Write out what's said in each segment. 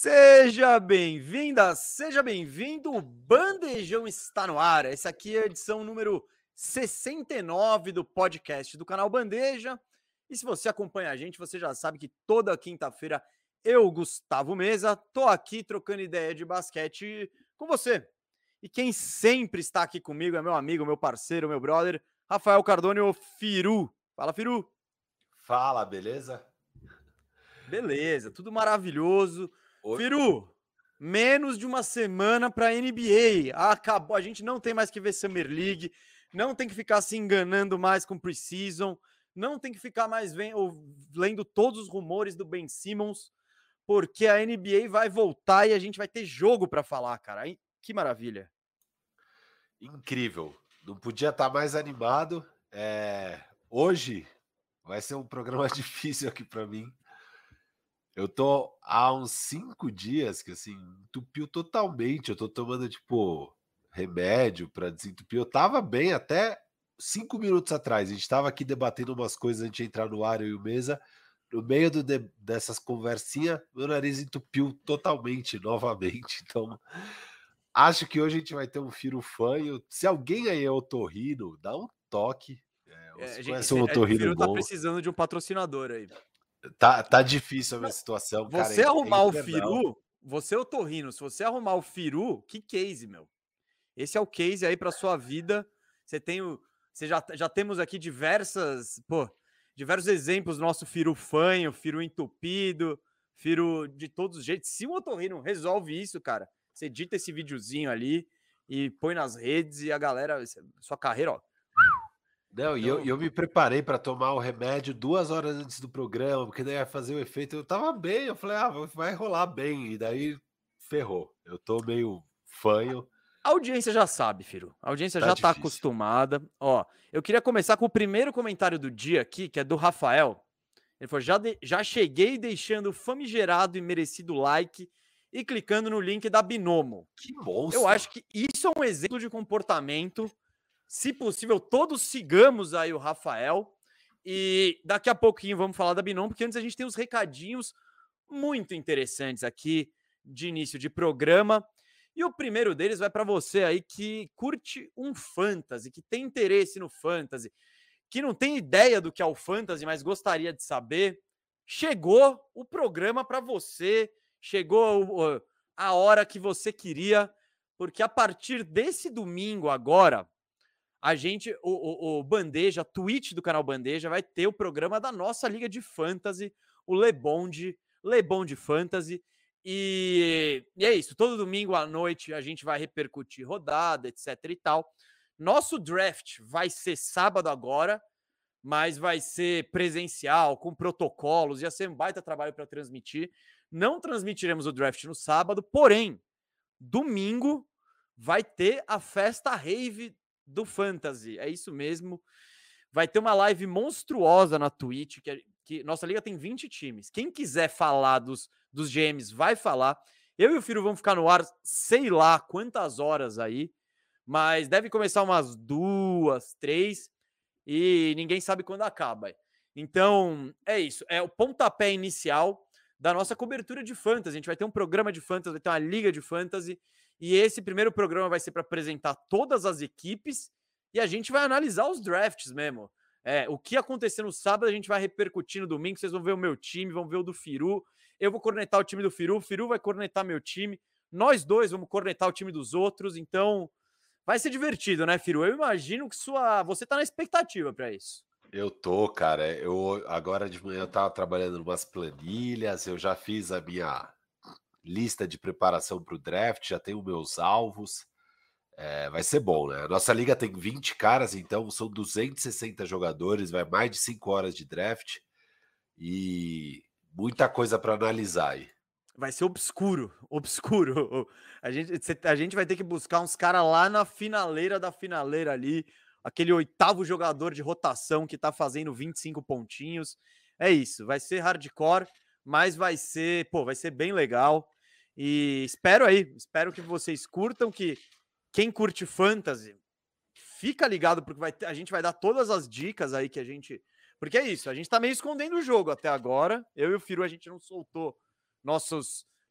Seja bem-vinda, seja bem-vindo. O Bandejão está no ar. Essa aqui é a edição número 69 do podcast do canal Bandeja. E se você acompanha a gente, você já sabe que toda quinta-feira eu, Gustavo Meza, tô aqui trocando ideia de basquete com você. E quem sempre está aqui comigo é meu amigo, meu parceiro, meu brother, Rafael Cardone, o Firu. Fala, Firu. Fala, beleza? Beleza, tudo maravilhoso. Oi. Firu, menos de uma semana para NBA. Acabou, a gente não tem mais que ver Summer League, não tem que ficar se enganando mais com Preseason, não tem que ficar mais lendo todos os rumores do Ben Simmons, porque a NBA vai voltar e a gente vai ter jogo para falar, cara. Que maravilha. Incrível. Não podia estar mais animado. Hoje vai ser um programa difícil aqui para mim. Eu tô há uns 5 dias que assim, entupiu totalmente. Eu tô tomando tipo remédio para desentupir. Eu tava bem até 5 minutos atrás. A gente tava aqui debatendo umas coisas antes de entrar no ar, eu e o Mesa. No meio dessas conversinhas, meu nariz entupiu totalmente novamente. Então, acho que hoje a gente vai ter um Firo fanho. Se alguém aí é otorrino, dá um toque. Ou se conhece um O otorrino Firu tá bom. precisando de um patrocinador aí. Tá difícil a minha Não, situação, cara, é você arrumar o infernal. Firu, você é o Torrino, se você arrumar o Firu, que case, meu. Esse é o case aí para sua vida. Você tem o, você já temos aqui diversos exemplos do nosso Firu fanho, Firu entupido, Firu de todos os jeitos. Se o otorrino resolve isso, cara, você edita esse videozinho ali e põe nas redes e a galera, sua carreira, ó. Não, e Então, eu me preparei para tomar o remédio 2 horas antes do programa, porque daí ia fazer o efeito. Eu tava bem, eu falei: "Ah, vai rolar bem", e daí ferrou. Eu tô meio fanho, a audiência já sabe, Firu. A audiência tá já tá difícil. acostumada. Ó, eu queria começar com o primeiro comentário do dia aqui, que é do Rafael. Ele falou: já cheguei deixando o famigerado e merecido like e clicando no link da Binomo. Que Eu monstro! acho que isso é um exemplo de comportamento. Se possível, todos sigamos aí o Rafael. E daqui a pouquinho vamos falar da Binomo, porque antes a gente tem uns recadinhos muito interessantes aqui de início de programa. E o primeiro deles vai para você aí que curte um fantasy, que tem interesse no fantasy, que não tem ideia do que é o fantasy, mas gostaria de saber. Chegou o programa para você, chegou a hora que você queria, porque a partir desse domingo agora, a gente, o Bandeja, a Twitch do canal Bandeja, vai ter o programa da nossa Liga de Fantasy, o Le Bon de Fantasy. E é isso, todo domingo à noite a gente vai repercutir rodada, etc e tal. Nosso draft vai ser sábado agora, mas vai ser presencial, com protocolos, ia ser um baita trabalho para transmitir. Não transmitiremos o draft no sábado, porém, domingo vai ter a festa rave do Fantasy. É isso mesmo. Vai ter uma live monstruosa na Twitch, que nossa liga tem 20 times. Quem quiser falar dos GMs vai falar. Eu e o Firo vamos ficar no ar, sei lá quantas horas aí, mas deve começar umas 2, 3 e ninguém sabe quando acaba. Então, é isso. É o pontapé inicial da nossa cobertura de fantasy. A gente vai ter um programa de fantasy, vai ter uma liga de fantasy, e esse primeiro programa vai ser para apresentar todas as equipes e a gente vai analisar os drafts mesmo. O que acontecer no sábado a gente vai repercutir no domingo. Vocês vão ver o meu time, vão ver o do Firu. Eu vou cornetar o time do Firu, o Firu vai cornetar meu time. Nós dois vamos cornetar o time dos outros. Então, vai ser divertido, né, Firu? Eu imagino que você tá na expectativa para isso. Eu tô, cara. Eu agora de manhã eu tava trabalhando em umas planilhas, eu já fiz a minha lista de preparação para o draft, já tenho meus alvos. Vai ser bom, né? A nossa liga tem 20 caras, então são 260 jogadores, vai mais de 5 horas de draft e muita coisa para analisar aí. Vai ser obscuro, obscuro. A gente vai ter que buscar uns caras lá na finaleira da finaleira ali, aquele oitavo jogador de rotação que tá fazendo 25 pontinhos. É isso, vai ser hardcore, mas vai ser bem legal. E espero que vocês curtam, que quem curte fantasy, fica ligado, porque a gente vai dar todas as dicas aí que a gente... Porque é isso, a gente tá meio escondendo o jogo até agora. Eu e o Firu, a gente não soltou nossos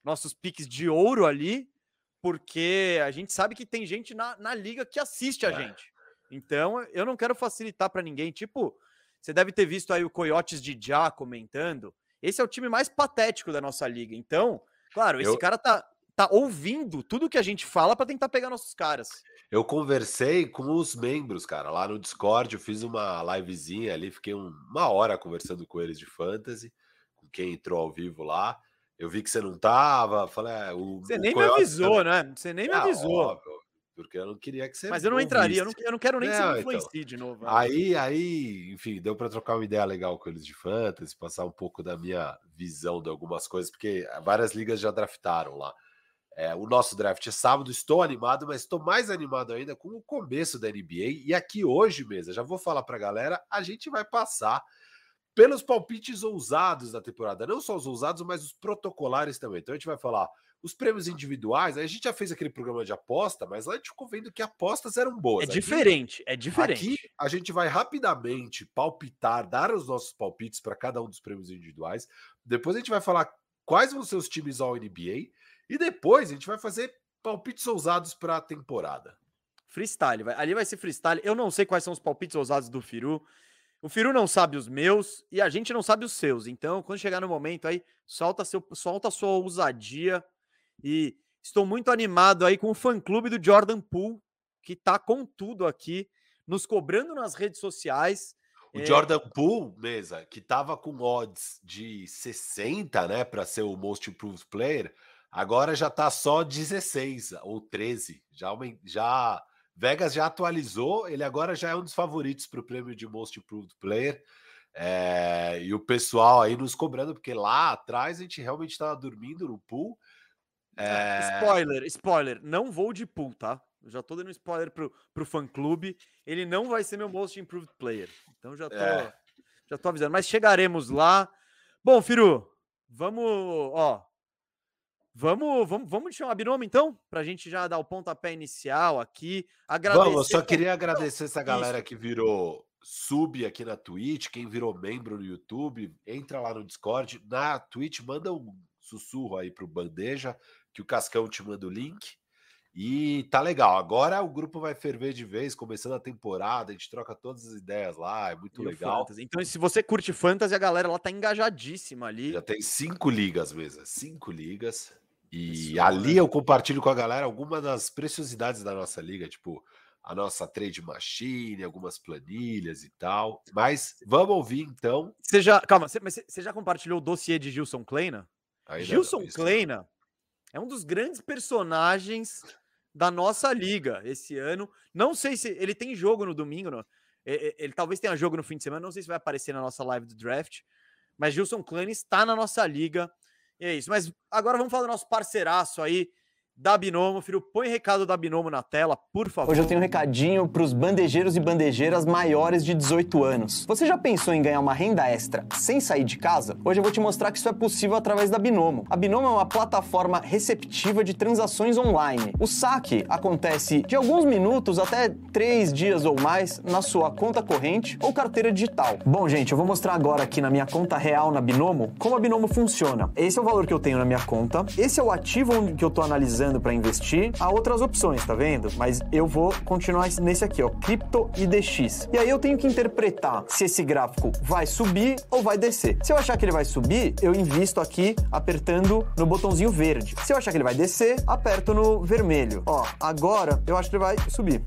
nossos piques de ouro ali, porque a gente sabe que tem gente na liga que assiste a gente. Então, eu não quero facilitar para ninguém. Tipo, você deve ter visto aí o Coyotes de Já comentando. Esse é o time mais patético da nossa liga. Então, claro, esse cara tá ouvindo tudo que a gente fala para tentar pegar nossos caras. Eu conversei com os membros, cara, lá no Discord. Eu fiz uma livezinha ali, fiquei uma hora conversando com eles de fantasy, com quem entrou ao vivo lá. Eu vi que você não tava, falei, Você o nem me Coyotes avisou, também. né? Você nem me avisou. Óbvio, porque eu não queria que você Mas eu não entraria, ouvisse. eu não quero nem que você me Não, então. influencie de novo. Aí, enfim, deu para trocar uma ideia legal com eles de fantasy, passar um pouco da minha visão de algumas coisas, porque várias ligas já draftaram lá. O nosso draft é sábado, estou animado, mas estou mais animado ainda com o começo da NBA. E aqui hoje, mesa, já vou falar para a galera, a gente vai passar pelos palpites ousados da temporada. Não só os ousados, mas os protocolares também. Então a gente vai falar os prêmios individuais. Aí a gente já fez aquele programa de aposta, mas lá a gente ficou vendo que apostas eram boas. É diferente. Aqui a gente vai rapidamente palpitar, dar os nossos palpites para cada um dos prêmios individuais. Depois a gente vai falar quais vão ser os times All-NBA. E depois a gente vai fazer palpites ousados para a temporada. Freestyle. Ali vai ser freestyle. Eu não sei quais são os palpites ousados do Firu. O Firu não sabe os meus e a gente não sabe os seus. Então, quando chegar no momento aí, solta a sua ousadia. E estou muito animado aí com o fã-clube do Jordan Poole, que tá com tudo aqui, nos cobrando nas redes sociais. O Jordan Poole, mesa, que tava com odds de 60, né, para ser o Most Improved Player, agora já tá só 16 ou 13. Já Vegas já atualizou, ele agora já é um dos favoritos para o prêmio de Most Improved Player. E o pessoal aí nos cobrando, porque lá atrás a gente realmente estava dormindo no Poole. Spoiler, não vou de Poole, tá? Eu já tô dando spoiler pro fã-clube. Ele não vai ser meu Most Improved Player. Então já tô avisando. Mas chegaremos lá. Bom, Firu, vamos chamar Binômio, então? Pra gente já dar o pontapé inicial aqui. Vamos, eu só queria agradecer essa galera que virou sub aqui na Twitch, quem virou membro no YouTube, entra lá no Discord. Na Twitch, manda um sussurro aí pro Bandeja, que o Cascão te manda o link. E tá legal. Agora o grupo vai ferver de vez, começando a temporada, a gente troca todas as ideias lá, é muito legal. Então, se você curte Fantasy, a galera lá tá engajadíssima ali. Já tem 5 ligas mesmo, 5 ligas. E ali eu compartilho com a galera algumas das preciosidades da nossa liga, tipo a nossa trade machine, algumas planilhas e tal. Mas vamos ouvir então. Mas você já compartilhou o dossiê de Gilson Kleina? Gilson Kleina é um dos grandes personagens da nossa liga esse ano. Não sei se ele tem jogo no domingo, não. Ele talvez tenha jogo no fim de semana, não sei se vai aparecer na nossa live do draft, mas Gilson Kleina está na nossa liga. E é isso. Mas agora vamos falar do nosso parceiraço aí, da Binomo. Filho, põe recado da Binomo na tela, por favor. Hoje eu tenho um recadinho para os bandejeiros e bandejeiras maiores de 18 anos. Você já pensou em ganhar uma renda extra sem sair de casa? Hoje eu vou te mostrar que isso é possível através da Binomo. A Binomo é uma plataforma receptiva de transações online. O saque acontece de alguns minutos até 3 dias ou mais na sua conta corrente ou carteira digital. Bom, gente, eu vou mostrar agora aqui na minha conta real na Binomo como a Binomo funciona. Esse é o valor que eu tenho na minha conta. Esse é o ativo que eu estou analisando para investir. Há outras opções, tá vendo? Mas eu vou continuar nesse aqui, ó, Crypto IDX. E aí eu tenho que interpretar se esse gráfico vai subir ou vai descer. Se eu achar que ele vai subir, eu invisto aqui apertando no botãozinho verde. Se eu achar que ele vai descer, aperto no vermelho. Ó, agora eu acho que ele vai subir.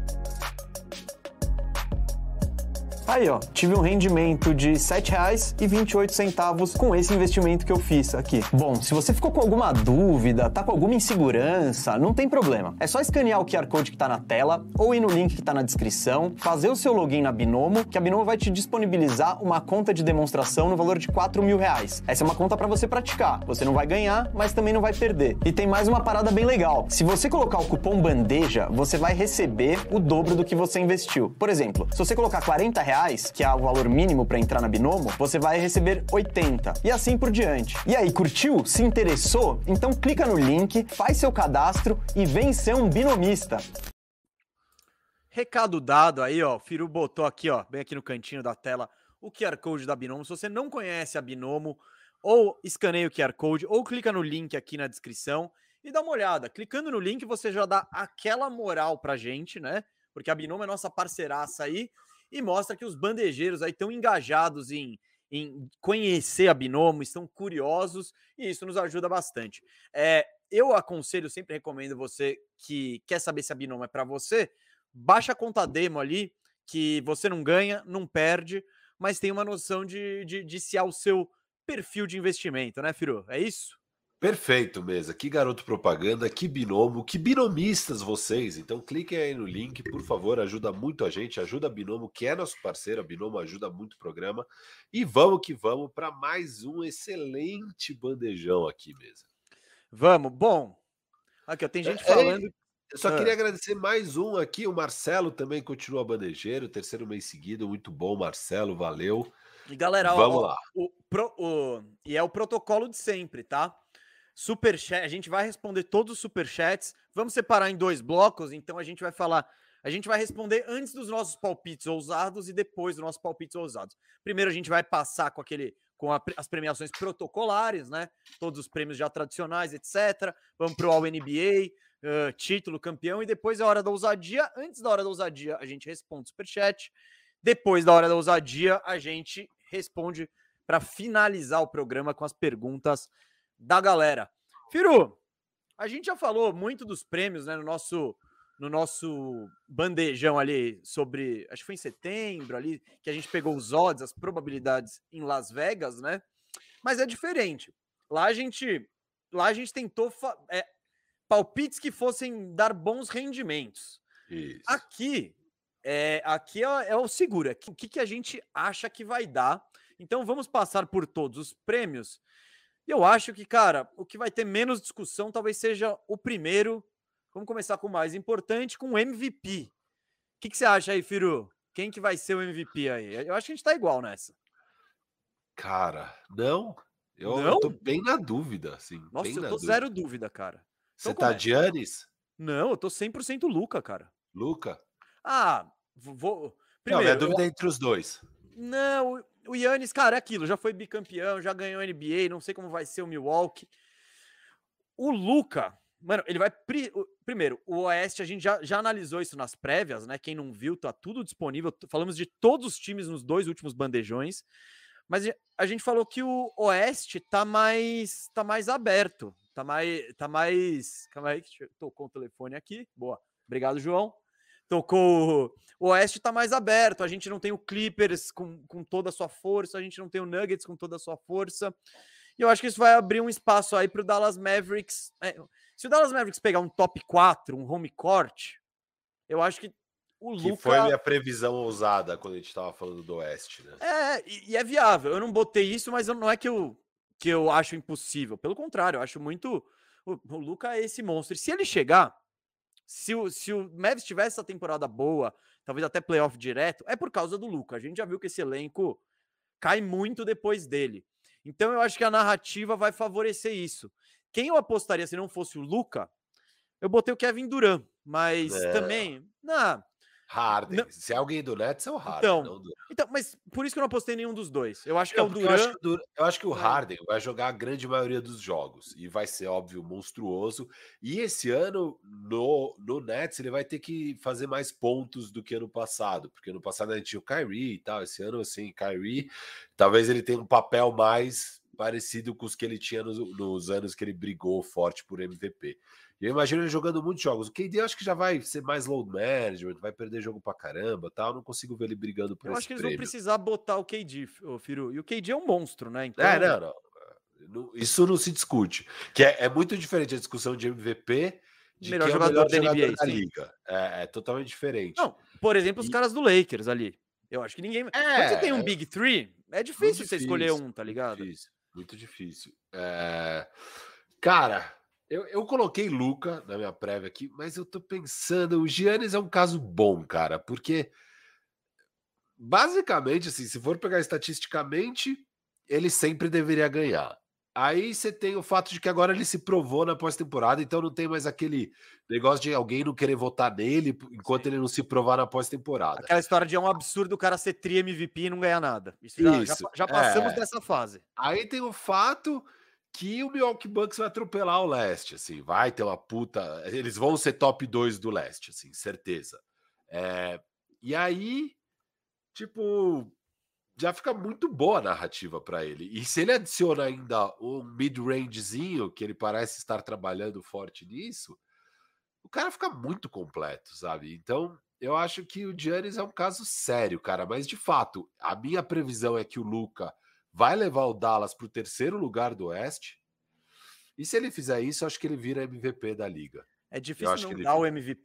Aí, ó, tive um rendimento de R$ 7,28 com esse investimento que eu fiz aqui. Bom, se você ficou com alguma dúvida, tá com alguma insegurança, não tem problema. É só escanear o QR Code que tá na tela ou ir no link que tá na descrição, fazer o seu login na Binomo, que a Binomo vai te disponibilizar uma conta de demonstração no valor de R$4.000. Essa é uma conta para você praticar. Você não vai ganhar, mas também não vai perder. E tem mais uma parada bem legal. Se você colocar o cupom BANDEJA, você vai receber o dobro do que você investiu. Por exemplo, se você colocar R$40, que é o valor mínimo para entrar na Binomo, você vai receber 80 e assim por diante. E aí, curtiu? Se interessou? Então clica no link, faz seu cadastro e vem ser um binomista. Recado dado aí, ó. O Firu botou aqui, ó, bem aqui no cantinho da tela, o QR Code da Binomo. Se você não conhece a Binomo, ou escaneia o QR Code, ou clica no link aqui na descrição e dá uma olhada. Clicando no link, você já dá aquela moral pra gente, né? Porque a Binomo é nossa parceiraça aí e mostra que os bandejeiros aí estão engajados em conhecer a Binomo, estão curiosos e isso nos ajuda bastante. Eu aconselho, sempre recomendo você que quer saber se a Binomo é para você, baixa a conta demo ali, que você não ganha, não perde, mas tem uma noção de se há o seu perfil de investimento, né, Firu? É isso? Perfeito, mesa. Que garoto propaganda, que binomo, que binomistas vocês. Então cliquem aí no link, por favor, ajuda muito a gente, ajuda a Binomo, que é nosso parceiro, a Binomo ajuda muito o programa. E vamos que vamos para mais um excelente bandejão aqui, mesa. Vamos. Bom, aqui ó, tem gente falando... Eu só queria agradecer mais um aqui, o Marcelo também continua bandejeiro, terceiro mês seguido, muito bom, Marcelo, valeu. E galera, vamos lá. E é o protocolo de sempre, tá? Superchat, a gente vai responder todos os superchats. Vamos separar em 2 blocos, então a gente vai responder antes dos nossos palpites ousados e depois dos nossos palpites ousados. Primeiro a gente vai passar com as premiações protocolares, né? Todos os prêmios já tradicionais, etc. Vamos pro All NBA, título, campeão, e depois a hora da ousadia. Antes da hora da ousadia, a gente responde o superchat. Depois da hora da ousadia, a gente responde para finalizar o programa com as perguntas da galera. Firu, a gente já falou muito dos prêmios, né, no nosso bandejão ali sobre, acho que foi em setembro ali, que a gente pegou os odds, as probabilidades em Las Vegas, né? Mas é diferente. Lá a gente tentou palpites que fossem dar bons rendimentos. Isso. Aqui é o seguro. O que a gente acha que vai dar. Então vamos passar por todos os prêmios. E eu acho que, cara, o que vai ter menos discussão talvez seja o primeiro. Vamos começar com o mais importante, com o MVP. O que você acha aí, Firu? Quem que vai ser o MVP aí? Eu acho que a gente tá igual nessa. Cara, não. Eu tô bem na dúvida, assim. Nossa, eu tô dúvida. Zero dúvida, cara. Você tá de Giannis? Não, eu tô 100% Luka, cara. Luka? Vou... Primeiro, não, minha dúvida é entre os dois. Não, o Giannis, cara, é aquilo. Já foi bicampeão, já ganhou NBA, não sei como vai ser o Milwaukee. O Luka, mano, ele vai... Primeiro, o Oeste, a gente já analisou isso nas prévias, né? Quem não viu, tá tudo disponível. Falamos de todos os times nos 2 últimos bandejões. Mas a gente falou que o Oeste tá mais aberto. Tá mais... Calma aí, tocou o telefone aqui. Boa. Obrigado, João. Tocou... O Oeste tá mais aberto. A gente não tem o Clippers com toda a sua força. A gente não tem o Nuggets com toda a sua força. E eu acho que isso vai abrir um espaço aí pro Dallas Mavericks. Se o Dallas Mavericks pegar um top 4, um home court, eu acho que o Luka... Que foi a minha previsão ousada quando a gente tava falando do Oeste, né? E é viável. Eu não botei isso, mas não é que eu acho impossível. Pelo contrário, eu acho muito... O Luka é esse monstro. E se ele chegar... Se o Mavis tivesse essa temporada boa, talvez até playoff direto, é por causa do Luka. A gente já viu que esse elenco cai muito depois dele. Então eu acho que a narrativa vai favorecer isso. Quem eu apostaria se não fosse o Luka, eu botei o Kevin Durant, mas também... Harden. Se é alguém do Nets, é o Harden. Então, mas por isso que eu não apostei nenhum dos dois. Eu acho que é o Durant. Eu acho que o Harden vai jogar a grande maioria dos jogos. E vai ser, óbvio, monstruoso. E esse ano, no Nets, ele vai ter que fazer mais pontos do que ano passado. Porque ano passado a gente tinha o Kyrie e tal. Esse ano, assim, Kyrie, talvez ele tenha um papel mais parecido com os que ele tinha nos anos que ele brigou forte por MVP. E eu imagino ele jogando muitos jogos. O KD eu acho que já vai ser mais load management, vai perder jogo pra caramba, tal. Não consigo ver ele brigando por esse prêmio. Eu acho que eles vão precisar botar o KD, Firu. E o KD é um monstro, né? Então... não. Isso não se discute. Que é muito diferente a discussão de MVP de melhor quem jogador, é o melhor da NBA, da liga. É totalmente diferente. Não, por exemplo, os caras do Lakers ali. Eu acho que ninguém... Quando você tem um Big Three, é difícil você escolher um, tá ligado? Muito difícil. Cara... Eu coloquei Luka na minha prévia aqui, mas eu tô pensando, o Giannis é um caso bom, cara, porque basicamente, assim, se for pegar estatisticamente, ele sempre deveria ganhar. Aí você tem o fato de que agora ele se provou na pós-temporada, então não tem mais aquele negócio de alguém não querer votar nele enquanto ele não se provar na pós-temporada. Aquela história de é um absurdo o cara ser tri-MVP e não ganhar nada. Isso já passamos dessa fase. Aí tem o fato que o Milwaukee Bucks vai atropelar o leste, assim, vai ter uma puta... Eles vão ser top 2 do leste, assim, certeza. E aí, tipo... já fica muito boa a narrativa para ele. E se ele adiciona ainda um mid-rangezinho, que ele parece estar trabalhando forte nisso, o cara fica muito completo, sabe? Então, eu acho que o Giannis é um caso sério, cara. Mas, de fato, a minha previsão é que o Luka vai levar o Dallas para o 3º lugar do Oeste. E se ele fizer isso, eu acho que ele vira MVP da liga. É difícil não dar o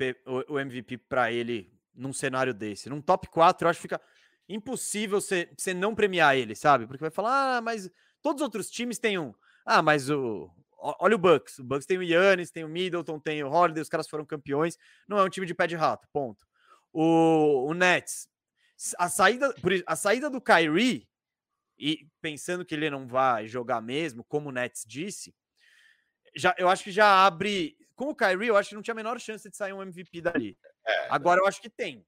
MVP para ele num cenário desse. Num top 4, eu acho que fica... impossível você não premiar ele, sabe? Porque vai falar, mas todos os outros times têm um. Mas olha o Bucks. O Bucks tem o Giannis, tem o Middleton, tem o Holiday, os caras foram campeões. Não é um time de pé de rato, ponto. O Nets, a saída do Kyrie, e pensando que ele não vai jogar mesmo, como o Nets disse, eu acho que já abre... Com o Kyrie, eu acho que não tinha a menor chance de sair um MVP dali. Agora eu acho que tem.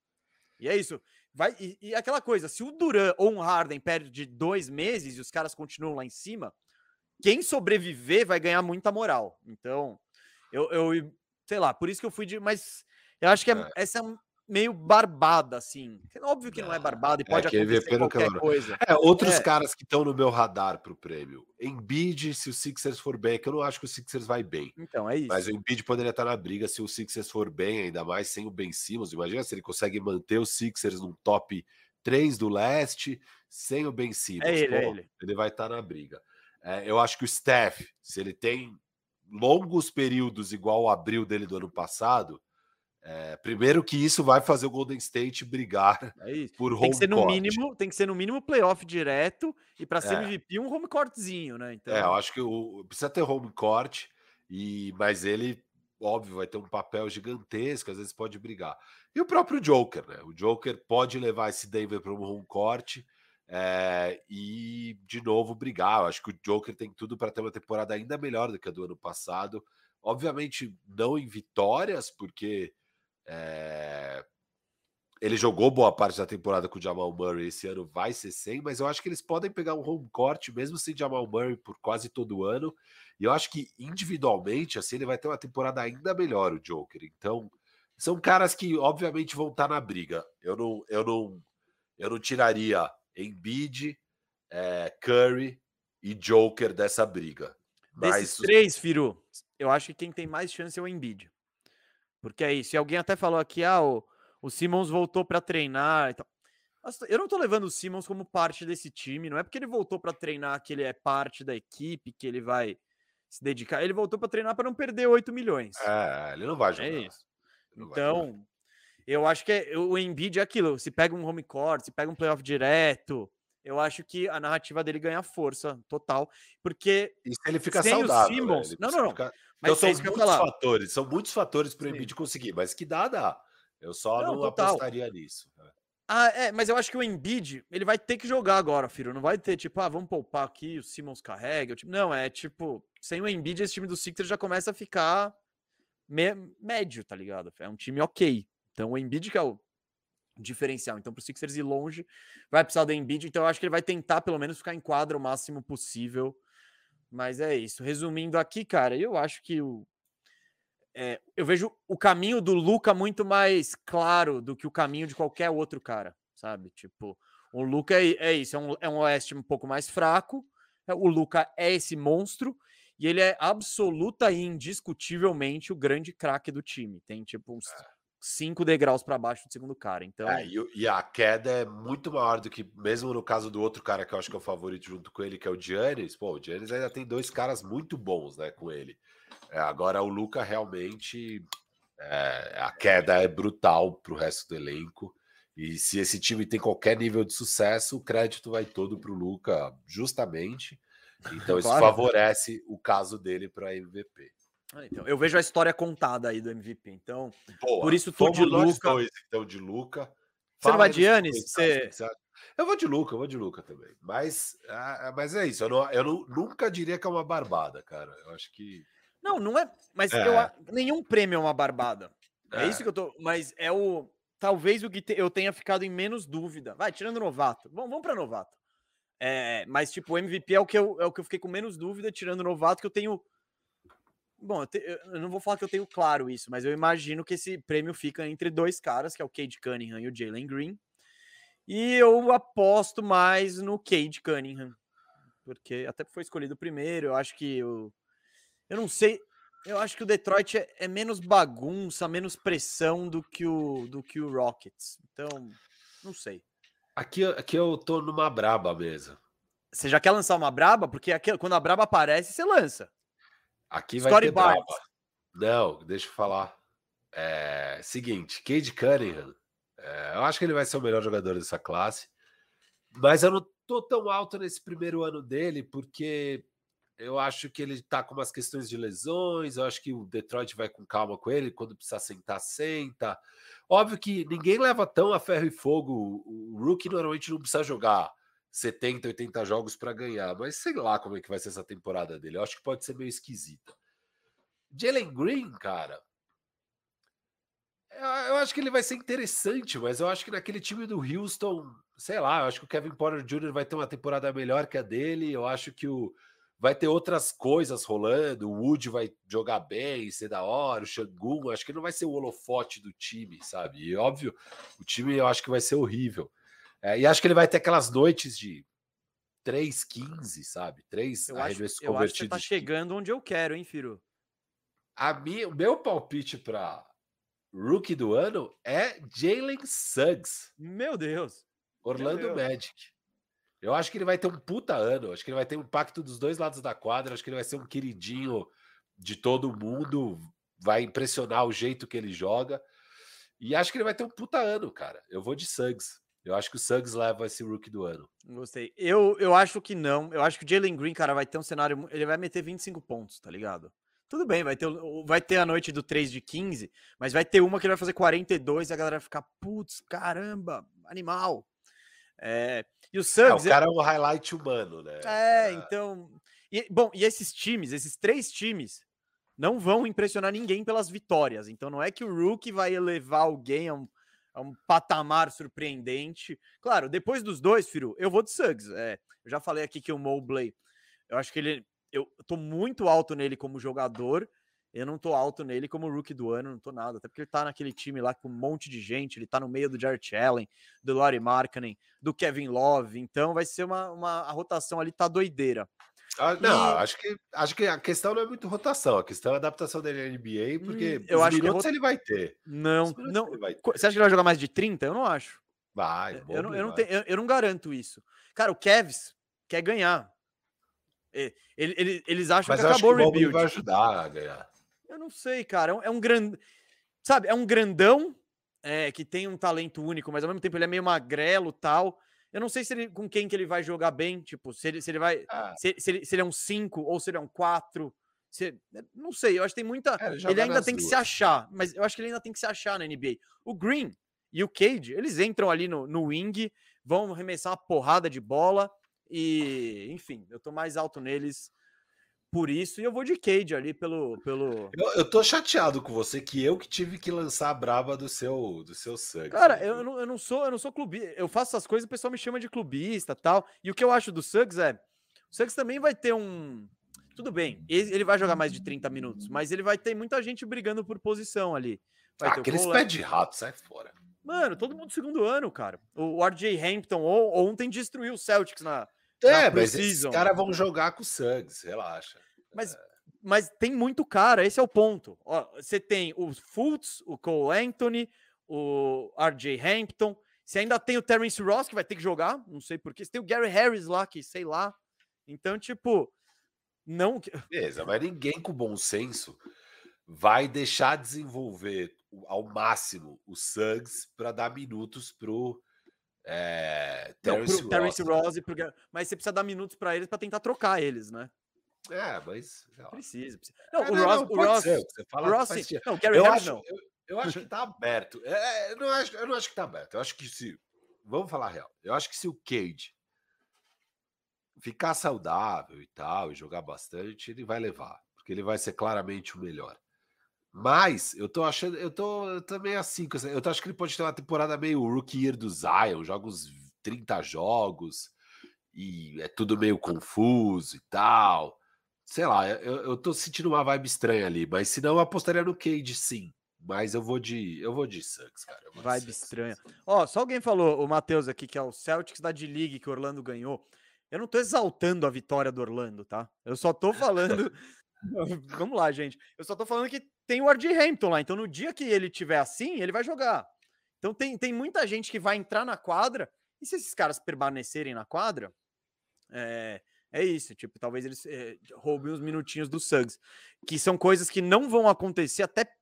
E é isso. E aquela coisa, se o Durant ou um Harden perde 2 meses e os caras continuam lá em cima, quem sobreviver vai ganhar muita moral. Então, eu sei lá, por isso que eu fui de... Mas eu acho que essa é meio barbada, assim. Óbvio que não é barbada e pode acontecer qualquer coisa. Outros caras que estão no meu radar pro prêmio. Embiid, se o Sixers for bem, que eu não acho que o Sixers vai bem. Então, é isso. Mas o Embiid poderia estar na briga se o Sixers for bem, ainda mais sem o Ben Simmons. Imagina se ele consegue manter o Sixers no top 3 do leste, sem o Ben Simmons. Ele vai estar na briga. Eu acho que o Steph, se ele tem longos períodos igual o abril dele do ano passado, primeiro que isso vai fazer o Golden State brigar por home court. Tem que ser no mínimo playoff direto e para ser MVP um home courtzinho, né? Então... eu acho que precisa ter home court, mas ele, óbvio, vai ter um papel gigantesco, às vezes pode brigar. E o próprio Joker, né? O Joker pode levar esse Denver para um home court e, de novo, brigar. Eu acho que o Joker tem tudo para ter uma temporada ainda melhor do que a do ano passado. Obviamente, não em vitórias, porque ele jogou boa parte da temporada com o Jamal Murray, esse ano vai ser 100, mas eu acho que eles podem pegar um home court, mesmo sem Jamal Murray, por quase todo ano, e eu acho que individualmente, assim, ele vai ter uma temporada ainda melhor, o Joker. Então, são caras que, obviamente, vão estar na briga. Eu não tiraria Embiid, Curry e Joker dessa briga. Desses 3, Firu, eu acho que quem tem mais chance é o Embiid. Porque é isso. E alguém até falou aqui, o Simmons voltou para treinar. Então, eu não tô levando o Simmons como parte desse time. Não é porque ele voltou para treinar que ele é parte da equipe, que ele vai se dedicar. Ele voltou para treinar para não perder 8 milhões. Ele não vai jogar. É isso. Então, eu acho que o Embiid é aquilo. Se pega um home court, se pega um playoff direto, eu acho que a narrativa dele ganha força total. Porque e se ele fica saudável, o Simmons... né? Não. Mas são muitos fatores para o Embiid conseguir, mas que dá. Eu só não apostaria nisso. Mas eu acho que o Embiid, ele vai ter que jogar agora, filho. Não vai ter, tipo, vamos poupar aqui, o Simmons carrega. Não, sem o Embiid, esse time do Sixers já começa a ficar médio, tá ligado? É um time ok. Então o Embiid que é o diferencial. Então pro Sixers ir longe, vai precisar do Embiid. Então eu acho que ele vai tentar, pelo menos, ficar em quadra o máximo possível. Mas é isso. Resumindo aqui, cara, eu acho que eu vejo o caminho do Luka muito mais claro do que o caminho de qualquer outro cara, sabe? Tipo, o Luka é isso, é um Oeste um pouco mais fraco, o Luka é esse monstro, e ele é absoluta e indiscutivelmente o grande craque do time. Tem, tipo, uns 5 degraus para baixo do segundo cara. Então... e a queda é muito maior do que, mesmo no caso do outro cara que eu acho que é o favorito junto com ele, que é o Giannis. O Giannis ainda tem 2 caras muito bons, né, com ele. Agora o Luka realmente a queda é brutal para o resto do elenco, e se esse time tem qualquer nível de sucesso, o crédito vai todo para o Luka, justamente. Então isso favorece o caso dele para MVP. Então, eu vejo a história contada aí do MVP. Então, boa. Por isso tudo de Luka. Então, de Luka, Você não vai aí de nos Giannis? comentários o que você acha. Eu vou de Luka também. Mas é isso. Nunca diria que é uma barbada, cara. Eu acho que. Não é. Mas É, nenhum prêmio é uma barbada. É isso que é. eu tô. Mas é o. Talvez o que eu tenha ficado em menos dúvida. Vai, tirando novato. Vamos pra novato. Mas, tipo, o MVP é o que eu fiquei com menos dúvida, tirando novato, que eu tenho. Bom, eu não vou falar que eu tenho claro isso, mas eu imagino que esse prêmio fica entre dois caras, que é o Cade Cunningham e o Jalen Green. E eu aposto mais no Cade Cunningham, porque até foi escolhido primeiro. Eu acho que eu não sei. Eu acho que o Detroit é menos bagunça, menos pressão do que o Rockets. Então, não sei. Aqui eu tô numa braba mesmo. Você já quer lançar uma braba? Porque quando a braba aparece, você lança. Aqui vai Scottie ter braba. Barnes. Não, deixa eu falar. Seguinte, Cade Cunningham. Eu acho que ele vai ser o melhor jogador dessa classe. Mas eu não tô tão alto nesse primeiro ano dele, porque eu acho que ele tá com umas questões de lesões. Eu acho que o Detroit vai com calma com ele. Quando precisar sentar, senta. Óbvio que ninguém leva tão a ferro e fogo. O rookie normalmente não precisa jogar 70, 80 jogos para ganhar. Mas sei lá como é que vai ser essa temporada dele. Eu acho que pode ser meio esquisita. Jalen Green, cara. Eu acho que ele vai ser interessante, mas eu acho que naquele time do Houston, sei lá, eu acho que o Kevin Porter Jr. vai ter uma temporada melhor que a dele. Eu acho que vai ter outras coisas rolando. O Wood vai jogar bem, ser da hora. O Şengün, acho que não vai ser o holofote do time, sabe? E óbvio, o time eu acho que vai ser horrível. E acho que ele vai ter aquelas noites de 3-15, sabe? 3 arremessos eu acho que você tá convertidos. chegando onde eu quero, hein, Firo? O meu palpite para Rookie do ano é Jalen Suggs. Meu Deus. Orlando Magic. Eu acho que ele vai ter um puta ano. Acho que ele vai ter um impacto dos dois lados da quadra. Acho que ele vai ser um queridinho de todo mundo. Vai impressionar o jeito que ele joga. E acho que ele vai ter um puta ano, cara. Eu vou de Suggs. Eu acho que o Suggs leva esse Rookie do ano. Gostei. Eu acho que não. Eu acho que o Jalen Green, cara, vai ter um cenário. Ele vai meter 25 pontos, tá ligado? Tudo bem, vai ter a noite do 3 de 15, mas vai ter uma que ele vai fazer 42 e a galera vai ficar, putz, caramba, animal. E o Suggs. O cara é um highlight humano, né? Então. E esses times, esses três times, não vão impressionar ninguém pelas vitórias. Então não é que o Rookie vai elevar alguém a um patamar surpreendente. Claro, depois dos dois, Firu, eu vou de Suggs. Eu já falei aqui que o Mobley, eu acho que eu tô muito alto nele como jogador. Eu não tô alto nele como Rookie do ano, não tô nada. Até porque ele tá naquele time lá com um monte de gente. Ele tá no meio do Jarrett Allen, do Lauri Markkanen, do Kevin Love. Então vai ser a rotação ali tá doideira. Acho que a questão não é muito rotação. A questão é a adaptação dele à NBA, porque eu acho minutos ele vai ter. Não. Ele vai ter. Você acha que ele vai jogar mais de 30? Eu não acho. Vai, eu não garanto isso. Cara, o Cavs quer ganhar. Eles acham Mas que acabou o rebuild. Vai ajudar a ganhar. Eu não sei, cara. É um grande. Sabe, é um grandão que tem um talento único, mas ao mesmo tempo ele é meio magrelo e tal. Eu não sei com quem que ele vai jogar bem. Tipo, se ele vai. Se ele é um 5 ou se ele é um 4. Não sei, eu acho que tem muita. Ele ainda tem que se achar, mas eu acho que ele ainda tem que se achar na NBA. O Green e o Cade, eles entram ali no wing, vão arremessar uma porrada de bola e, enfim, eu tô mais alto neles por isso, e eu vou de Cade ali pelo... Eu tô chateado com você, que eu que tive que lançar a braba do seu Suggs. Cara, eu não sou clubista, eu faço essas coisas, o pessoal me chama de clubista e tal, e o que eu acho do Suggs o Suggs também vai ter tudo bem, ele vai jogar mais de 30 minutos, mas ele vai ter muita gente brigando por posição ali. Aqueles pés de rato, sai fora. Mano, todo mundo segundo ano, cara. O RJ Hampton ontem destruiu o Celtics na mas esses caras vão jogar com o Suggs, relaxa. Mas tem muito cara, esse é o ponto. Ó, você tem o Fultz, o Cole Anthony, o RJ Hampton, você ainda tem o Terrence Ross, que vai ter que jogar, não sei porquê. Você tem o Gary Harris lá, que sei lá. Então, tipo, não... Beleza, mas ninguém com bom senso vai deixar desenvolver ao máximo o Suggs para dar minutos pro Terrence Ross. Mas você precisa dar minutos para eles para tentar trocar eles, né? Mas... Precisa. Não, o Ross... Você fala o Ross, sim. Não, o Gary Harris não. Eu acho que tá aberto. Eu não acho que tá aberto. Eu acho que se. Vamos falar a real. Eu acho que se o Cade ficar saudável e tal, e jogar bastante, ele vai levar. Porque ele vai ser claramente o melhor. Mas eu tô achando. Eu tô meio assim. Eu tô achando que ele pode ter uma temporada meio rookie year do Zion, joga uns 30 jogos, e é tudo meio confuso e tal. Sei lá, eu tô sentindo uma vibe estranha ali, mas se não, eu apostaria no Cade, sim. Mas eu vou de Suggs, cara. Eu vou de Vibe Suggs. estranha. Ó, só alguém falou, o Matheus aqui, que é o Celtics da D-League que o Orlando ganhou. Eu não tô exaltando a vitória do Orlando, tá? Eu só tô falando. Vamos lá, gente. Eu só tô falando que tem o R.J. Hampton lá. Então, no dia que ele tiver assim, ele vai jogar. Então, tem muita gente que vai entrar na quadra. E se esses caras permanecerem na quadra, é isso. Tipo, talvez eles roubem uns minutinhos do Suggs. Que são coisas que não vão acontecer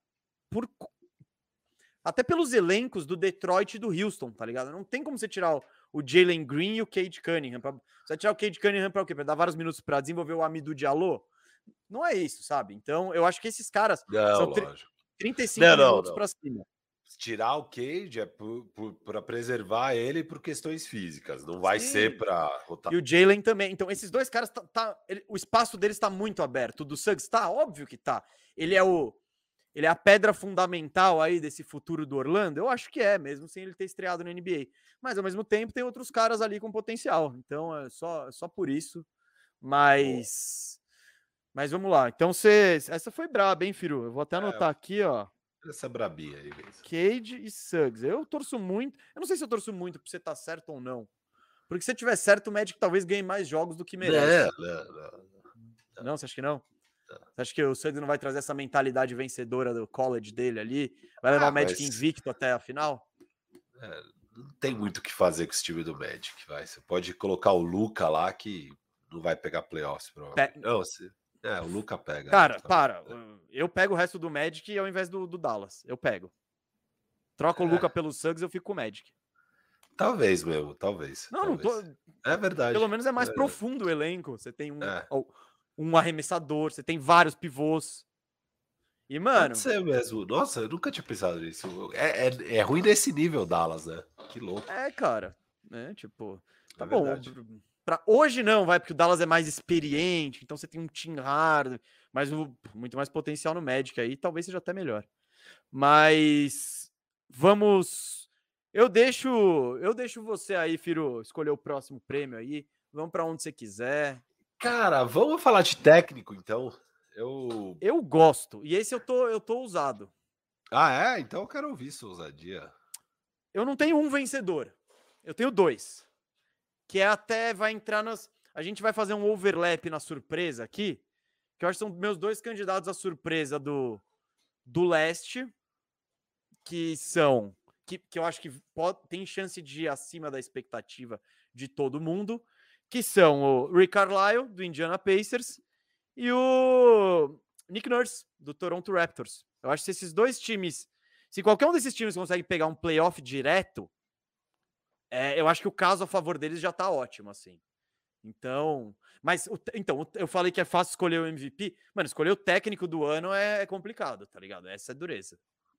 até pelos elencos do Detroit e do Houston, tá ligado? Não tem como você tirar o Jalen Green e o Cade Cunningham. Você vai tirar o Cade Cunningham pra o quê? Pra dar vários minutos pra desenvolver o Amidou Diallo? Não é isso, sabe? Então, eu acho que esses caras Não, são lógico. 35 minutos Não. pra cima. Tirar o Cade é para preservar ele por questões físicas. Não vai ser para rotar. E o Jalen também. Então, esses dois caras, o espaço deles tá muito aberto. O do Suggs tá? Óbvio que tá. Ele é a pedra fundamental aí desse futuro do Orlando? Eu acho que é, mesmo sem ele ter estreado na NBA. Mas, ao mesmo tempo, tem outros caras ali com potencial. Então, é só por isso. Mas vamos lá. Então, essa foi braba, hein, Firu? Eu vou até anotar aqui, ó. Essa brabinha aí mesmo. Cade e Suggs. Eu torço muito. Eu não sei se eu torço muito pra você estar certo ou não. Porque se você tiver certo, o Magic talvez ganhe mais jogos do que merece. Não, você acha que não? Você acha que o Suggs não vai trazer essa mentalidade vencedora do college dele ali? Vai levar o Magic invicto até a final? Não tem muito o que fazer com esse time do Magic. Você pode colocar o Luka lá que não vai pegar playoffs, provavelmente. Não, o Luka pega. Cara, para. Eu pego o resto do Magic ao invés do Dallas. Eu pego. Troca o Luka pelo Suggs, eu fico com o Magic. Talvez mesmo, talvez. Não tô. É verdade. Pelo menos é mais profundo o elenco. Você tem um arremessador, você tem vários pivôs. E, mano. Pode ser mesmo. Nossa, eu nunca tinha pensado nisso. É ruim nesse nível, Dallas, né? Que louco. Cara. Tipo. Tá bom. Pra hoje não, vai, porque o Dallas é mais experiente. Então você tem um Tim Hardaway, mas muito mais potencial no Magic aí. Talvez seja até melhor. Mas. Vamos. Eu deixo você aí, Firo, escolher o próximo prêmio aí. Vamos para onde você quiser. Cara, vamos falar de técnico, então. Eu gosto. E esse eu tô ousado. Ah, é? Então eu quero ouvir sua ousadia. Eu não tenho um vencedor. Eu tenho dois. Que até vai entrar nas... A gente vai fazer um overlap na surpresa aqui. Que eu acho que são meus dois candidatos à surpresa do leste. Que são... Que eu acho que tem chance de ir acima da expectativa de todo mundo. Que são o Rick Carlisle, do Indiana Pacers, e o Nick Nurse, do Toronto Raptors. Eu acho que se esses dois times... Se qualquer um desses times consegue pegar um playoff direto, eu acho que o caso a favor deles já tá ótimo, assim. Então... Mas, eu falei que é fácil escolher o MVP. Mano, escolher o técnico do ano é complicado, tá ligado? Essa é dureza.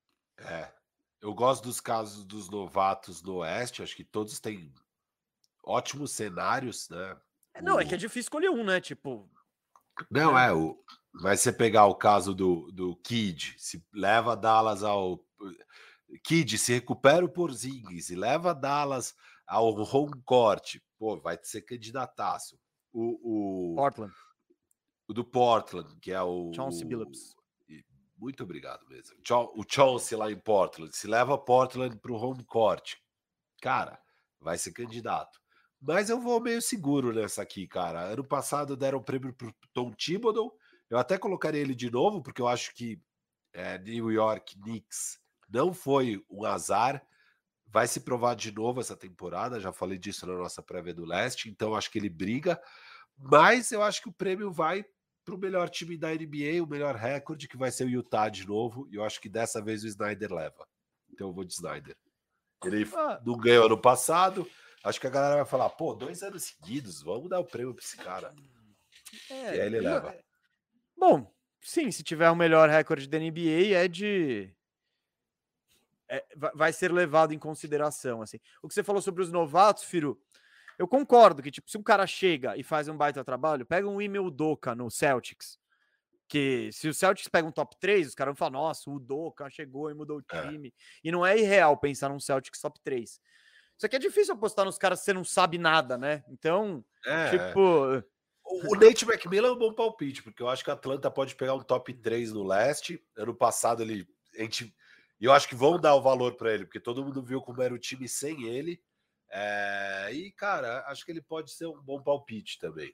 Eu gosto dos casos dos novatos no Oeste. Acho que todos têm ótimos cenários, né? Não, é que é difícil escolher um, né? Tipo... Não, mas você pegar o caso do Kid, se leva Dallas ao... Kid, se recupera o Porzingis e leva Dallas ao home court, pô, vai ser candidataço. Portland. O do Portland, que é o... Chauncey Billups. Muito obrigado mesmo. O Chauncey lá em Portland, se leva Portland para o home court, cara, vai ser candidato. Mas eu vou meio seguro nessa aqui, cara. Ano passado deram o prêmio pro Tom Thibodeau. Eu até colocaria ele de novo, porque eu acho que New York Knicks não foi um azar. Vai se provar de novo essa temporada. Já falei disso na nossa prévia do leste. Então acho que ele briga. Mas eu acho que o prêmio vai para o melhor time da NBA, o melhor recorde, que vai ser o Utah de novo. E eu acho que dessa vez o Snyder leva. Então eu vou de Snyder. Ele não ganhou ano passado. Acho que a galera vai falar, pô, 2 anos seguidos, vamos dar o prêmio pra esse cara. E aí ele leva. Bom, sim, se tiver o melhor recorde da NBA é de vai ser levado em consideração, assim. O que você falou sobre os novatos, Firu, eu concordo que, tipo, se um cara chega e faz um baita trabalho, pega um Ime Udoka no Celtics, que se o Celtics pega um top 3, os caras vão falar, nossa, o Udoka chegou e mudou o time. E não é irreal pensar num Celtics top 3. Só que é difícil apostar nos caras que você não sabe nada, né? Então, tipo... O Nate McMillan é um bom palpite, porque eu acho que a Atlanta pode pegar um top 3 no leste. Ano passado eu acho que vão dar o valor para ele, porque todo mundo viu como era o time sem ele. E, cara, acho que ele pode ser um bom palpite também.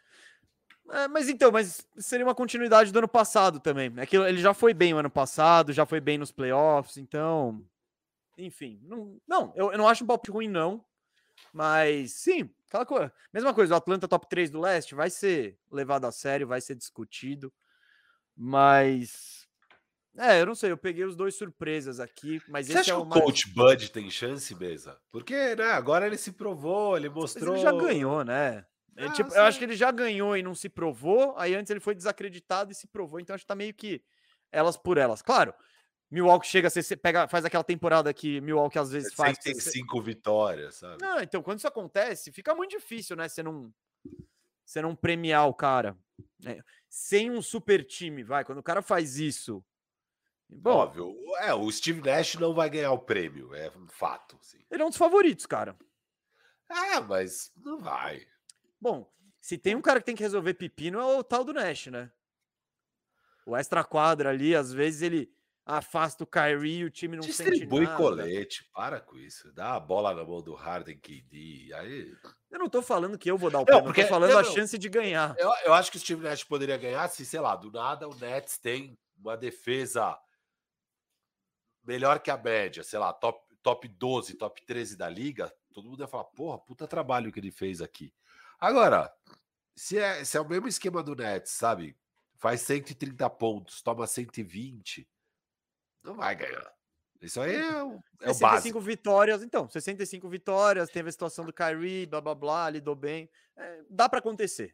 Mas seria uma continuidade do ano passado também. É que ele já foi bem o ano passado, já foi bem nos playoffs, então... Enfim, eu não acho um palpite ruim, não. Mas, sim, aquela coisa. Mesma coisa, o Atlanta top 3 do leste vai ser levado a sério, vai ser discutido. Mas... eu não sei, eu peguei os dois surpresas aqui, mas Você acha que o Coach Bud tem chance, Mesa? Porque, né, agora ele se provou, ele mostrou... Mas ele já ganhou, né? Eu acho que ele já ganhou e não se provou, aí antes ele foi desacreditado e se provou, então acho que tá meio que elas por elas. Claro, Milwaukee chega, você faz aquela temporada que Milwaukee às vezes faz... Tem 5 vitórias, sabe? Não, então quando isso acontece, fica muito difícil, né? Você não premiar o cara. Sem um super time, quando o cara faz isso... Bom, óbvio. O Steve Nash não vai ganhar o prêmio, é um fato. Assim. Ele é um dos favoritos, cara. Mas não vai. Bom, se tem um cara que tem que resolver pepino é o tal do Nash, né? O extra-quadra ali, às vezes ele afasta o Kyrie e o time não sente nada. Distribui colete, para com isso. Dá a bola na mão do Harden, KD, aí... Eu não tô falando que eu vou dar o prêmio, eu tô falando a chance de ganhar. Eu acho que o Steve Nash poderia ganhar se, sei lá, do nada o Nets tem uma defesa melhor que a média, sei lá, top 12, top 13 da liga, todo mundo ia falar, porra, puta trabalho que ele fez aqui. Agora, se é o mesmo esquema do Nets, sabe? Faz 130 pontos, toma 120, não vai ganhar. Isso aí é o básico. 65 vitórias, então, 65 vitórias, teve a situação do Kyrie, blá, blá, blá, lidou bem. Dá pra acontecer.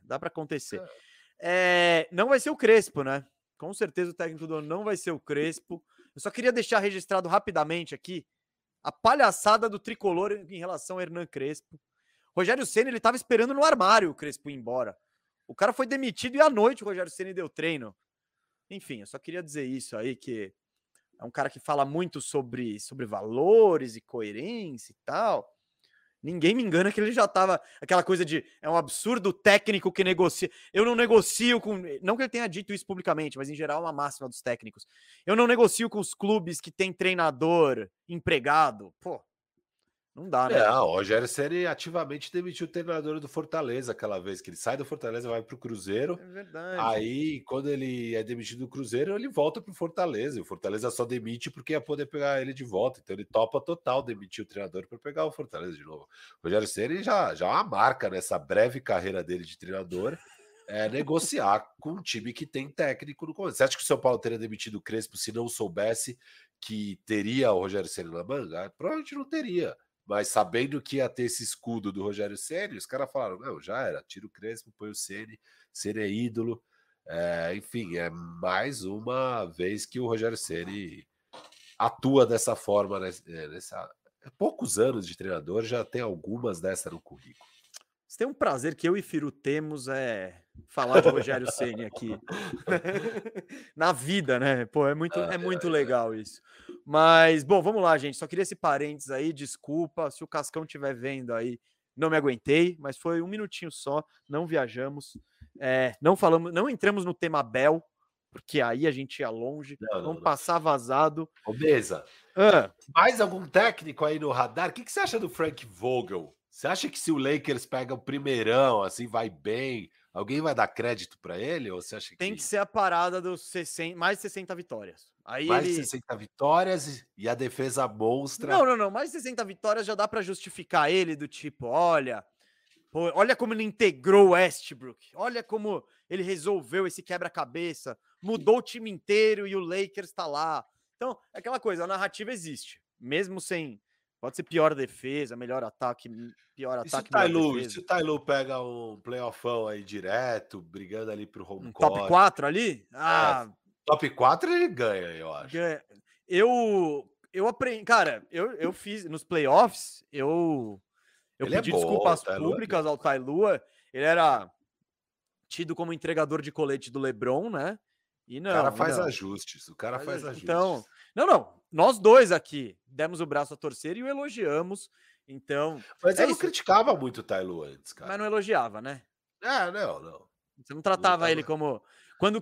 Não vai ser o Crespo, né? Com certeza o técnico do ano não vai ser o Crespo. Eu só queria deixar registrado rapidamente aqui a palhaçada do tricolor em relação ao Hernan Crespo. Rogério Ceni, ele tava esperando no armário o Crespo ir embora. O cara foi demitido e à noite o Rogério Ceni deu treino. Enfim, eu só queria dizer isso aí, que é um cara que fala muito sobre valores e coerência e tal. Ninguém me engana que ele já tava... Aquela coisa de... É um absurdo técnico que negocia... Eu não negocio com... Não que ele tenha dito isso publicamente, mas em geral é uma máxima dos técnicos. Eu não negocio com os clubes que tem treinador empregado. Pô, não dá, né? O Rogério Ceni ativamente demitiu o treinador do Fortaleza aquela vez, que ele sai do Fortaleza e vai pro Cruzeiro. É verdade. Aí, quando ele é demitido do Cruzeiro, ele volta pro Fortaleza. E o Fortaleza só demite porque ia poder pegar ele de volta. Então ele topa total demitir o treinador para pegar o Fortaleza de novo. O Rogério Ceni já é uma marca nessa breve carreira dele de treinador, negociar com um time que tem técnico no começo. Você acha que o São Paulo teria demitido o Crespo se não soubesse que teria o Rogério Ceni na manga? Provavelmente não teria. Mas sabendo que ia ter esse escudo do Rogério Ceni, os caras falaram, não, já era, tira o Crespo, põe o Ceni é ídolo. Enfim, é mais uma vez que o Rogério Ceni atua dessa forma, poucos anos de treinador, já tem algumas dessa no currículo. Você tem um prazer que eu e Firu temos falar de Rogério Ceni aqui. Na vida, né? Pô, é muito legal isso. Mas, bom, vamos lá, gente. Só queria esse parênteses aí, desculpa. Se o Cascão estiver vendo aí, não me aguentei, mas foi um minutinho só, não viajamos. Não entramos no tema Bel, porque aí a gente ia longe, vamos passar vazado. Ô, Mesa, mais algum técnico aí no radar? O que você acha do Frank Vogel? Você acha que se o Lakers pega o primeirão, assim, vai bem, alguém vai dar crédito para ele? Ou você acha que... Tem que ser a parada dos mais de 60 vitórias. Aí mais de 60 vitórias e a defesa monstra. Não. Mais de 60 vitórias já dá para justificar ele, do tipo, olha como ele integrou o Westbrook. Olha como ele resolveu esse quebra-cabeça. Mudou o time inteiro e o Lakers tá lá. Então, é aquela coisa, a narrativa existe. Mesmo sem... Pode ser pior defesa, melhor ataque, pior ataque, melhor defesa. Se o Ty Lue pega um playoffão aí direto, brigando ali pro home court. Top 4 ali? Top 4 ele ganha, eu acho. eu aprendi, cara, eu fiz nos playoffs, eu Ele é pedi bom, desculpas o Tai Lue é públicas bom. ao Tai Lue, ele era tido como entregador de colete do LeBron, né? E O cara não, e faz não. ajustes, o cara faz ajustes. Então, não, nós dois aqui demos o braço a torcer e o elogiamos. Então, Mas é eu não isso. criticava muito o Tai Lue antes, Mas cara. não elogiava, né? Não. Você não tratava ele tava- como. Quando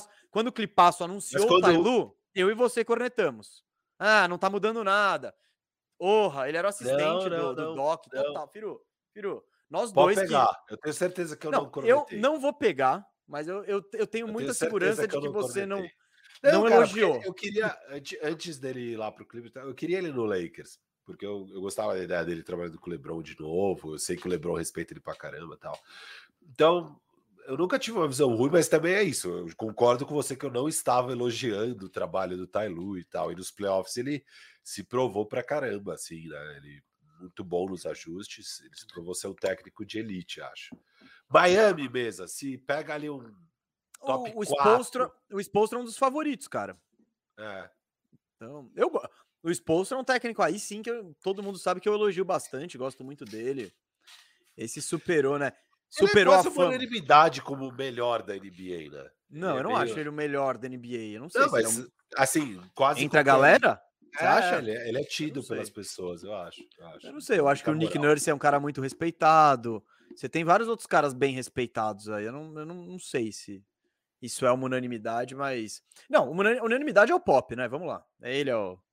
o Clipasso anunciou Mas o Tai quando- Lue, eu e você cornetamos. Ah, não tá mudando nada. Porra, ele era o assistente do Doc, não. total. Firu, nós Pode dois que. pegar. Eu tenho certeza que eu não Não, eu cornetei. não vou pegar, mas eu tenho Eu muita tenho certeza segurança que de eu que não você cornetei. não cara, porque elogiou. eu queria, antes dele ir lá pro Clippers, eu queria ele no Lakers, porque eu gostava da ideia dele trabalhando com o LeBron de novo, eu sei que o LeBron respeita ele pra caramba e tal. Então, eu nunca tive uma visão ruim, mas também é isso, eu concordo com você que eu não estava elogiando o trabalho do Tai Lue e tal, e nos playoffs ele se provou pra caramba, assim, né, ele muito bom nos ajustes, ele se provou ser um técnico de elite, acho. Miami mesmo, se pega ali um top 4. O Spoelstra é um dos favoritos, cara. É. Então, o Spoelstra é um técnico aí sim que todo mundo sabe que eu elogio bastante, gosto muito dele. Esse superou, né? Superou Ele é a quase fama. uma unanimidade como o melhor da NBA, né? Não, eu não acho ele o melhor da NBA. Eu não sei Não, se ele é mas assim, quase entre a qualquer galera? Você acha? ele é tido sei. pelas pessoas, eu acho. Eu não sei, eu acho que o Nick Nurse é um cara muito respeitado. Você tem vários outros caras bem respeitados aí. Eu não sei se isso é uma unanimidade, mas. Não, unanimidade é o Pop, né? Vamos lá. Ele é o.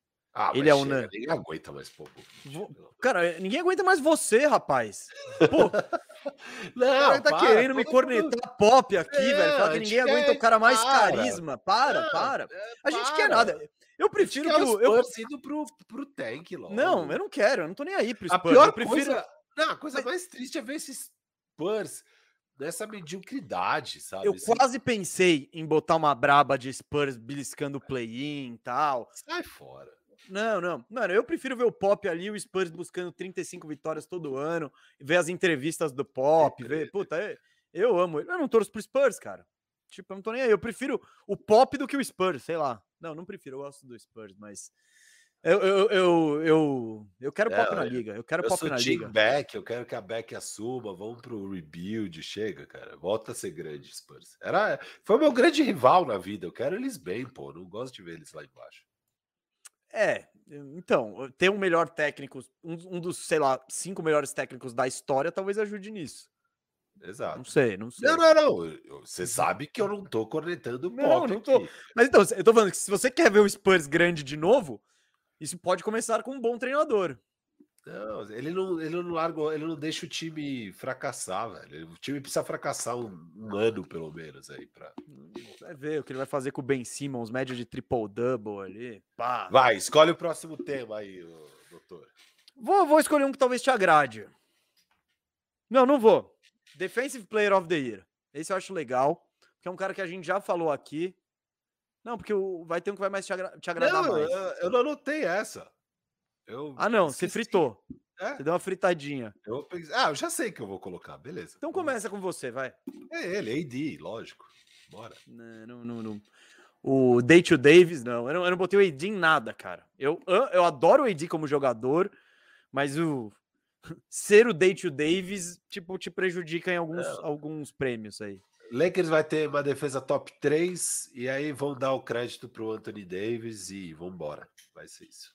Ele mas é chega, ninguém aguenta mais pô. Cara, ninguém aguenta mais você, rapaz. Pô, Não, o cara tá querendo me cornetar Pop aqui, velho. Fala que ninguém aguenta o cara mais carisma. Para. A gente quer nada. Eu prefiro que o Spurs indo pro tank logo. Não, eu não quero. Eu não tô nem aí pro Spurs. A pior eu prefiro... coisa... Não, a coisa mais triste é ver esses Spurs nessa mediocridade, sabe? Eu quase pensei em botar uma braba de Spurs beliscando o play-in e tal. Sai fora. Não. Mano, eu prefiro ver o Pop ali, o Spurs buscando 35 vitórias todo ano, ver as entrevistas do Pop, ver... Puta, eu amo ele. Eu não torço pro Spurs, cara. Tipo, eu não tô nem aí. Eu prefiro o Pop do que o Spurs, sei lá. Não prefiro. Eu gosto do Spurs, mas... Eu quero Pop na liga. Eu quero Pop na liga. Beck, eu quero que a Beck assuma. Vamos pro rebuild. Chega, cara. Volta a ser grande, Spurs. Foi o meu grande rival na vida. Eu quero eles bem, pô. Não gosto de ver eles lá embaixo. Então, ter um melhor técnico, um dos, sei lá, 5 melhores técnicos da história, talvez ajude nisso. Exato. Não sei. Não. Você sabe que eu não tô cornetando o Pop. Não tô. Mas então, eu tô falando que se você quer ver o Spurs grande de novo, isso pode começar com um bom treinador. Não, ele não larga, ele não deixa o time fracassar, velho. O time precisa fracassar um ano, pelo menos, aí. Vai ver o que ele vai fazer com o Ben Simmons, média de triple-double ali. Pá. Vai, escolhe o próximo tema aí, doutor. Vou escolher um que talvez te agrade. Não vou. Defensive Player of the Year. Esse eu acho legal, que é um cara que a gente já falou aqui. Não, porque vai ter um que vai mais te agradar mais. Eu não anotei essa. Você fritou. Você deu uma fritadinha. Eu já sei que eu vou colocar, beleza. Então começa com você, vai. É ele, AD, lógico. Bora. Não. O Date Davis, não. Eu não botei o AD em nada, cara. Eu adoro o AD como jogador, mas ser o Date Davis, tipo, te prejudica em alguns prêmios aí. Lakers vai ter uma defesa top 3 e aí vão dar o crédito pro Anthony Davis e vambora. Vai ser isso.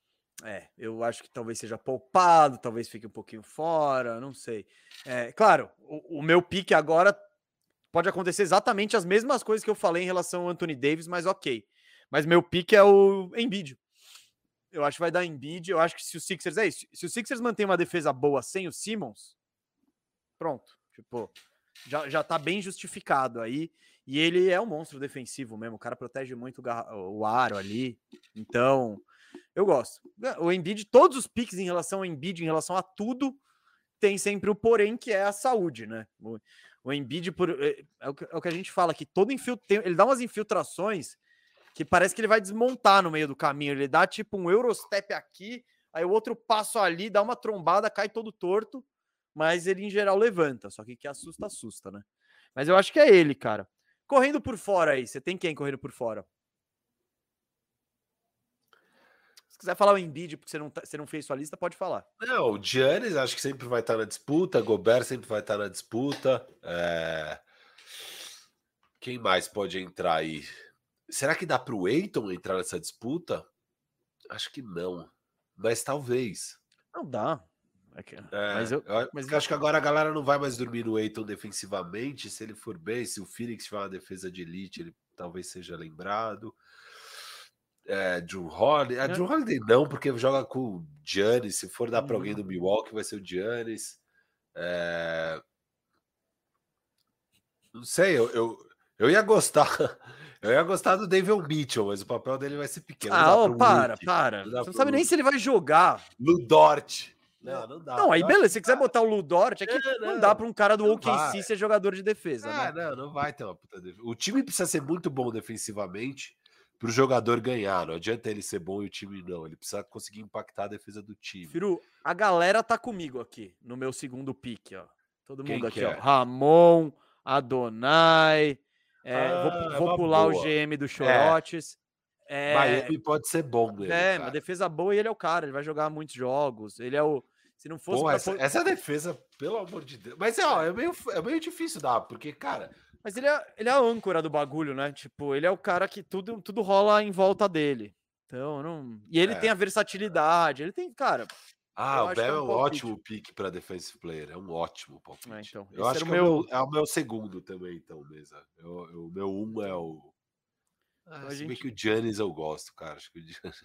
Eu acho que talvez seja poupado, talvez fique um pouquinho fora, não sei. Claro, o meu pique agora pode acontecer exatamente as mesmas coisas que eu falei em relação ao Anthony Davis, mas ok. Mas meu pique é o Embiid. Eu acho que vai dar Embiid. Eu acho que se o Sixers se o Sixers mantém uma defesa boa sem o Simmons, pronto. Tipo, já tá bem justificado aí. E ele é um monstro defensivo mesmo. O cara protege muito o aro ali. Então, eu gosto. O Embiid, todos os piques em relação ao Embiid, em relação a tudo, tem sempre o porém, que é a saúde, né? O Embiid, é o que a gente fala, que todo ele dá umas infiltrações que parece que ele vai desmontar no meio do caminho. Ele dá tipo um Eurostep aqui, aí o outro passo ali, dá uma trombada, cai todo torto, mas ele em geral levanta. Só que assusta, né? Mas eu acho que é ele, cara. Correndo por fora aí, você tem quem correndo por fora? quiser falar o Embiid, porque você não fez sua lista, pode falar. Não, o Giannis acho que sempre vai estar na disputa, Gobert sempre vai estar na disputa. Quem mais pode entrar aí? Será que dá para o Ayton entrar nessa disputa? Acho que não, mas talvez. Não dá. Mas Porque acho que agora a galera não vai mais dormir no Ayton defensivamente. Se ele for bem, se o Phoenix tiver uma defesa de elite, ele talvez seja lembrado. Drew Holiday. Drew Holiday não, porque joga com o Giannis. Se for dar para alguém do Milwaukee, vai ser o Giannis. Não sei, eu ia gostar. Eu ia gostar do David Mitchell, mas o papel dele vai ser pequeno. Para. Você não sabe nem se ele vai jogar. Lu Dort. Não dá. Não, aí beleza, se você quiser botar o Lu Dort, aqui não dá para um cara do OKC ser jogador de defesa, né? Não vai ter uma puta defesa. O time precisa ser muito bom defensivamente para o jogador ganhar. Não adianta ele ser bom e o time não. Ele precisa conseguir impactar a defesa do time. Firu, a galera tá comigo aqui no meu segundo pick, ó. Todo mundo aqui, ó. É? Ramon, Adonai. Vou pular boa. O GM do Chorotes. Miami pode ser bom mesmo. Uma defesa boa e ele é o cara. Ele vai jogar muitos jogos. Ele é o. Se não fosse. Essa defesa, pelo amor de Deus. Mas é meio difícil dar, porque, cara. Mas ele é a âncora do bagulho, né? Tipo, ele é o cara que tudo rola em volta dele. Então, não. E ele tem a versatilidade. Ele tem, cara. O Bell é um ótimo pick para defensive player. É um ótimo palpite. Então, eu acho que é o meu segundo também, então, Mesa. O meu 1 é o. Se bem que o Giannis eu gosto, cara. Acho que o Giannis.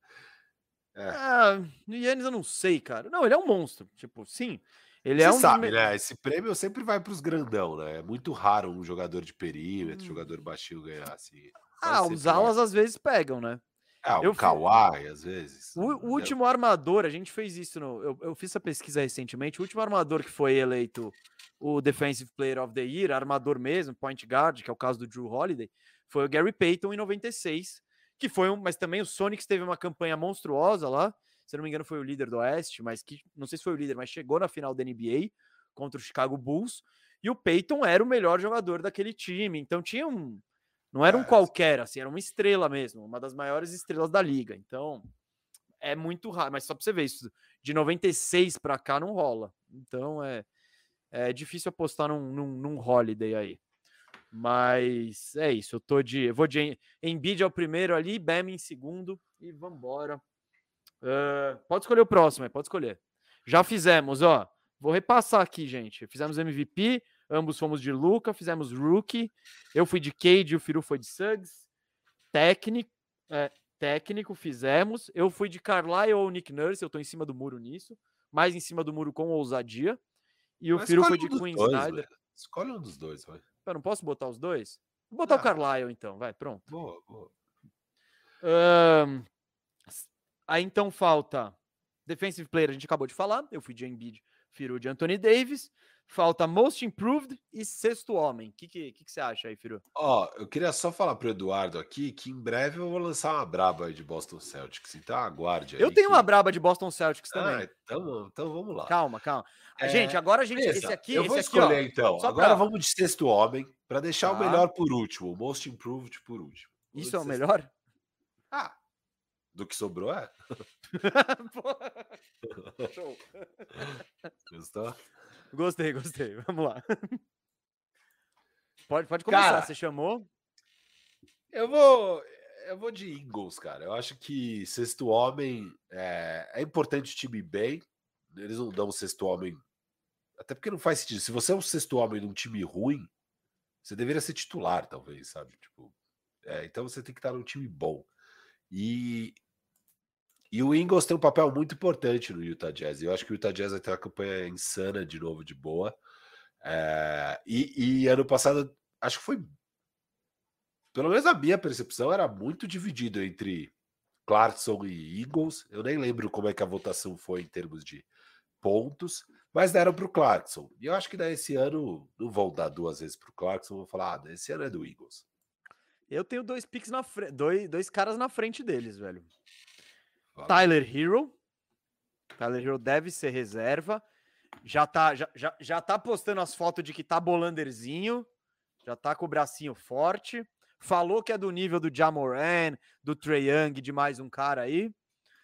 O Giannis eu não sei, cara. Não, ele é um monstro. Tipo, sim. Ele Você sabe, né? Esse prêmio sempre vai para os grandão, né? É muito raro um jogador de perímetro, jogador baixinho ganhar assim. Os alas às vezes pegam, né? O Kawhi, às vezes. O último armador, a gente fez isso. Eu fiz essa pesquisa recentemente. O último armador que foi eleito o Defensive Player of the Year, armador mesmo, point guard, que é o caso do Drew Holiday, foi o Gary Payton em 96, que foi mas também o Sonics teve uma campanha monstruosa lá. Se eu não me engano, foi o líder do Oeste, mas que não sei se foi o líder, mas chegou na final da NBA contra o Chicago Bulls. E o Payton era o melhor jogador daquele time. Então tinha não era um qualquer, assim, era uma estrela mesmo, uma das maiores estrelas da liga. Então, é muito raro, mas só pra você ver isso, de 96 pra cá não rola. Então, é difícil apostar num Holiday aí. Mas é isso, eu vou de Embiid é o primeiro ali, Bam em segundo e vambora. Pode escolher o próximo, pode escolher. Já fizemos, ó. Vou repassar aqui, gente. Fizemos MVP, ambos fomos de Luka, fizemos Rookie. Eu fui de Cade, o Firu foi de Suggs. Técnico fizemos. Eu fui de Carlisle ou Nick Nurse, eu tô em cima do muro nisso. Mais em cima do muro com ousadia. E o Firu foi de Quinn Snyder. Escolhe um dos dois, vai. Eu não posso botar os dois? Vou botar o Carlisle, então. Vai, pronto. Boa. Aí, então, falta Defensive Player, a gente acabou de falar. Eu fui de Embiid, Firu de Anthony Davis. Falta Most Improved e Sexto Homem. O que você acha aí, Firu? Eu queria só falar pro Eduardo aqui que em breve eu vou lançar uma braba aí de Boston Celtics. Então aguarde aí. Eu tenho uma braba de Boston Celtics também. Então vamos lá. Calma. Gente, agora a gente... Esse aqui, eu vou escolher, então. Agora vamos de Sexto Homem para deixar o melhor por último. O Most Improved por último. Isso é o melhor? Do que sobrou, é? Show. Gostou? Gostei. Vamos lá. Pode começar, cara, você chamou? Eu vou de Eagles, cara. Eu acho que Sexto Homem é importante o time bem. Eles não dão o Sexto Homem, até porque não faz sentido. Se você é um Sexto Homem num time ruim, você deveria ser titular, talvez, sabe? Tipo, então você tem que estar num time bom. E o Eagles tem um papel muito importante no Utah Jazz. Eu acho que o Utah Jazz vai ter uma campanha insana de novo, de boa. E ano passado, acho que foi, pelo menos a minha percepção, era muito dividido entre Clarkson e Eagles. Eu nem lembro como é que a votação foi em termos de pontos, mas deram para o Clarkson. E eu acho que esse ano não vão dar duas vezes para o Clarkson, vão falar, esse ano é do Eagles. Eu tenho dois picks na frente, dois caras na frente deles, velho. Tyler Hero. Tyler Hero deve ser reserva. Já tá postando as fotos de que tá bolanderzinho. Já tá com o bracinho forte. Falou que é do nível do Ja Morant, do Trae Young, de mais um cara aí.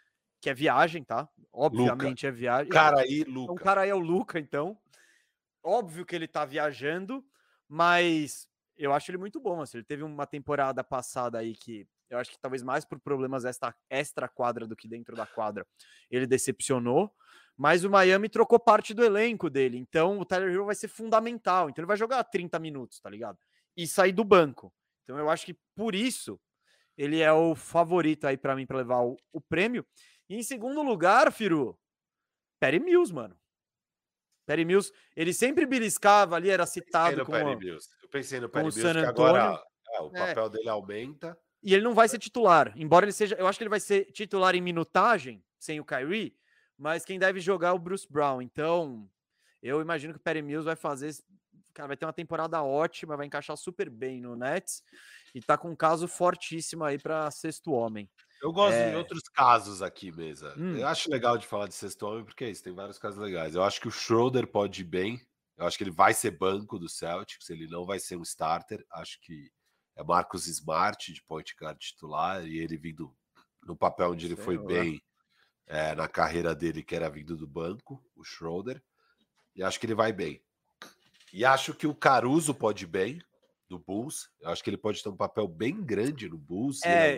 que é viagem, tá? Obviamente é viagem. Cara aí, Então, o Luca. cara aí é o Luca, então. Óbvio que ele tá viajando, mas eu acho ele muito bom. Assim, ele teve uma temporada passada aí que eu acho que talvez mais por problemas extra quadra do que dentro da quadra, ele decepcionou. Mas o Miami trocou parte do elenco dele, então o Tyler Hero vai ser fundamental. Então ele vai jogar 30 minutos, tá ligado? E sair do banco. Então eu acho que por isso ele é o favorito aí para mim para levar o prêmio. E em segundo lugar, Firu, Patty Mills, mano. Patty Mills, ele sempre beliscava ali, era citado Eu pensei no com o Patty San Mills, que Antonio. agora o É, papel dele aumenta. e ele não vai ser titular, embora ele seja, eu acho que ele vai ser titular em minutagem, sem o Kyrie, mas quem deve jogar é o Bruce Brown. Então, eu imagino que o Patty Mills vai fazer, cara, vai ter uma temporada ótima, vai encaixar super bem no Nets e tá com um caso fortíssimo aí para sexto homem. Eu gosto em outros casos aqui, Mesa. Eu Hum. acho legal de falar de sexto homem, porque é isso, tem vários casos legais. Eu acho que o Schroeder pode ir bem. Eu acho que ele vai ser banco do Celtics, ele não vai ser um starter. Acho que é Marcus Smart de point guard titular, e ele vindo no papel onde ele foi bem na carreira dele, que era vindo do banco, o Schroeder. E acho que ele vai bem. E acho que o Caruso pode ir bem, do Bulls. Eu acho que ele pode ter um papel bem grande no Bulls.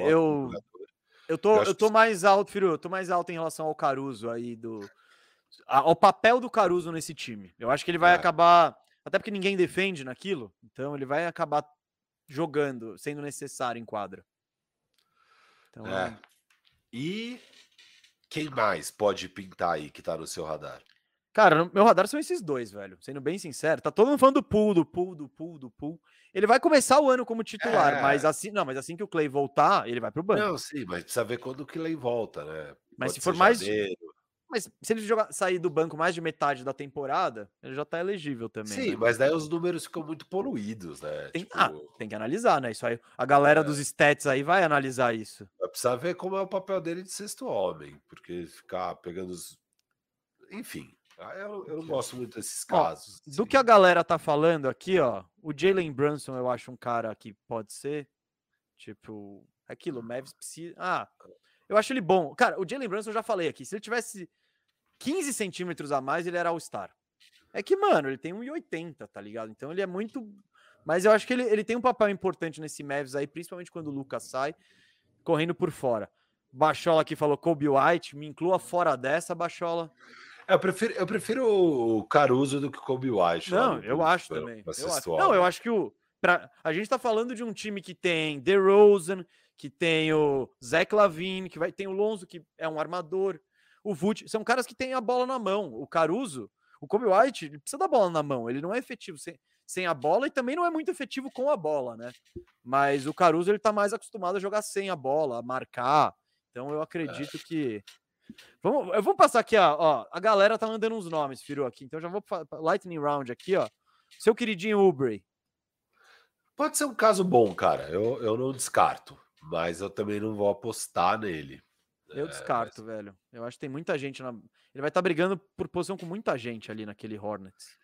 Eu tô mais alto, filho. Eu tô mais alto em relação ao Caruso aí, ao papel do Caruso nesse time. Eu acho que ele vai acabar. Até porque ninguém defende naquilo. Então ele vai acabar jogando, sendo necessário em quadra. Então, E quem mais pode pintar aí que tá no seu radar? Cara, no meu radar são esses dois, velho. Sendo bem sincero, tá todo mundo falando do Poole. Ele vai começar o ano como titular, mas assim que o Clay voltar, ele vai pro banco. Não, sim, mas precisa ver quando o Clay volta, né? Mas Pode se ser for mais. janeiro. Mas se ele sair do banco mais de metade da temporada, ele já tá elegível também. Sim, Né? mas daí os números ficam muito poluídos, né? Tem que analisar, né? Isso aí. A galera dos stats aí vai analisar isso. Vai precisar ver como é o papel dele de sexto homem, porque ficar pegando os. Enfim, eu não gosto muito desses casos. Do assim. que a galera tá falando aqui, ó, o Jalen Brunson eu acho um cara que pode ser, tipo, aquilo, o Mavs precisa... eu acho ele bom. Cara, o Jalen Brunson eu já falei aqui, se ele tivesse 15 centímetros a mais, ele era All-Star. É que, mano, ele tem 1,80, tá ligado? Então ele é muito... Mas eu acho que ele tem um papel importante nesse Mavs aí, principalmente quando o Lucas sai, correndo por fora. Bachola aqui falou Kobe White, me inclua fora dessa, Bachola. Eu prefiro o Caruso do que o Kobe White. Não, eu acho também. Eu acho que a gente tá falando de um time que tem DeRozan, que tem o Zach LaVine, tem o Lonzo, que é um armador, o Vult, são caras que têm a bola na mão. O Caruso, o Kobe White, ele precisa da bola na mão, ele não é efetivo sem a bola e também não é muito efetivo com a bola, né? Mas o Caruso, ele tá mais acostumado a jogar sem a bola, a marcar. Então eu acredito que Vamos passar aqui, ó. A galera tá mandando uns nomes, Firu, aqui. Então já vou Lightning Round aqui, ó. Seu queridinho Oubre. Pode ser um caso bom, cara. Eu não descarto, mas eu também não vou apostar nele. Eu descarto, velho. Eu acho que tem muita gente na. Ele vai estar brigando por posição com muita gente ali naquele Hornets.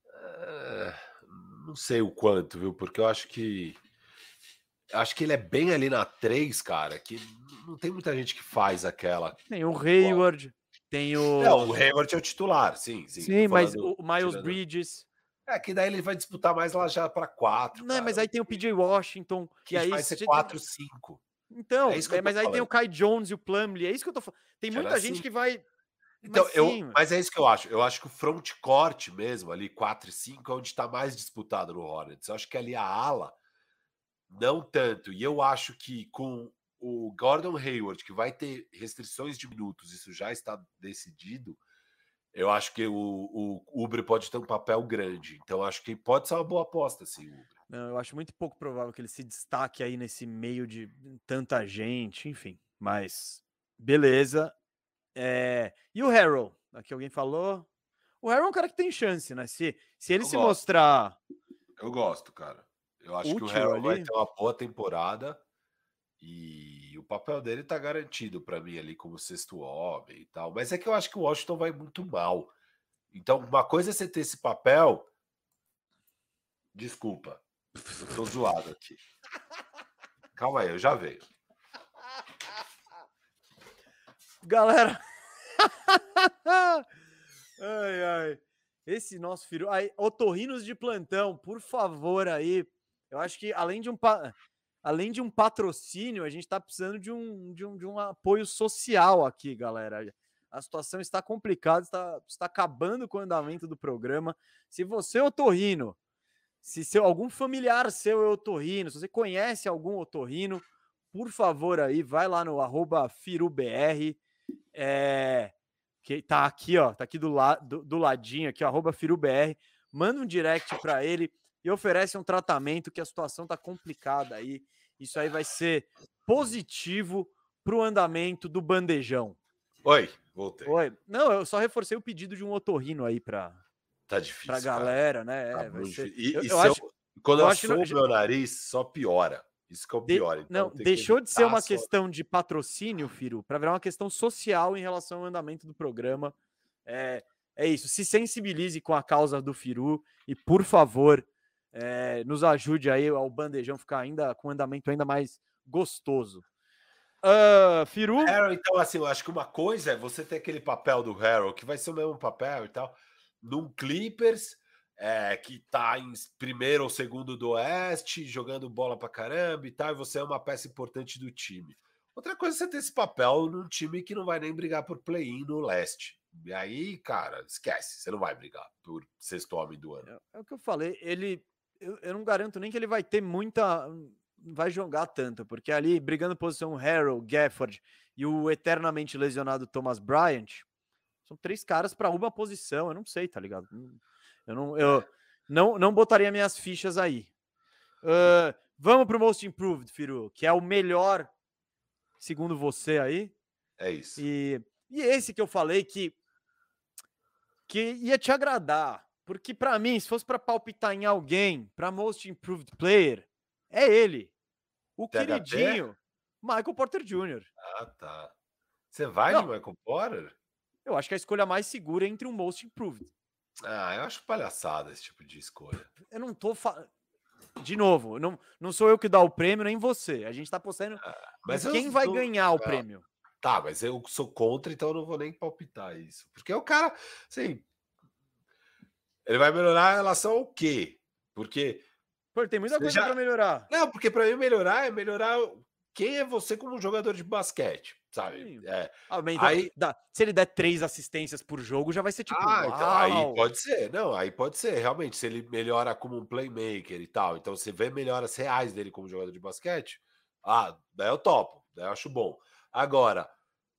Não sei o quanto, viu? Porque eu acho que ele é bem ali na 3, cara, que não tem muita gente que faz aquela. Tem o Hayward, tem o. Não, o Hayward é o titular, sim. Sim, mas o Miles Bridges. Que daí ele vai disputar mais lá já para 4. Não, cara. Mas aí tem o PJ Washington. Que aí vai ser 4-5. Então, mas aí tem o Kai Jones e o Plumlee. É isso que eu tô falando. Tem muita gente que vai. Então, mas é isso que eu acho. Eu acho que o frontcourt mesmo, ali 4 e 5, é onde está mais disputado no Hornets. Eu acho que ali a ala, não tanto. E eu acho que com o Gordon Hayward, que vai ter restrições de minutos, isso já está decidido. Eu acho que o Oubre pode ter um papel grande. Então, acho que pode ser uma boa aposta, sim, o Oubre. Não, eu acho muito pouco provável que ele se destaque aí nesse meio de tanta gente, enfim. Mas, beleza. E o Harrell? Aqui alguém falou. O Harrell é um cara que tem chance, né? Se ele se mostrar... Eu gosto, cara. Eu acho que o Harrell vai ter uma boa temporada. E o papel dele tá garantido para mim ali como sexto homem e tal. Mas é que eu acho que o Washington vai muito mal. Então, uma coisa é você ter esse papel. Desculpa. Eu tô zoado aqui. Calma aí, eu já venho. Galera. Ai, ai. Esse nosso filho. Aí, otorrinos de plantão, por favor, aí. Eu acho que além de um patrocínio, a gente está precisando de um apoio social aqui, galera. A situação está complicada, está acabando com o andamento do programa. Se você é otorrino, se algum familiar seu é otorrino, se você conhece algum otorrino, por favor, aí, vai lá no @firubr, que tá aqui, ó, tá aqui do ladinho, aqui, ó, @firubr, manda um direct para ele e oferece um tratamento, que a situação tá complicada aí. Isso aí vai ser positivo pro andamento do bandejão. Oi, voltei. Oi. Não, eu só reforcei o pedido de um otorrino aí pra difícil, galera, né? Tá Vai ser... Quando eu assumo meu nariz, só piora. Isso que é o pior. Então, deixou de ser uma questão de patrocínio, Firu, para virar uma questão social em relação ao andamento do programa. É isso. Se sensibilize com a causa do Firu e, por favor, nos ajude aí ao bandejão ficar ainda com um andamento ainda mais gostoso. Firu? Harold, então, assim, eu acho que uma coisa é você ter aquele papel do Harold, que vai ser o mesmo papel e tal, num Clippers, que tá em primeiro ou segundo do Oeste, jogando bola pra caramba e tal, e você é uma peça importante do time. Outra coisa é você ter esse papel num time que não vai nem brigar por play-in no Leste. E aí, cara, esquece, você não vai brigar por sexto homem do ano. É o que eu falei, eu não garanto nem que ele vai ter vai jogar tanto, porque ali, brigando posição Harold, Gafford e o eternamente lesionado Thomas Bryant, são 3 caras para uma posição, eu não sei, tá ligado? Eu não botaria minhas fichas aí. Vamos pro Most Improved, Firu, que é o melhor, segundo você aí. É isso. E esse que eu falei que ia te agradar, porque para mim, se fosse para palpitar em alguém, para Most Improved Player, é ele, o THT? queridinho Michael Porter Jr. Ah, tá. Você vai de Michael Porter? Eu acho que a escolha mais segura é entre um Most Improved. Ah, eu acho palhaçada esse tipo de escolha. Eu não tô falando. De novo, não sou eu que dá o prêmio, nem você. A gente tá apostando mas quem vai ganhar o prêmio. Tá, mas eu sou contra, então eu não vou nem palpitar isso. Porque o cara, assim, ele vai melhorar em relação ao quê? Porque... Pô, tem muita coisa pra melhorar. Não, porque pra mim melhorar é melhorar quem é você como jogador de basquete, sabe? Se ele der 3 assistências por jogo, já vai ser tipo, então, aí pode ser. Não, aí pode ser, realmente, se ele melhora como um playmaker e tal. Então, você vê melhoras reais dele como jogador de basquete, daí eu topo, daí eu acho bom. Agora,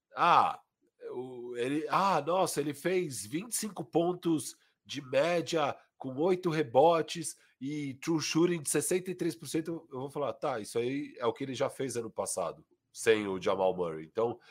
nossa, ele fez 25 pontos de média com 8 rebotes e true shooting de 63%, eu vou falar, tá, isso aí é o que ele já fez ano passado, sem o Jamal Murray. Então,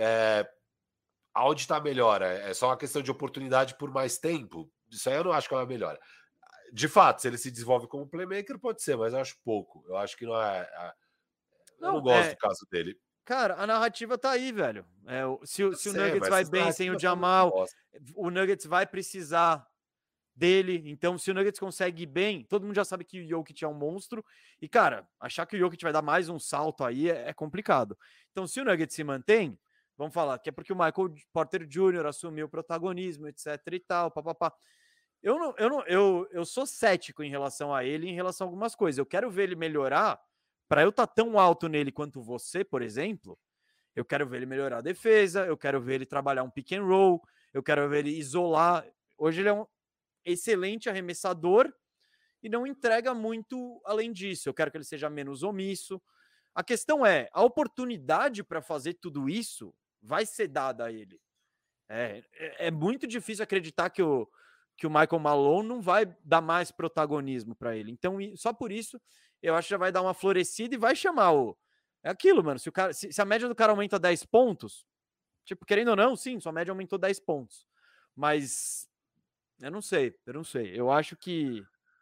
aonde está a melhora? É só uma questão de oportunidade por mais tempo? Isso aí eu não acho que é uma melhora. De fato, se ele se desenvolve como playmaker, pode ser, mas eu acho pouco. Eu acho que não é... Eu não gosto do caso dele. Cara, a narrativa tá aí, velho. Se o Nuggets vai bem sem o Jamal, o Nuggets vai precisar dele. Então, se o Nuggets consegue ir bem, todo mundo já sabe que o Jokic é um monstro. E, cara, achar que o Jokic vai dar mais um salto aí é complicado. Então, se o Nuggets se mantém, vamos falar que é porque o Michael Porter Jr. assumiu o protagonismo, etc e tal, papapá. Eu sou cético em relação a ele, em relação a algumas coisas. Eu quero ver ele melhorar. Para eu estar tão alto nele quanto você, por exemplo, eu quero ver ele melhorar a defesa, eu quero ver ele trabalhar um pick and roll, eu quero ver ele isolar. Hoje ele é um excelente arremessador e não entrega muito além disso. Eu quero que ele seja menos omisso. A questão é, a oportunidade para fazer tudo isso vai ser dada a ele. É muito difícil acreditar que o Michael Malone não vai dar mais protagonismo para ele. Então, só por isso, eu acho que já vai dar uma florescida e vai chamar É aquilo, mano. Se a média do cara aumenta 10 pontos, tipo, querendo ou não, sim, sua média aumentou 10 pontos. Mas eu não sei. Eu acho que...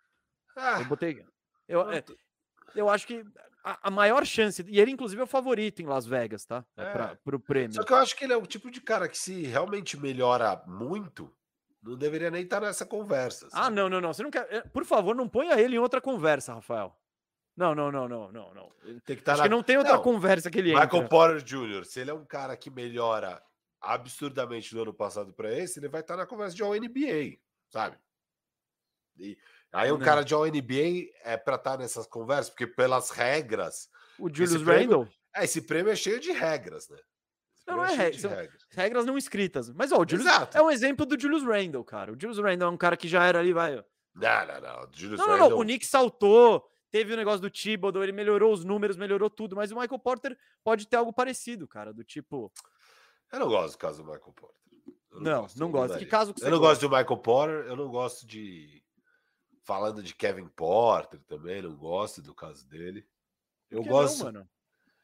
Eu acho que a maior chance... E ele, inclusive, é o favorito em Las Vegas, tá? Pro prêmio. Só que eu acho que ele é o tipo de cara que, se realmente melhora muito, não deveria nem estar nessa conversa. Sabe? Não. Você não quer... Por favor, não ponha ele em outra conversa, Rafael. Não. Tem que estar que não tem outra conversa que ele entra. Michael Porter Jr., se ele é um cara que melhora absurdamente do ano passado para esse, ele vai estar na conversa de All-NBA, sabe? E aí um cara de All-NBA é para estar nessas conversas, porque pelas regras... O Julius Randle? Esse prêmio é cheio de regras, né? Não é regras não escritas. Mas, ó, o Julius é um exemplo do Julius Randle, cara. O Julius Randle é um cara que já era ali, vai... Não. O Nick saltou, teve o negócio do Thibodeau, ele melhorou os números, melhorou tudo, mas o Michael Porter pode ter algo parecido, cara, do tipo... Eu não gosto do caso do Michael Porter. Não gosto. Que caso que você Eu não gosto do Michael Porter, eu não gosto de... Falando de Kevin Porter também, não gosto do caso dele. Eu gosto... Não, mano?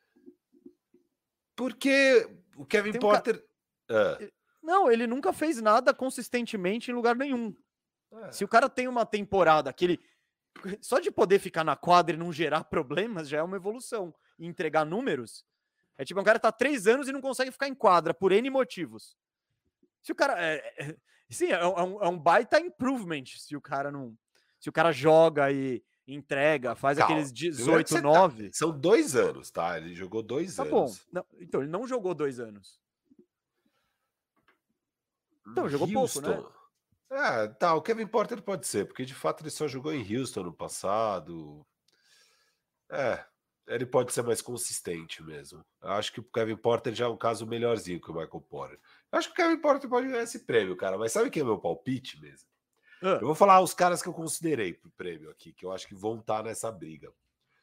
Porque o Kevin Porter... Não, ele nunca fez nada consistentemente em lugar nenhum. Se o cara tem uma temporada que ele... Só de poder ficar na quadra e não gerar problemas já é uma evolução. E entregar números... É tipo, um cara tá 3 anos e não consegue ficar em quadra por N motivos. Se o cara... Sim, é um baita improvement se o cara não... Se o cara joga e entrega, faz aqueles 18, 9... São 2 anos, tá? Ele jogou 2 anos. Tá bom. Não, então, ele não jogou 2 anos. Então, jogou pouco, né? Tá, o Kevin Porter pode ser, porque de fato ele só jogou em Houston no passado. Ele pode ser mais consistente mesmo. Eu acho que o Kevin Porter já é um caso melhorzinho que o Michael Porter. Eu acho que o Kevin Porter pode ganhar esse prêmio, cara. Mas sabe quem é meu palpite mesmo? Eu vou falar os caras que eu considerei pro prêmio aqui, que eu acho que vão estar nessa briga.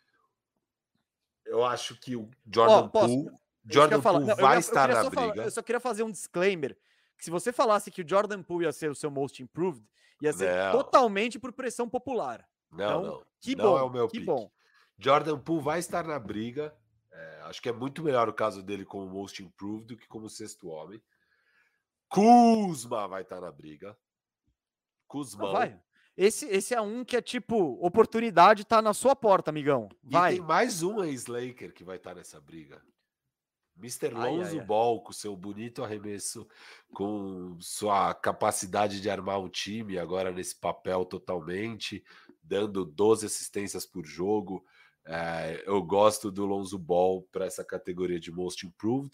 Eu acho que o Jordan Poole vai estar na briga. Eu só queria fazer um disclaimer, que se você falasse que o Jordan Poole ia ser o seu most improved, ia ser totalmente por pressão popular. Não é o meu pick. Bom. Jordan Poole vai estar na briga. Acho que é muito melhor o caso dele como most improved do que como sexto homem. Kuzma vai estar na briga. Kuzma. Vai. Esse é um que é tipo, oportunidade tá na sua porta, amigão. Vai. E tem mais um ex-Laker que vai estar nessa briga. Mr. Lonzo Ball, com seu bonito arremesso, com sua capacidade de armar um time agora nesse papel totalmente, dando 12 assistências por jogo. Eu gosto do Lonzo Ball para essa categoria de Most Improved.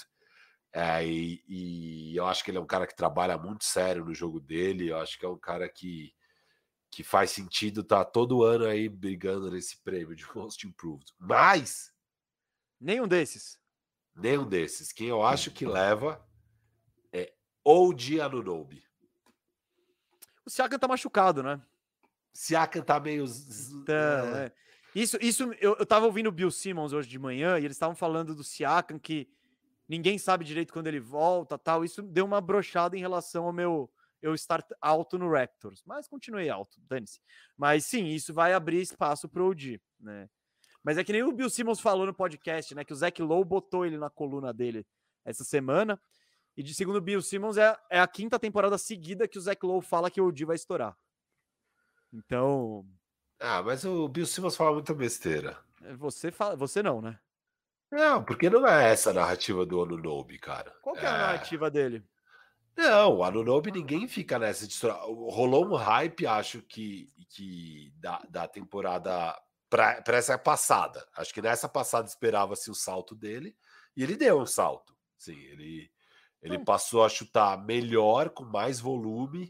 E eu acho que ele é um cara que trabalha muito sério no jogo dele. Eu acho que é um cara que faz sentido estar todo ano aí brigando nesse prêmio de Most Improved. Mas... Nenhum desses. Quem eu acho que leva é OG Anunoby. O Siakam tá machucado, né? Siakam tá meio... Então, Isso eu tava ouvindo o Bill Simmons hoje de manhã e eles estavam falando do Siakam que ninguém sabe direito quando ele volta, tal. Isso deu uma brochada em relação ao meu eu estar alto no Raptors, mas continuei alto, dane-se. Mas sim, isso vai abrir espaço pro OG, né? Mas é que nem o Bill Simmons falou no podcast, né? Que o Zach Lowe botou ele na coluna dele essa semana. E de segundo o Bill Simmons, é a 5ª temporada seguida que o Zach Lowe fala que o OG vai estourar. Então... mas o Bill Simmons fala muita besteira. Você não, né? Não, porque não é essa a narrativa do Anunoby, cara. Qual que é a narrativa dele? Não, o Anunoby ninguém fica nessa de estourar. Rolou um hype, acho que da temporada... para essa passada. Acho que nessa passada esperava-se o salto dele e ele deu um salto. Sim, ele passou a chutar melhor, com mais volume.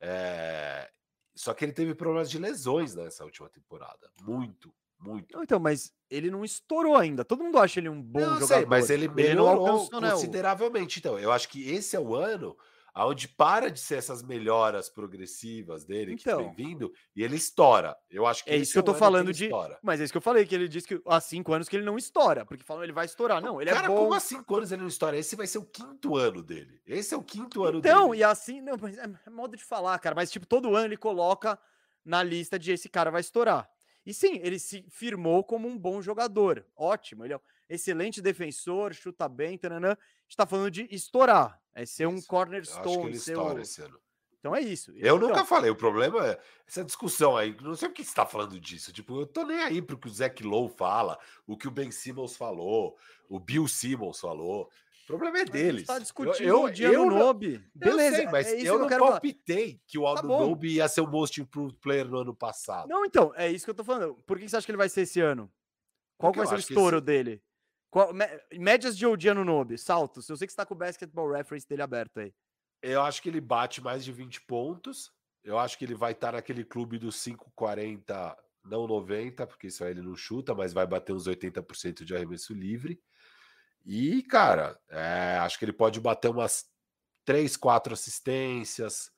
Só que ele teve problemas de lesões nessa última temporada. Muito. Não, então, mas ele não estourou ainda. Todo mundo acha ele um bom jogador. Sei, mas ele melhorou consideravelmente. Então, eu acho que esse é o ano onde para de ser essas melhoras progressivas dele que vem vindo e ele estoura. Eu acho que isso que eu tô falando de... Mas é isso que eu falei, que ele disse que há 5 anos que ele não estoura, porque falam ele vai estourar. Não, ele é bom. Como há 5 anos ele não estoura? Esse vai ser o 5º ano dele. Esse é o 5º ano dele. Então, e assim... Não, é modo de falar, cara. Mas, tipo, todo ano ele coloca na lista de esse cara vai estourar. E sim, ele se firmou como um bom jogador. Ótimo, ele é um excelente defensor, chuta bem, taranã. A gente tá falando de estourar. É ser um cornerstone. Eu acho que ele estoura esse ano. Então é isso. Eu nunca falei, o problema é essa discussão aí. Não sei por que você tá falando disso. Tipo, eu tô nem aí pro que o Zach Lowe fala, o que o Ben Simmons falou, o Bill Simmons falou. O problema é deles. A gente tá discutindo o dia Anunoby. Beleza, sei, mas eu não palpitei que o Anunoby ia ser o Most Improved Player no ano passado. Não, então, é isso que eu tô falando. Por que você acha que ele vai ser esse ano? Qual vai ser o estouro dele? Médias de OG Anunoby, saltos. Eu sei que você tá com o Basketball Reference dele aberto aí. Eu acho que ele bate mais de 20 pontos. Eu acho que ele vai estar naquele clube dos 5,40, não 90, porque isso aí ele não chuta, mas vai bater uns 80% de arremesso livre. E, cara, acho que ele pode bater umas 3, 4 assistências.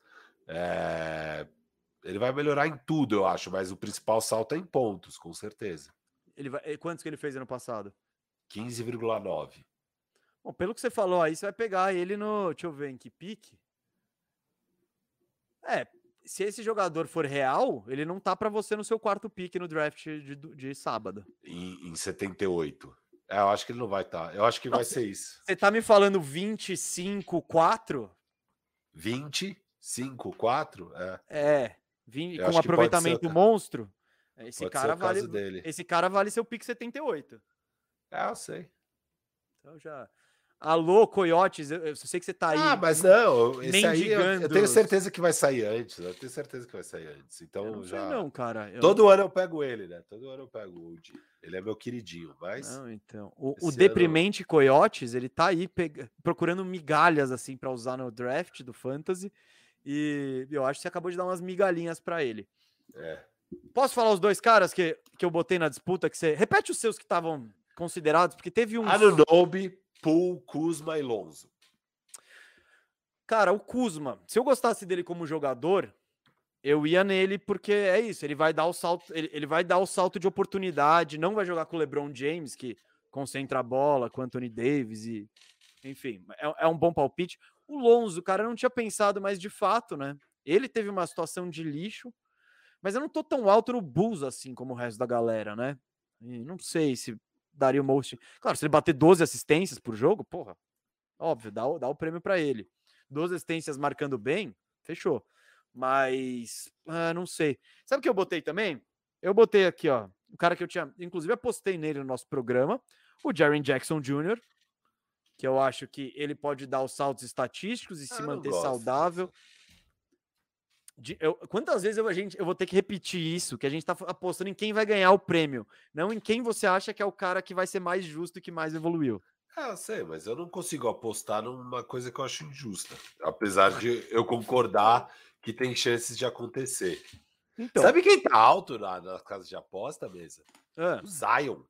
Ele vai melhorar em tudo, eu acho, mas o principal salto é em pontos, com certeza. Quantos que ele fez ano passado? 15,9. Bom, pelo que você falou aí, você vai pegar ele no... Deixa eu ver em que pique. Se esse jogador for real, ele não tá pra você no seu quarto pique no draft de sábado. Em 78. Eu acho que ele não vai estar. Eu acho que vai ser isso. Você tá me falando 25, 4? 25, 4? Com um aproveitamento monstro. Esse cara vale. Dele. Esse cara vale seu pique 78. Eu sei. Então já. Alô, Coyotes, eu sei que você tá aí. Mas não, esse aí eu tenho certeza que vai sair antes. Eu tenho certeza que vai sair antes. Então eu não já. Sei não, cara. Todo ano eu pego ele, né? Todo ano eu pego o Woody. Ele é meu queridinho, mas. Não, então. O deprimente Coyotes, ele tá aí procurando migalhas assim para usar no draft do Fantasy. E eu acho que você acabou de dar umas migalhinhas para ele. Posso falar os dois caras que eu botei na disputa? Que você repete os seus que estavam considerados, porque teve um. Anunoby, Poole, Kuzma e Lonzo. Cara, o Kuzma, se eu gostasse dele como jogador, eu ia nele porque é isso, ele vai dar o salto, ele vai dar o salto de oportunidade, não vai jogar com o LeBron James, que concentra a bola, com o Anthony Davis e enfim, é um bom palpite. O Lonzo, cara, eu não tinha pensado, mas de fato, né? Ele teve uma situação de lixo, mas eu não tô tão alto no Bulls assim como o resto da galera, né? E não sei se daria o most. Claro, se ele bater 12 assistências por jogo, porra, óbvio, dá o prêmio para ele. 12 assistências marcando bem, fechou. Mas, não sei. Sabe o que eu botei também? Eu botei aqui, ó, o cara que eu tinha, inclusive apostei nele no nosso programa, o Jaren Jackson Jr., que eu acho que ele pode dar os saltos estatísticos e se manter saudável. Quantas vezes eu vou ter que repetir isso, que a gente tá apostando em quem vai ganhar o prêmio, não em quem você acha que é o cara que vai ser mais justo e que mais evoluiu. Eu sei, mas eu não consigo apostar numa coisa que eu acho injusta, apesar de eu concordar que tem chances de acontecer. Então, sabe quem tá alto na casa de aposta, Mesa? O Zion.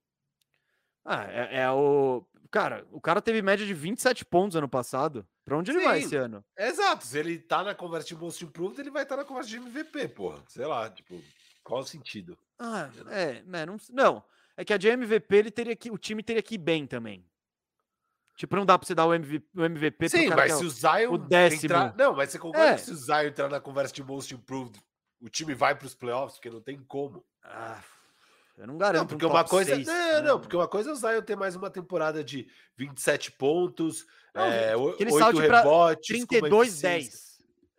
O cara teve média de 27 pontos ano passado. Pra onde ele vai esse ano? Exato. Se ele tá na conversa de Most Improved, ele vai estar na conversa de MVP, porra. Sei lá, tipo, qual o sentido? Não. É que a de MVP o time teria que ir bem também. Tipo, não dá pra você dar o MVP Sim, pro cara mas se o Zion o décimo. Não, mas você concorda que se o Zion entrar na conversa de Most Improved, o time vai pros playoffs, porque não tem como. Eu não garanto. Não, porque uma coisa. Porque uma coisa é o Zion ter mais uma temporada de 27 pontos, 8 rebotes. 32-10.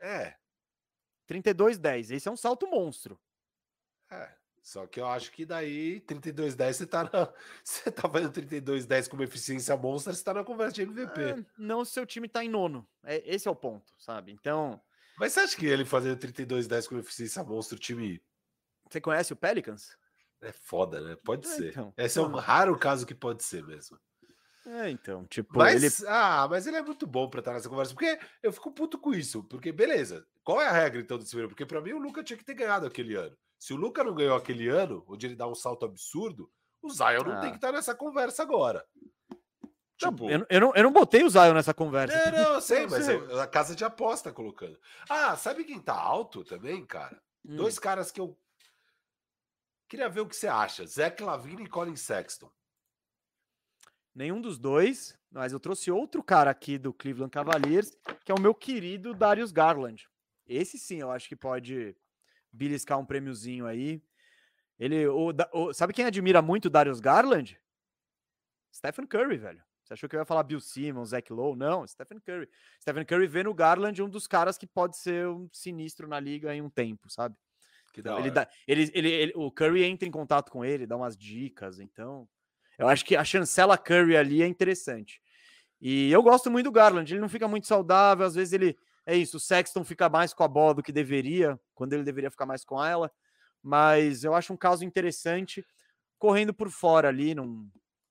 32-10. Esse é um salto monstro. Só que eu acho que daí 32-10 você tá fazendo 32-10 com uma eficiência monstra, você tá na conversa de MVP. Não, se seu time tá em nono. Esse é o ponto, sabe? Então. Mas você acha que ele fazendo 32-10 com eficiência monstra, o time. Você conhece o Pelicans? É foda, né? Pode ser. Então, esse é um raro caso que pode ser mesmo. Então, tipo. Mas ele é muito bom pra estar nessa conversa, porque eu fico puto com isso. Porque, beleza, qual é a regra então desse ano? Porque pra mim o Luka tinha que ter ganhado aquele ano. Se o Luka não ganhou aquele ano, onde ele dá um salto absurdo, o Zion não tem que estar nessa conversa agora. Tipo... Eu não botei o Zion nessa conversa. Não, eu sei, mas a casa de aposta colocando. Sabe quem tá alto também, cara? Dois caras que eu queria ver o que você acha. Zach LaVine e Colin Sexton. Nenhum dos dois, mas eu trouxe outro cara aqui do Cleveland Cavaliers, que é o meu querido Darius Garland. Esse sim, eu acho que pode beliscar um prêmiozinho aí. Sabe quem admira muito o Darius Garland? Stephen Curry, velho. Você achou que eu ia falar Bill Simmons, Zach Lowe? Não, Stephen Curry. Stephen Curry vê no Garland um dos caras que pode ser um sinistro na liga em um tempo, sabe? Que da hora. O Curry entra em contato com ele, dá umas dicas, então... Eu acho que a chancela Curry ali é interessante. E eu gosto muito do Garland, ele não fica muito saudável, às vezes ele... É isso, o Sexton fica mais com a bola do que deveria, quando ele deveria ficar mais com ela, mas eu acho um caso interessante, correndo por fora ali,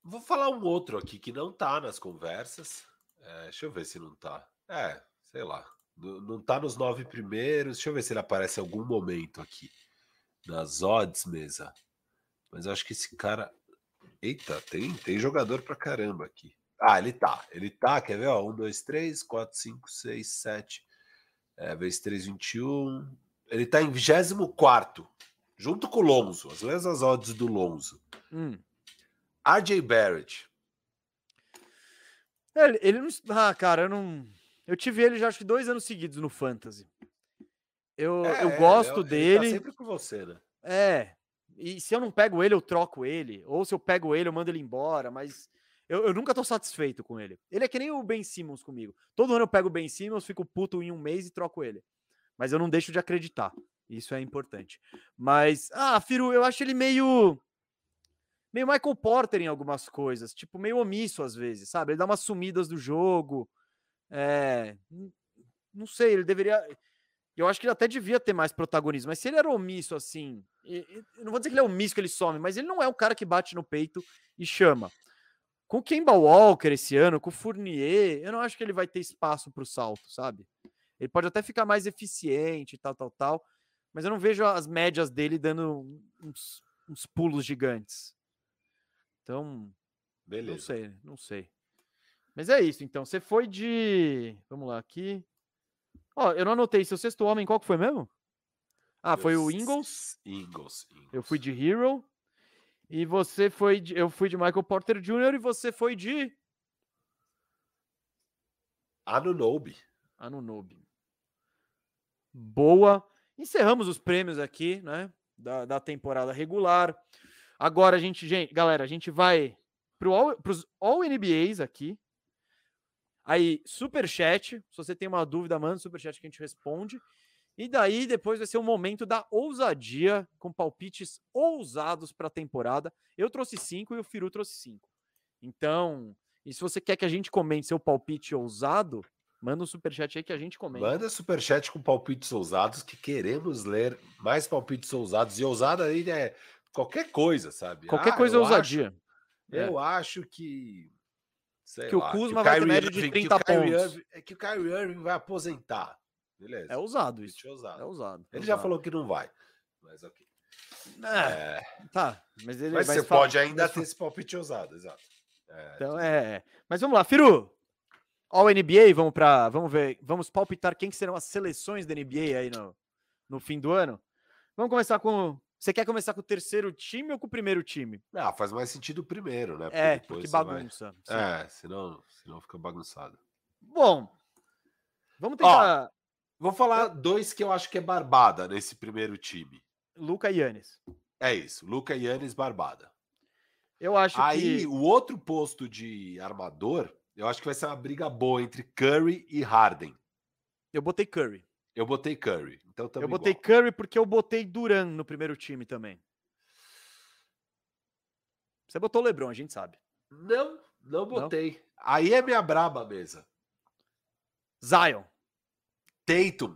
Vou falar um outro aqui que não tá nas conversas. Deixa eu ver se não tá. Sei lá. Não tá nos 9 primeiros. Deixa eu ver se ele aparece em algum momento aqui. Nas odds, mesa. Mas eu acho que esse cara... Eita, tem jogador pra caramba aqui. Ele tá. Ele tá, quer ver? 1, 2, 3, 4, 5, 6, 7. Vezes 3, 21. Ele tá em 24º. Junto com o Lonzo. As mesmas odds do Lonzo. RJ Barrett. Ele não... cara, eu não... Eu tive ele já acho que 2 anos seguidos no Fantasy. Eu gosto dele. Ele tá sempre com você, né? E se eu não pego ele, eu troco ele. Ou se eu pego ele, eu mando ele embora. Mas eu nunca tô satisfeito com ele. Ele é que nem o Ben Simmons comigo. Todo ano eu pego o Ben Simmons, fico puto em um mês e troco ele. Mas eu não deixo de acreditar. Isso é importante. Mas, Firu, eu acho ele meio Michael Porter em algumas coisas. Tipo, meio omisso às vezes, sabe? Ele dá umas sumidas do jogo. Não sei, ele deveria... Eu acho que ele até devia ter mais protagonismo, mas se ele era omisso assim, eu não vou dizer que ele é omisso, que ele some, mas ele não é o cara que bate no peito e chama. Com o Kemba Walker esse ano, com o Fournier, eu não acho que ele vai ter espaço para o salto, sabe? Ele pode até ficar mais eficiente, tal, mas eu não vejo as médias dele dando uns pulos gigantes. Então, beleza. Não sei. Mas é isso, então. Você foi de... Vamos lá, aqui... eu não anotei. Seu sexto homem, qual que foi mesmo? Foi o Ingles. Ingles. Eu fui de Hero. E você foi de... Eu fui de Michael Porter Jr. e você foi de... Anunoby. Boa. Encerramos os prêmios aqui, né? Da temporada regular. Agora galera, a gente vai pros All NBAs aqui. Aí, superchat. Se você tem uma dúvida, manda superchat que a gente responde. E daí, depois vai ser o momento da ousadia, com palpites ousados para a temporada. Eu trouxe 5 e o Firu trouxe 5. Então, e se você quer que a gente comente seu palpite ousado, manda um superchat aí que a gente comenta. Manda superchat com palpites ousados, que queremos ler mais palpites ousados. E ousada aí é qualquer coisa, sabe? Qualquer coisa ousadia. Eu acho que... que o Kuzma vai ter média de 30 pontos. Que o Kyrie Irving vai aposentar. Beleza. É ousado isso. É ousado. Ele já falou que não vai. Mas ok. Tá. Mas você pode ainda ter esse palpite ousado, exato. Então Mas vamos lá, Firu. All NBA, vamos palpitar quem que serão as seleções da NBA aí no fim do ano. Vamos começar com... Você quer começar com o terceiro time ou com o primeiro time? Faz mais sentido o primeiro, né? Porque bagunça. Senão fica bagunçado. Bom, vamos tentar... Vou falar 2 que eu acho que é barbada nesse primeiro time. Luka e Giannis. É isso, Luka e Giannis barbada. Eu acho Aí, o outro posto de armador, eu acho que vai ser uma briga boa entre Curry e Harden. Eu botei Curry. Eu botei Curry. Então eu botei Curry porque eu botei Duran no primeiro time também. Você botou LeBron, a gente sabe. Não botei. Não? Aí é minha braba mesa. Zion. Tatum.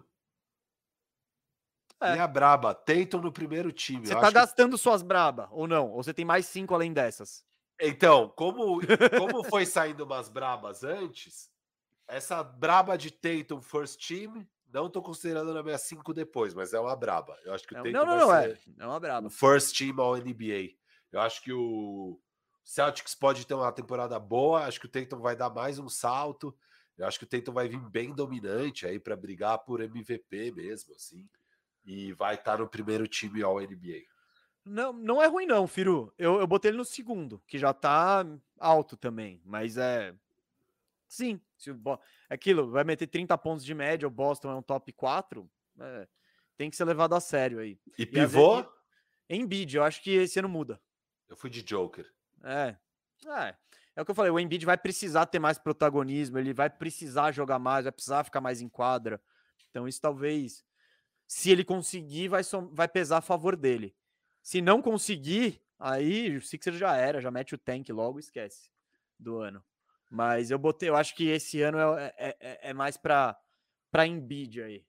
Minha braba. Tatum no primeiro time. Você tá gastando suas braba ou não? Ou você tem mais 5 além dessas? Então, como foi saindo umas brabas antes, essa braba de Tatum first team, não tô considerando na minha 5 depois, mas é uma braba. Eu acho que o Tatum vai ser é uma braba. Um first team ao NBA. Eu acho que o Celtics pode ter uma temporada boa, acho que o Tatum vai dar mais um salto. Eu acho que o Tatum vai vir bem dominante aí para brigar por MVP mesmo, assim. E vai estar no primeiro time ao NBA. Não é ruim não, Firu. Eu botei ele no segundo, que já tá alto também, mas sim, aquilo, vai meter 30 pontos de média, o Boston é um top 4, tem que ser levado a sério aí. E pivô? Embiid, eu acho que esse ano muda. Eu fui de Joker. É o que eu falei, o Embiid vai precisar ter mais protagonismo, ele vai precisar jogar mais, vai precisar ficar mais em quadra. Então isso talvez, se ele conseguir, vai pesar a favor dele. Se não conseguir, aí o Sixers já mete o tank logo e esquece do ano. Mas eu acho que esse ano é mais pra Embiid aí.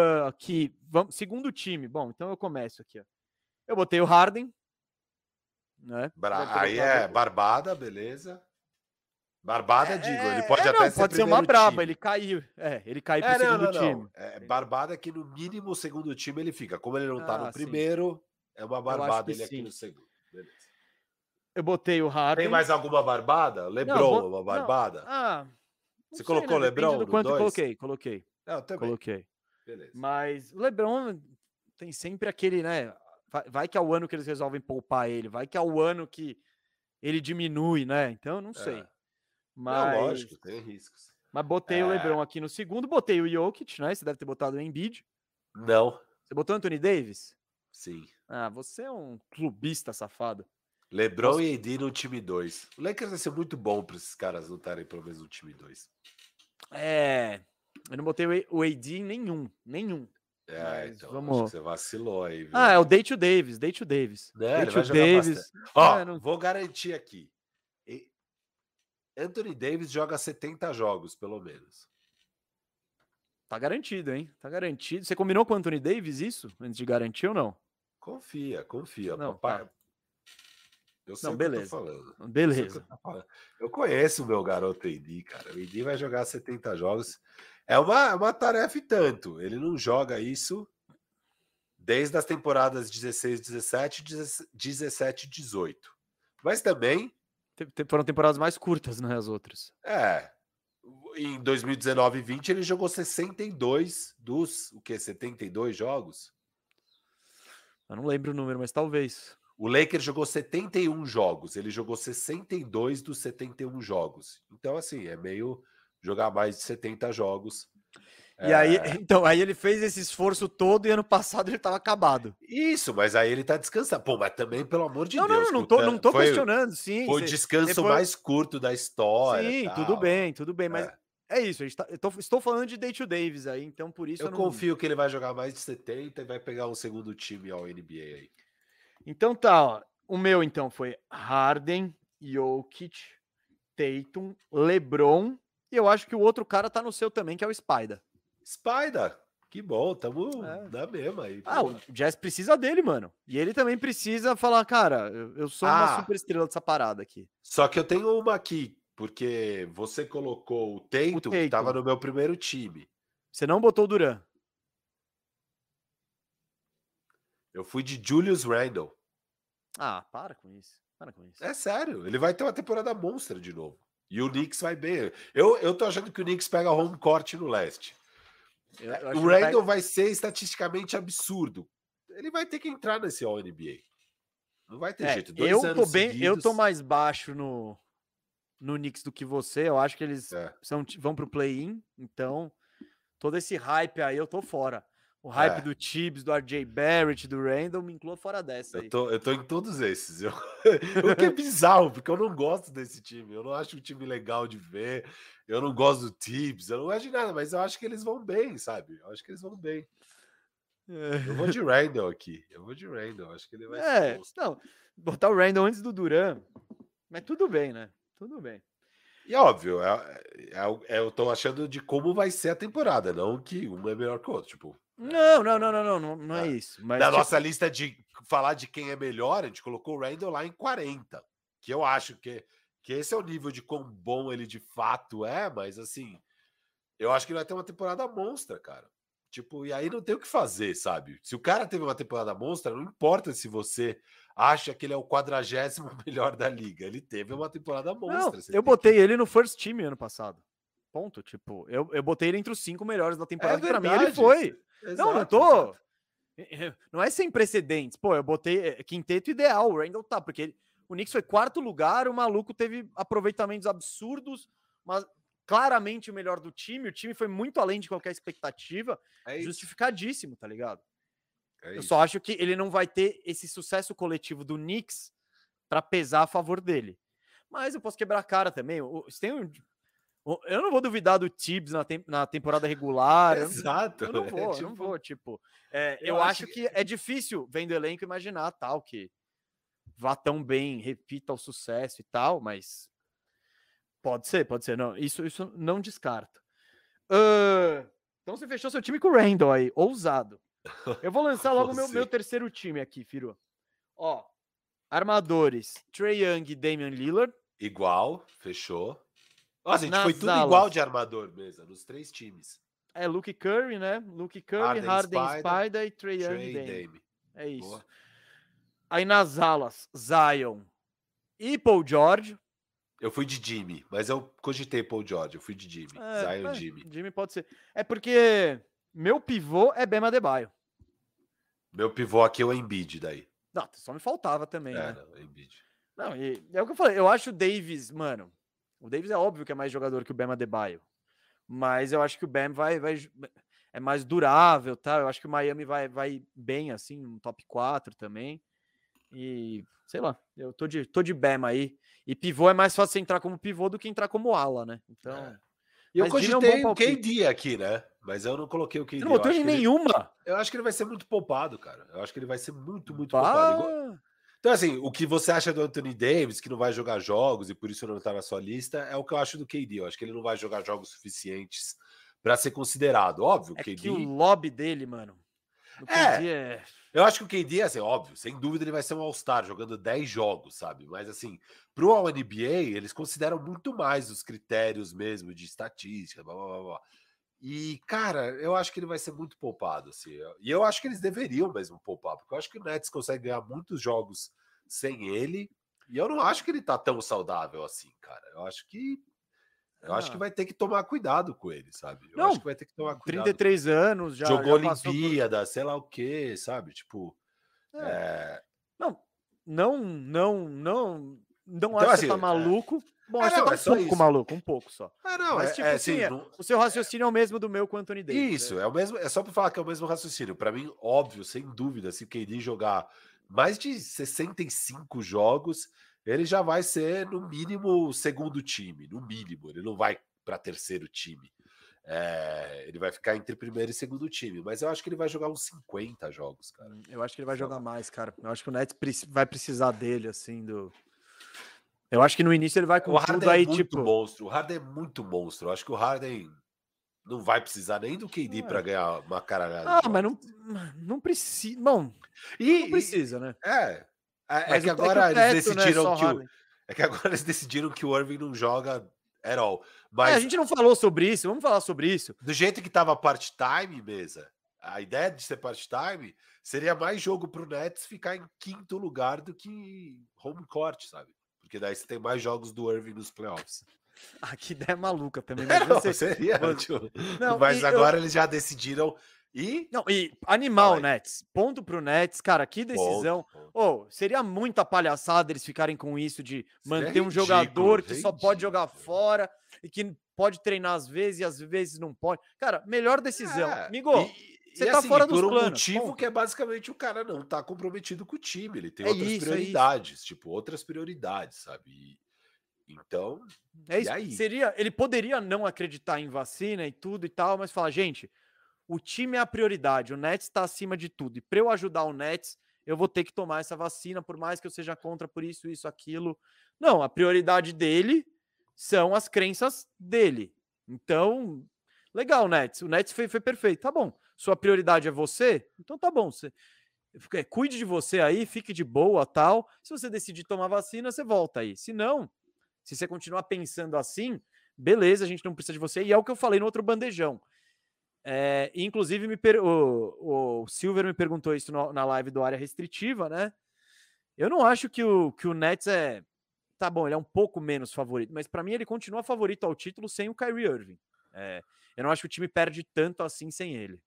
Aqui, segundo time. Bom, então eu começo aqui. Ó. Eu botei o Harden. né? Aí é barbada, beleza. Barbada, digo, ele pode até não, ser pode ser uma primeiro braba, time. ele caiu. Ele caiu pro segundo time. Barbada que no mínimo o segundo time ele fica. Como ele não tá no sim. primeiro, é uma barbada ele aqui no segundo. Beleza. Eu botei o Harden. Tem mais alguma barbada? LeBron é uma barbada? Você colocou LeBron do quanto no 2? Coloquei. Não, também. Coloquei. Beleza. Mas o LeBron tem sempre aquele, né? Vai que é o ano que eles resolvem poupar ele, vai que é o ano que ele diminui, né? Então, eu não sei. Mas... Não, lógico, tem riscos. Mas botei o LeBron aqui no segundo, botei o Jokic, né? Você deve ter botado o Embiid. Não. Você botou o Anthony Davis? Sim. Você é um clubista safado. LeBron e AD no time 2. O Lakers vai ser muito bom para esses caras não estarem pelo menos no time 2. Eu não botei o AD em nenhum. Então, acho que você vacilou aí. Viu? É o Dayton Davis. Não, ele vai jogar Davis. Vou garantir aqui. Anthony Davis joga 70 jogos, pelo menos. Tá garantido, hein? Tá garantido. Você combinou com o Anthony Davis isso? Antes de garantir ou não? Confia. Não, papai. Tá. Eu sei beleza. O que eu tô falando. Beleza. Eu conheço o meu garoto AD, cara. O AD vai jogar 70 jogos. É uma tarefa e tanto. Ele não joga isso desde as temporadas 16, 17, 17, 18. Mas também... Foram temporadas mais curtas, né, as outras. Em 2019 e 20 ele jogou 62 dos, 72 jogos? Eu não lembro o número, mas talvez. O Lakers jogou 71 jogos, ele jogou 62 dos 71 jogos. Então, assim, é meio jogar mais de 70 jogos. E aí, então, aí ele fez esse esforço todo e ano passado ele estava acabado. Isso, mas aí ele tá descansando. Pô, mas também, pelo amor de Deus. Não tô questionando, sim. Foi o descanso mais curto da história. Sim, tudo bem, mas é isso. Estou falando de Dayton Davis aí, então por isso eu confio que ele vai jogar mais de 70 e vai pegar um segundo time ao NBA aí. Então tá, ó. O meu então foi Harden, Jokic, Tatum, LeBron, e eu acho que o outro cara tá no seu também, que é o Spider. Que bom, tamo na mesma aí. O Jazz precisa dele, mano. E ele também precisa falar, cara, eu sou uma super estrela dessa parada aqui. Só que eu tenho uma aqui, porque você colocou o Tatum, que tava no meu primeiro time. Você não botou o Duran. Eu fui de Julius Randle. Para com isso. É sério, ele vai ter uma temporada monstra de novo. E o Knicks vai bem. Eu tô achando que o Knicks pega home court no leste. O Randle vai ser estatisticamente absurdo. Ele vai ter que entrar nesse All-NBA. Não vai ter jeito. Eu tô mais baixo no Knicks do que você. Eu acho que eles vão pro play-in. Então, todo esse hype aí eu tô fora. O hype do Tibbs, do RJ Barrett, do Randle me inclua fora dessa aí. Eu tô em todos esses. O que é bizarro, porque eu não gosto desse time. Eu não acho um time legal de ver. Eu não gosto do Tibbs. Eu não gosto de nada, mas eu acho que eles vão bem, sabe? Eu acho que eles vão bem. Eu vou de Randle aqui. Acho que ele vai ser. Não, botar o Randle antes do Duran. Mas tudo bem, né? Tudo bem. E óbvio, eu tô achando de como vai ser a temporada, não que um é melhor que o outro. Tipo, não é isso. Mas, na nossa lista de falar de quem é melhor, a gente colocou o Randle lá em 40. Que eu acho que esse é o nível de quão bom ele de fato é, mas assim, eu acho que ele vai ter uma temporada monstra, cara. Tipo, e aí não tem o que fazer, sabe? Se o cara teve uma temporada monstra, não importa se você acha que ele é o 40º melhor da liga. Ele teve uma temporada monstra. Eu botei ele no first team ano passado. Ponto. Tipo, eu botei ele entre os 5 melhores da temporada. Pra mim ele foi. Não tô. Exato. Não é sem precedentes. Pô, eu botei quinteto ideal. O Randle tá, porque o Knicks foi 4º lugar. O maluco teve aproveitamentos absurdos, mas claramente o melhor do time. O time foi muito além de qualquer expectativa. Justificadíssimo, tá ligado? Eu só acho que ele não vai ter esse sucesso coletivo do Knicks para pesar a favor dele. Mas eu posso quebrar a cara também. Eu não vou duvidar do Tibbs na temporada regular. Exato. Eu não vou. Tipo, eu acho que é difícil, vendo o elenco, imaginar tal, que vá tão bem, repita o sucesso e tal, mas pode ser. Não, isso não descarto. Então você fechou seu time com o Randle aí, ousado. Eu vou lançar logo meu terceiro time aqui, Firu. Ó, Armadores, Trae Young e Damian Lillard. Igual, fechou. Nossa, a gente foi Nas tudo alas. igual de armador mesmo, nos 3 times. É Luke Curry, né? Luke Curry, Harden, Spider e Trae Young Trae e e Dame. Dame. É isso. Boa. Aí nas alas, Zion e Paul George. Eu fui de Jimmy, mas eu cogitei Paul George, eu fui de Jimmy. Zion Jimmy. Jimmy pode ser. É porque meu pivô é Bam Adebayo. Meu pivô aqui é o Embiid daí. Não, só me faltava também, né? Não, Embiid. Não, e é o que eu falei. Eu acho o Davis, mano. O Davis é óbvio que é mais jogador que o Bam Adebayo. Mas eu acho que o Bam é mais durável, tá? Eu acho que o Miami vai bem, assim, no top 4 também. E, sei lá, eu tô de Bam aí. E pivô é mais fácil você entrar como pivô do que entrar como ala, né? Então... E eu Mas Jimmy é um cogitei bom o KD aqui, né? Mas eu não coloquei o KD. Você não botou em nenhuma? Eu acho que ele vai ser muito poupado, cara. Eu acho que ele vai ser muito poupado. Então, assim, o que você acha do Anthony Davis, que não vai jogar jogos e por isso não tá na sua lista, é o que eu acho do KD. Eu acho que ele não vai jogar jogos suficientes para ser considerado. Óbvio, é KD... que o lobby dele, mano. KD Eu acho que o KD, assim, óbvio, sem dúvida ele vai ser um All-Star, jogando 10 jogos, sabe? Mas, assim, pro All-NBA, eles consideram muito mais os critérios mesmo de estatística, blá, blá, blá, blá. E, cara, eu acho que ele vai ser muito poupado, assim. E eu acho que eles deveriam mesmo poupar, porque eu acho que o Nets consegue ganhar muitos jogos sem ele, e eu não acho que ele tá tão saudável assim, cara. Eu acho que vai ter que tomar cuidado com ele, sabe? Eu acho que vai ter que tomar cuidado. 33 anos, já jogou já Olimpíada, sei lá o quê, sabe? Tipo... Não Então, acho que assim, você tá maluco. Bom, acho não, que você tá um pouco maluco, um pouco só. Não, mas, tipo assim, o seu raciocínio é o mesmo do meu com o Anthony Davis. Isso, é o mesmo, é só pra falar que é o mesmo raciocínio. Pra mim, óbvio, sem dúvida, se o KD jogar mais de 65 jogos, ele já vai ser, no mínimo, segundo time, no mínimo. Ele não vai pra terceiro time. Ele vai ficar entre primeiro e segundo time, mas eu acho que ele vai jogar uns 50 jogos, cara. Eu acho que ele vai jogar mais, cara. Eu acho que o Nets vai precisar dele, assim, Eu acho que no início ele vai com tudo aí, tipo... monstro. O Harden é muito monstro. Eu acho que o Harden não vai precisar nem do KD pra ganhar uma caralhada. Mas não precisa... Bom, não precisa, né? É que agora eles decidiram que é que agora eles decidiram que o Irving não joga at all. Mas a gente não falou sobre isso, vamos falar sobre isso. Do jeito que tava part-time, mesa, a ideia de ser part-time seria mais jogo pro Nets ficar em quinto lugar do que home court, sabe? Porque daí você tem mais jogos do Irving nos playoffs. Que ideia maluca também. Seria. Mas agora eles já decidiram e... Não, e animal, Nets. Ponto pro Nets. Cara, que decisão. Seria muita palhaçada eles ficarem com isso de manter um jogador que só pode jogar fora e que pode treinar às vezes e às vezes não pode. Cara, melhor decisão. Amigo, você tá fora dos planos. Por um motivo que é basicamente o cara não tá comprometido com o time. Ele tem outras prioridades. Tipo, outras prioridades, sabe? Então, é isso. Aí? Ele poderia não acreditar em vacina e tudo e tal, mas falar, gente, o time é a prioridade, o Nets está acima de tudo. E para eu ajudar o Nets, eu vou ter que tomar essa vacina, por mais que eu seja contra por isso, aquilo. Não, a prioridade dele são as crenças dele. Então, legal, Nets. O Nets foi perfeito. Tá bom. Sua prioridade é você? Então tá bom. Você cuide de você aí, fique de boa, tal. Se você decidir tomar vacina, você volta aí. Se não, se você continuar pensando assim, beleza, a gente não precisa de você. E é o que eu falei no outro bandejão. Inclusive, o Silver me perguntou isso na live do Área Restritiva, né? Eu não acho que o Nets é... Tá bom, ele é um pouco menos favorito, mas para mim ele continua favorito ao título sem o Kyrie Irving. Eu não acho que o time perde tanto assim sem ele.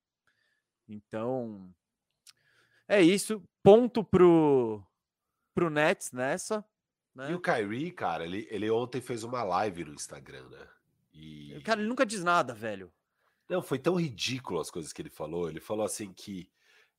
Então, é isso. Ponto pro Nets nessa. Né? E o Kyrie, cara, ele ontem fez uma live no Instagram, né? Cara, ele nunca diz nada, velho. Não, foi tão ridículo as coisas que ele falou. Ele falou assim que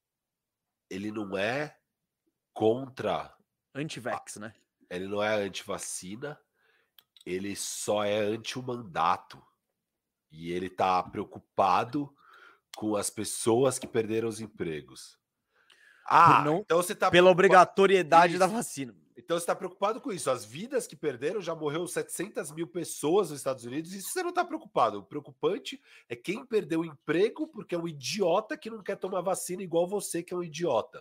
ele não é contra... Anti-vax, né? Ele não é anti-vacina, ele só é anti o mandato. E ele tá preocupado com as pessoas que perderam os empregos. Então você tá pela obrigatoriedade da vacina. Então você tá preocupado com isso. As vidas que perderam, já morreu 700 mil pessoas nos Estados Unidos, isso você não tá preocupado. O preocupante é quem perdeu o emprego porque é um idiota que não quer tomar vacina igual você, que é um idiota.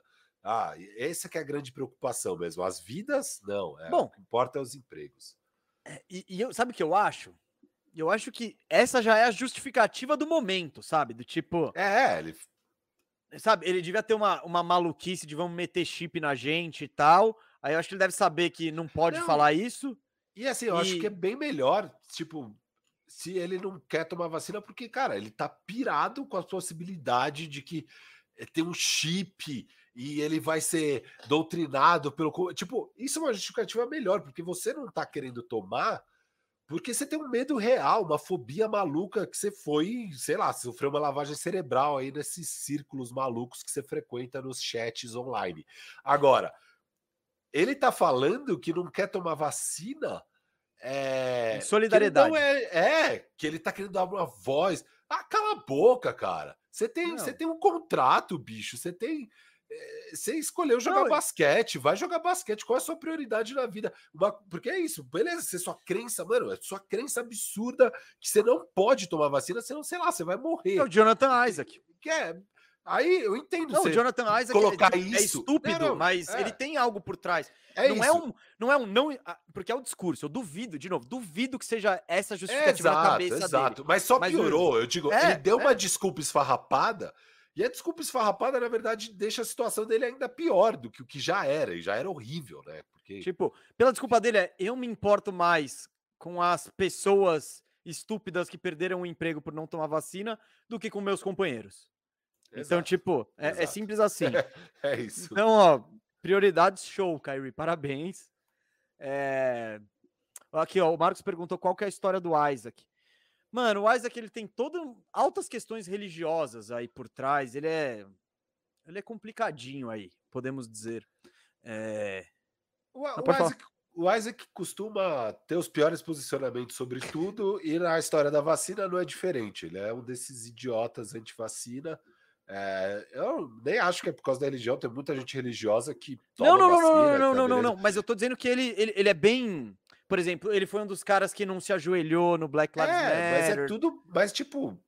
Essa que é a grande preocupação mesmo. As vidas, não. Bom, o que importa é os empregos. Sabe o que eu acho? Eu acho que essa já é a justificativa do momento, sabe? Do tipo... Sabe, ele devia ter uma maluquice de vamos meter chip na gente e tal. Aí eu acho que ele deve saber que não pode falar isso. E assim, eu acho que é bem melhor, tipo, se ele não quer tomar vacina, porque, cara, ele tá pirado com a possibilidade de que tem um chip e ele vai ser doutrinado pelo... Tipo, isso é uma justificativa melhor, porque você não tá querendo tomar porque você tem um medo real, uma fobia maluca que você foi, sei lá, sofreu uma lavagem cerebral aí nesses círculos malucos que você frequenta nos chats online. Agora, ele tá falando que não quer tomar vacina... solidariedade. Que ele tá querendo dar uma voz. Cala a boca, cara. Você tem um contrato, bicho. Você escolheu jogar basquete, vai jogar basquete. Qual é a sua prioridade na vida? Porque é isso, beleza? Você sua crença, mano, é sua crença absurda que você não pode tomar vacina, senão, sei lá, você vai morrer. É o Jonathan Isaac. Aí eu entendo. Não, o Jonathan Isaac colocar é isso. estúpido, mas ele tem algo por trás. Porque é o discurso. Eu duvido, de novo, duvido que seja essa justificativa na cabeça dele. Mas só piorou. Eu digo, ele deu uma desculpa esfarrapada. E a desculpa esfarrapada, na verdade, deixa a situação dele ainda pior do que o que já era. E já era horrível, né? Porque... Tipo, pela desculpa dele eu me importo mais com as pessoas estúpidas que perderam o emprego por não tomar vacina do que com meus companheiros. Exato, então, tipo, é simples assim. É isso. Então, ó, prioridades show, Kyrie. Parabéns. Aqui, ó, o Marcos perguntou qual que é a história do Isaac. Mano, o Isaac, ele tem altas questões religiosas aí por trás. Ele é complicadinho aí, podemos dizer. O Isaac costuma ter os piores posicionamentos sobre tudo e na história da vacina não é diferente. Ele é um desses idiotas anti-vacina. Eu nem acho que é por causa da religião. Tem muita gente religiosa que toma vacina. Não. Mas eu tô dizendo que ele é bem... Por exemplo, ele foi um dos caras que não se ajoelhou no Black Lives Matter. Mas é tudo... Mas, tipo...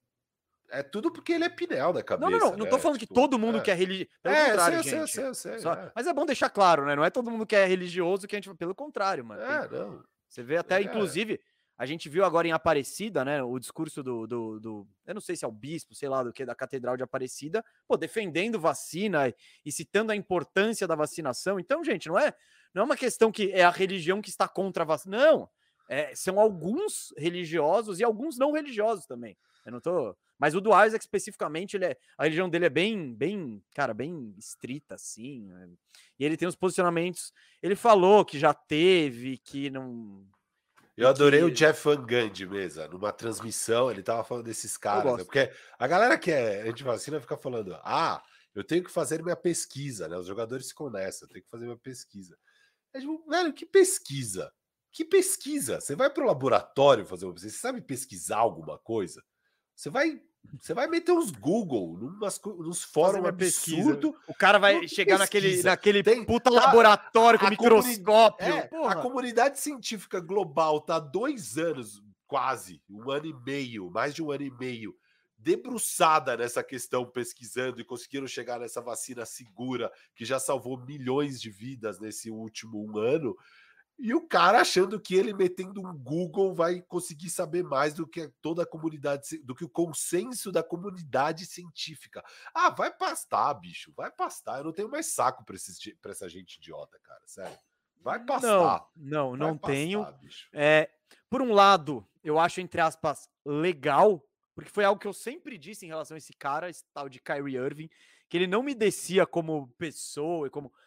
É tudo porque ele é Pinel da cabeça. Não tô falando que todo mundo que é religioso. Pelo contrário, gente. Eu sei. Mas é bom deixar claro, né? Não é todo mundo que é religioso que a gente... Pelo contrário, mano. Não. Você vê até, inclusive... A gente viu agora em Aparecida, né, o discurso do eu não sei se é o bispo, sei lá do que, da Catedral de Aparecida, defendendo vacina e citando a importância da vacinação. Então, gente, não é uma questão que é a religião que está contra a vacina. Não, são alguns religiosos e alguns não religiosos também. Eu não tô... Mas o do Isaac, especificamente, a religião dele é bem, cara, bem estrita, assim. Né? E ele tem os posicionamentos... Ele falou que já teve, que não... Eu adorei o Jeff Van Gundy mesmo, numa transmissão, ele tava falando desses caras, né? Porque a galera que é anti-vacina fica falando, eu tenho que fazer minha pesquisa, né? Os jogadores ficam nessa, eu tenho que fazer minha pesquisa. Tipo, velho, que pesquisa? Que pesquisa? Você vai pro laboratório fazer uma pesquisa, você sabe pesquisar alguma coisa? Você vai meter uns Google, nos fóruns absurdos. O cara vai chegar naquele puta laboratório com microscópio. A comunidade científica global tá há 2 anos, quase, 1 ano e meio, mais de 1 ano e meio, debruçada nessa questão, pesquisando e conseguiram chegar nessa vacina segura que já salvou milhões de vidas nesse último 1 ano. E o cara achando que ele metendo um Google vai conseguir saber mais do que toda a comunidade, do que o consenso da comunidade científica. Vai pastar, bicho, vai pastar. Eu não tenho mais saco pra essa gente idiota, cara, sério. Vai pastar. Não tenho. Bicho. Por um lado, eu acho, entre aspas, legal, porque foi algo que eu sempre disse em relação a esse cara, esse tal de Kyrie Irving, que ele não me descia como pessoa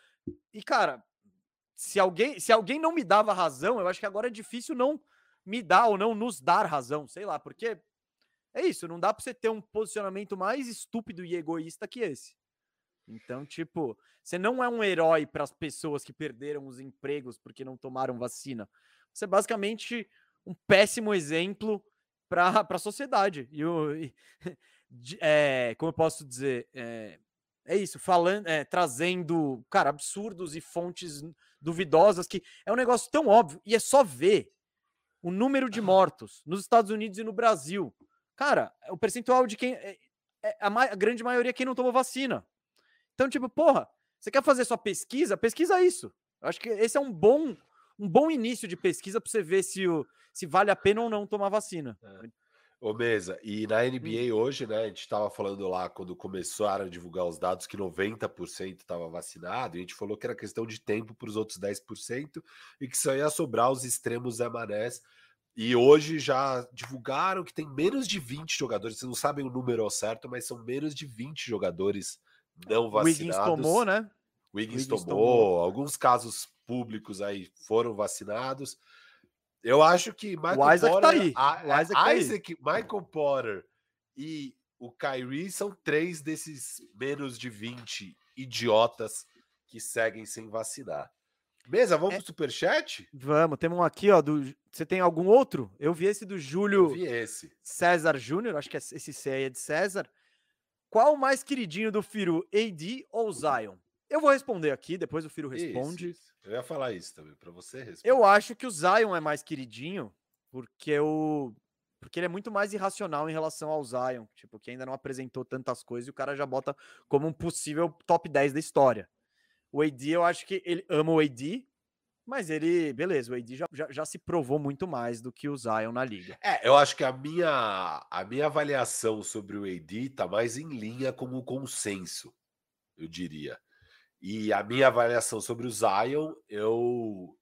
e cara... Se alguém não me dava razão, eu acho que agora é difícil não me dar ou não nos dar razão, sei lá, porque é isso, não dá pra você ter um posicionamento mais estúpido e egoísta que esse. Então, tipo, você não é um herói para as pessoas que perderam os empregos porque não tomaram vacina. Você é basicamente um péssimo exemplo para a sociedade. Como eu posso dizer... É isso, trazendo, cara, absurdos e fontes duvidosas, que é um negócio tão óbvio, e é só ver o número de mortos nos Estados Unidos e no Brasil. Cara, o percentual de quem... a grande maioria quem não tomou vacina. Então, tipo, porra, Você quer fazer sua pesquisa? Pesquisa isso. Eu acho que esse é um bom início de pesquisa para você ver se vale a pena ou não tomar vacina. Ô Mesa, e na Hum. NBA hoje, né, a gente estava falando lá quando começaram a divulgar os dados que 90% estava vacinado, e a gente falou que era questão de tempo para os outros 10% e que só ia sobrar os extremos Zé Manés. E hoje já divulgaram que tem menos de 20 jogadores, vocês não sabem o número ao certo, mas são menos de 20 jogadores não O Wiggins vacinados. tomou, né? Wiggins tomou, alguns casos públicos aí foram vacinados. Eu acho que Michael Isaac Porter, tá aí. O Isaac tá aí. Isaac, Michael Porter e o Kyrie são 3 desses menos de 20 idiotas que seguem sem vacinar. Mesa, vamos pro superchat? Vamos, temos um aqui, ó. Você tem algum outro? Eu vi esse do Eu Júlio vi esse. César Júnior, acho que esse C aí é de César. Qual o mais queridinho do Firu, AD ou Zion? Eu vou responder aqui, depois o Firu responde. Isso. Eu ia falar isso também, para você responder. Eu acho que o Zion é mais queridinho, porque ele é muito mais irracional em relação ao Zion, tipo, que ainda não apresentou tantas coisas e o cara já bota como um possível top 10 da história. O AD, eu acho que ele ama o AD, mas beleza, o AD já se provou muito mais do que o Zion na liga. Eu acho que a minha avaliação sobre o AD tá mais em linha com o consenso, eu diria. E a minha avaliação sobre o Zion, eu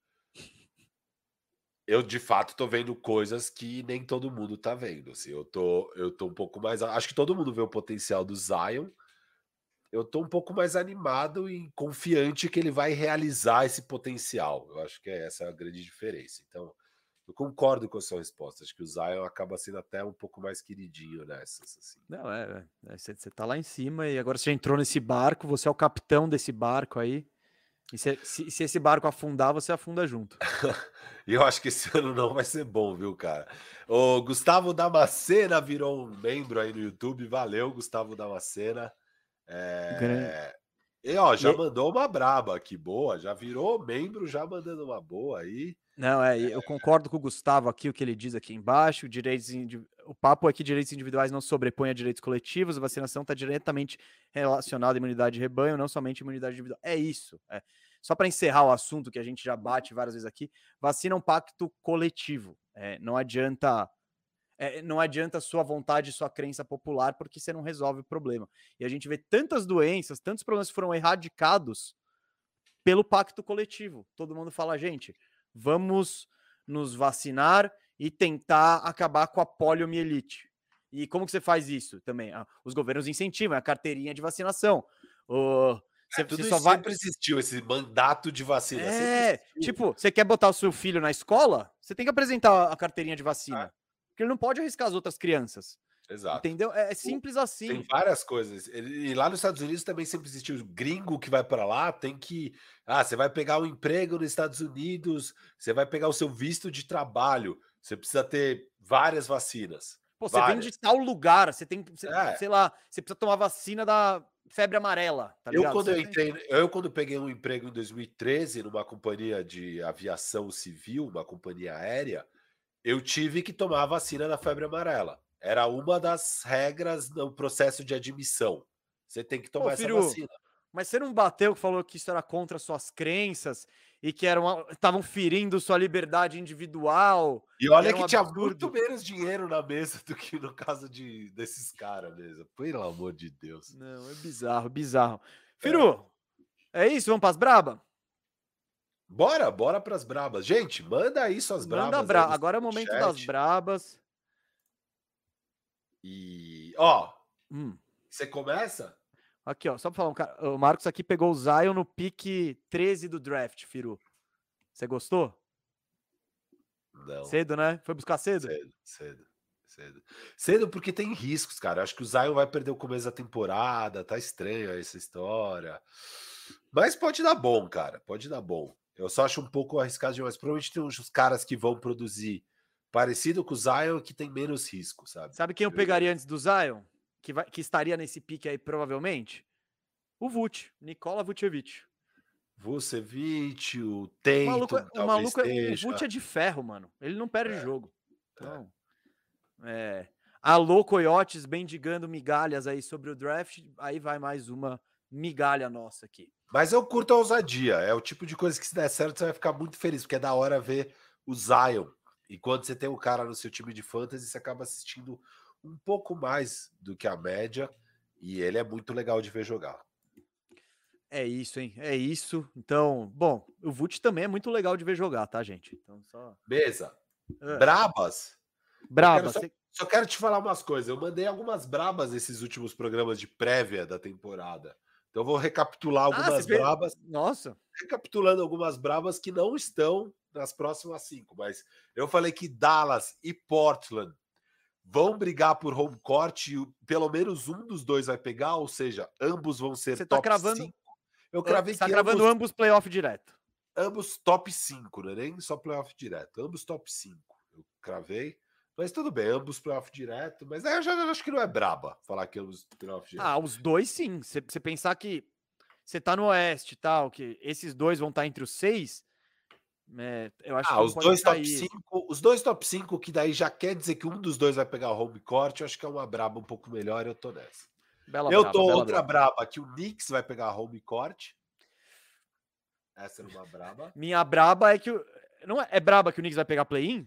de fato tô vendo coisas que nem todo mundo tá vendo, assim, eu tô um pouco mais, acho que todo mundo vê o potencial do Zion, eu tô um pouco mais animado e confiante que ele vai realizar esse potencial, eu acho que essa é a grande diferença. Então, eu concordo com a sua resposta, acho que o Zion acaba sendo até um pouco mais queridinho nessas, assim. Não, você tá lá em cima e agora você entrou nesse barco, você é o capitão desse barco aí. E se esse barco afundar, você afunda junto. E eu acho que esse ano não vai ser bom, viu, cara? O Gustavo Damascena virou um membro aí no YouTube. Valeu, Gustavo Damascena. E ó, já mandou uma braba aqui, boa. Já virou membro, já mandando uma boa aí. Não, eu concordo com o Gustavo aqui, o que ele diz aqui embaixo. O papo é que direitos individuais não sobrepõem a direitos coletivos. A vacinação está diretamente relacionada à imunidade de rebanho, não somente à imunidade individual. É isso. Só para encerrar o assunto que a gente já bate várias vezes aqui, vacina é um pacto coletivo. Não adianta a sua vontade, sua crença popular, porque você não resolve o problema. E a gente vê tantas doenças, tantos problemas que foram erradicados pelo pacto coletivo. Todo mundo fala, gente, vamos nos vacinar e tentar acabar com a poliomielite. E como que você faz isso também? Os governos incentivam a carteirinha de vacinação. Tudo isso sempre existiu, esse mandato de vacina. Tipo, você quer botar o seu filho na escola, você tem que apresentar a carteirinha de vacina. Porque ele não pode arriscar as outras crianças. Exato. Entendeu? É simples assim. Tem várias coisas. E lá nos Estados Unidos também sempre existiu. O gringo que vai para lá tem que. Você vai pegar um emprego nos Estados Unidos, você vai pegar o seu visto de trabalho. Você precisa ter várias vacinas. Pô, você vem de tal lugar, você tem, sei lá, você precisa tomar vacina da febre amarela, tá ligado? Quando peguei um emprego em 2013 numa companhia de aviação civil, uma companhia aérea, eu tive que tomar a vacina da febre amarela. Era uma das regras no processo de admissão. Você tem que tomar essa vacina. Mas você não bateu que falou que isso era contra suas crenças e que estavam ferindo sua liberdade individual? E olha que tinha muito menos dinheiro na mesa do que no caso desses caras mesmo. Pelo amor de Deus. Não, é bizarro, bizarro. Firu, é isso? Vamos pras brabas? Bora pras brabas. Gente, manda aí suas brabas. Agora é o momento das brabas. E, ó, você começa? Aqui, ó, só pra falar, o Marcos aqui pegou o Zion no pique 13 do draft, Firu. Você gostou? Não. Cedo, né? Foi buscar cedo? Cedo porque tem riscos, cara. Acho que o Zion vai perder o começo da temporada, tá estranha essa história. Mas pode dar bom, cara, pode dar bom. Eu só acho um pouco arriscado demais. Provavelmente tem uns caras que vão produzir parecido com o Zion que tem menos risco, sabe? Sabe quem eu pegaria antes do Zion? Que estaria nesse pique aí, provavelmente? O Vuce, Nikola Vucevic. Vucevic, o Tatum, o maluco o Vuce é de ferro, mano. Ele não perde jogo. Então, alô, coiotes, bendigando migalhas aí sobre o draft. Aí vai mais uma migalha nossa aqui. Mas eu curto a ousadia. É o tipo de coisa que, se der certo, você vai ficar muito feliz, porque é da hora ver o Zion. E quando você tem um cara no seu time de fantasy, você acaba assistindo um pouco mais do que a média. E ele é muito legal de ver jogar. É isso, hein? É isso. Então, bom, o Vult também é muito legal de ver jogar, tá, gente? Então, só... Beleza. Ah. Brabas. Braba. Só quero te falar umas coisas. Eu mandei algumas brabas nesses últimos programas de prévia da temporada. Então eu vou recapitular algumas brabas. Nossa. Recapitulando algumas brabas que não estão nas próximas 5. Mas eu falei que Dallas e Portland vão brigar por home court e pelo menos um dos dois vai pegar, ou seja, ambos vão ser Você top tá cravando... 5. Eu cravei Você tá que cravando ambos playoff direto. Ambos top 5, né? Nem só playoff direto. Ambos top 5. Eu cravei. Mas tudo bem, ambos playoff direto. Mas aí eu já acho que não é braba falar que ambos playoff direto. Ah, os dois sim. Você pensar que você tá no Oeste e tal, que esses dois vão estar entre os 6, eu acho que os dois top 5. Os dois top 5, que daí já quer dizer que um dos dois vai pegar o home court, eu acho que é uma braba um pouco melhor, eu tô nessa. Outra braba, que o Knicks vai pegar a home court. Essa é uma braba. Minha braba é que... Não é braba que o Knicks vai pegar play-in?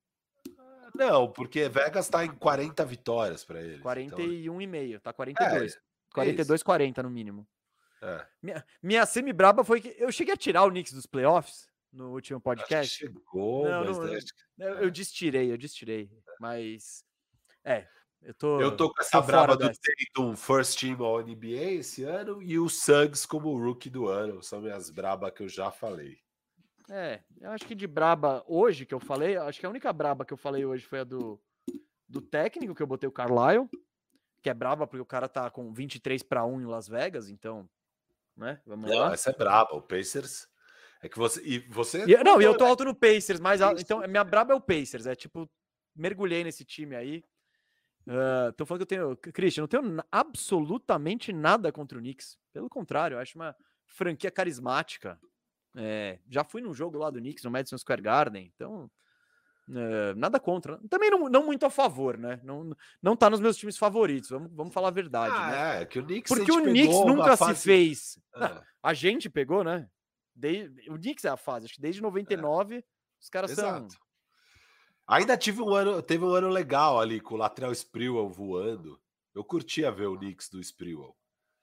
Não, porque Vegas tá em 40 vitórias para eles. 41,5, tá 42. 40 no mínimo. É. Minha semi-braba foi que eu cheguei a tirar o Knicks dos playoffs no último podcast. Chegou, eu destirei. Mas, eu tô com essa braba do Tatum First Team ao NBA esse ano e o Suggs como Rookie do ano. São minhas braba que eu já falei. Eu acho que de braba hoje que eu falei, acho que a única braba que eu falei hoje foi a do técnico, que eu botei o Carlisle, que é braba porque o cara tá com 23-1 em Las Vegas, então, né? Vamos lá. Essa é braba. O Pacers é que você... E eu tô alto no Pacers, mas então minha braba é o Pacers, é tipo, mergulhei nesse time aí. Tô falando que eu tenho... Christian, não tenho absolutamente nada contra o Knicks. Pelo contrário, eu acho uma franquia carismática. Já fui num jogo lá do Knicks, no Madison Square Garden, então nada contra. Também não muito a favor, né? Não tá nos meus times favoritos, vamos falar a verdade, né? Que o Knicks, porque o Knicks nunca se fez. A gente pegou, né? O Knicks é a fase, acho que desde 99 os caras são... Ainda teve um ano legal ali com o Latrell Sprewell voando. Eu curtia ver o Knicks do Sprewell.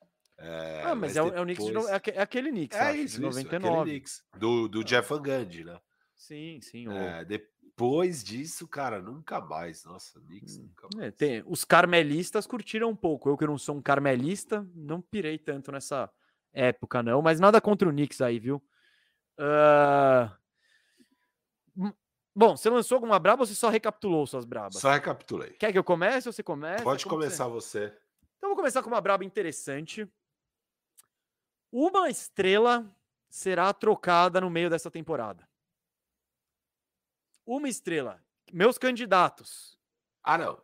Mas é o Knicks é aquele Knicks, de 99. Knicks, do Jeff Van Gundy, né? Sim. Depois disso, cara, nunca mais. Nossa, Knicks nunca mais. Os carmelistas curtiram um pouco. Eu que não sou um carmelista, não pirei tanto nessa época, não. Mas nada contra o Knicks aí, viu? Bom, você lançou alguma braba ou você só recapitulou suas brabas? Só recapitulei. Quer que eu comece ou você começa? Pode começar você. Então eu vou começar com uma braba interessante. Uma estrela será trocada no meio dessa temporada. Uma estrela. Meus candidatos. Não.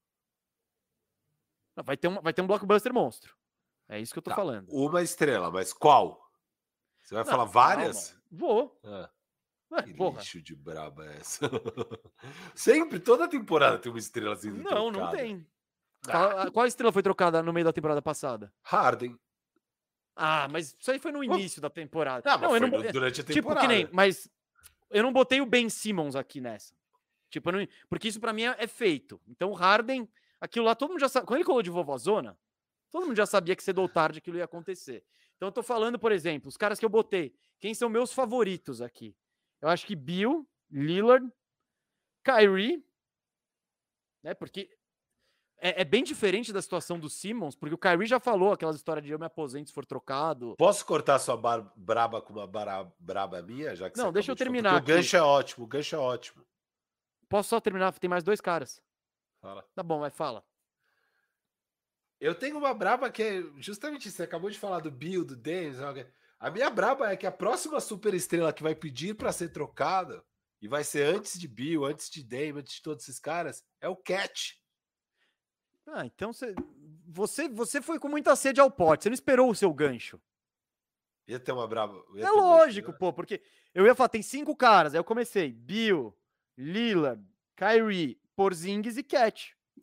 Vai ter um blockbuster monstro. É isso que eu tô falando. Uma estrela, mas qual? Você vai falar várias? Calma. Vou. Que lixo de braba é essa? Sempre, toda temporada tem uma estrela sendo trocada. Não tem. Qual estrela foi trocada no meio da temporada passada? Harden. Mas isso aí foi no início da temporada. Durante a temporada. Tipo, que nem... Mas eu não botei o Ben Simmons aqui nessa. Tipo, porque isso pra mim é feito. Então o Harden, aquilo lá, todo mundo já sabe. Quando ele colou de vovózona, todo mundo já sabia que cedo ou tarde aquilo ia acontecer. Então eu tô falando, por exemplo, os caras que eu botei. Quem são meus favoritos aqui? Eu acho que Bill, Lillard, Kyrie, né? Porque é bem diferente da situação do Simmons, porque o Kyrie já falou aquelas histórias de eu me aposento se for trocado. Posso cortar sua braba com uma braba minha? Já que não, deixa eu terminar aqui. O gancho é ótimo. Posso só terminar? Tem mais 2 caras. Fala. Tá bom, vai, fala. Eu tenho uma braba que é justamente isso. Você acabou de falar do Bill, do Dennis. A minha braba é que a próxima superestrela que vai pedir para ser trocada, e vai ser antes de Bill, antes de Dame, antes de todos esses caras, é o Cat. Então você foi com muita sede ao pote. Você não esperou o seu gancho. Ia ter uma braba. É lógico, pô, porque eu ia falar, tem 5 caras. Aí eu comecei, Bill, Lillard, Kyrie, Porzingis e Cat.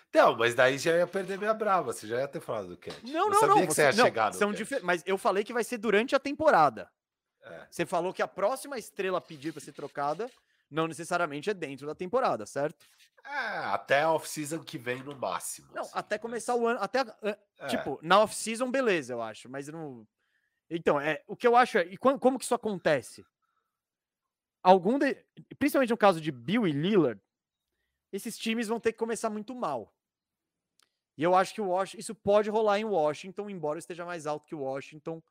Não, mas daí já ia perder minha brava. Você já ia ter falado do Cat. Não, eu sabia que você, você ia não, chegar no são Cat. mas eu falei que vai ser durante a temporada. É. Você falou que a próxima estrela a pedir para ser trocada não necessariamente é dentro da temporada, certo? Até a off-season que vem no máximo. Não, assim, até começar o ano, até É. tipo, na off-season beleza, eu acho, mas não. Então, o que eu acho e como que isso acontece? Principalmente no caso de Bill e Lillard, esses times vão ter que começar muito mal. E eu acho que isso pode rolar em Washington, embora esteja mais alto que o Washington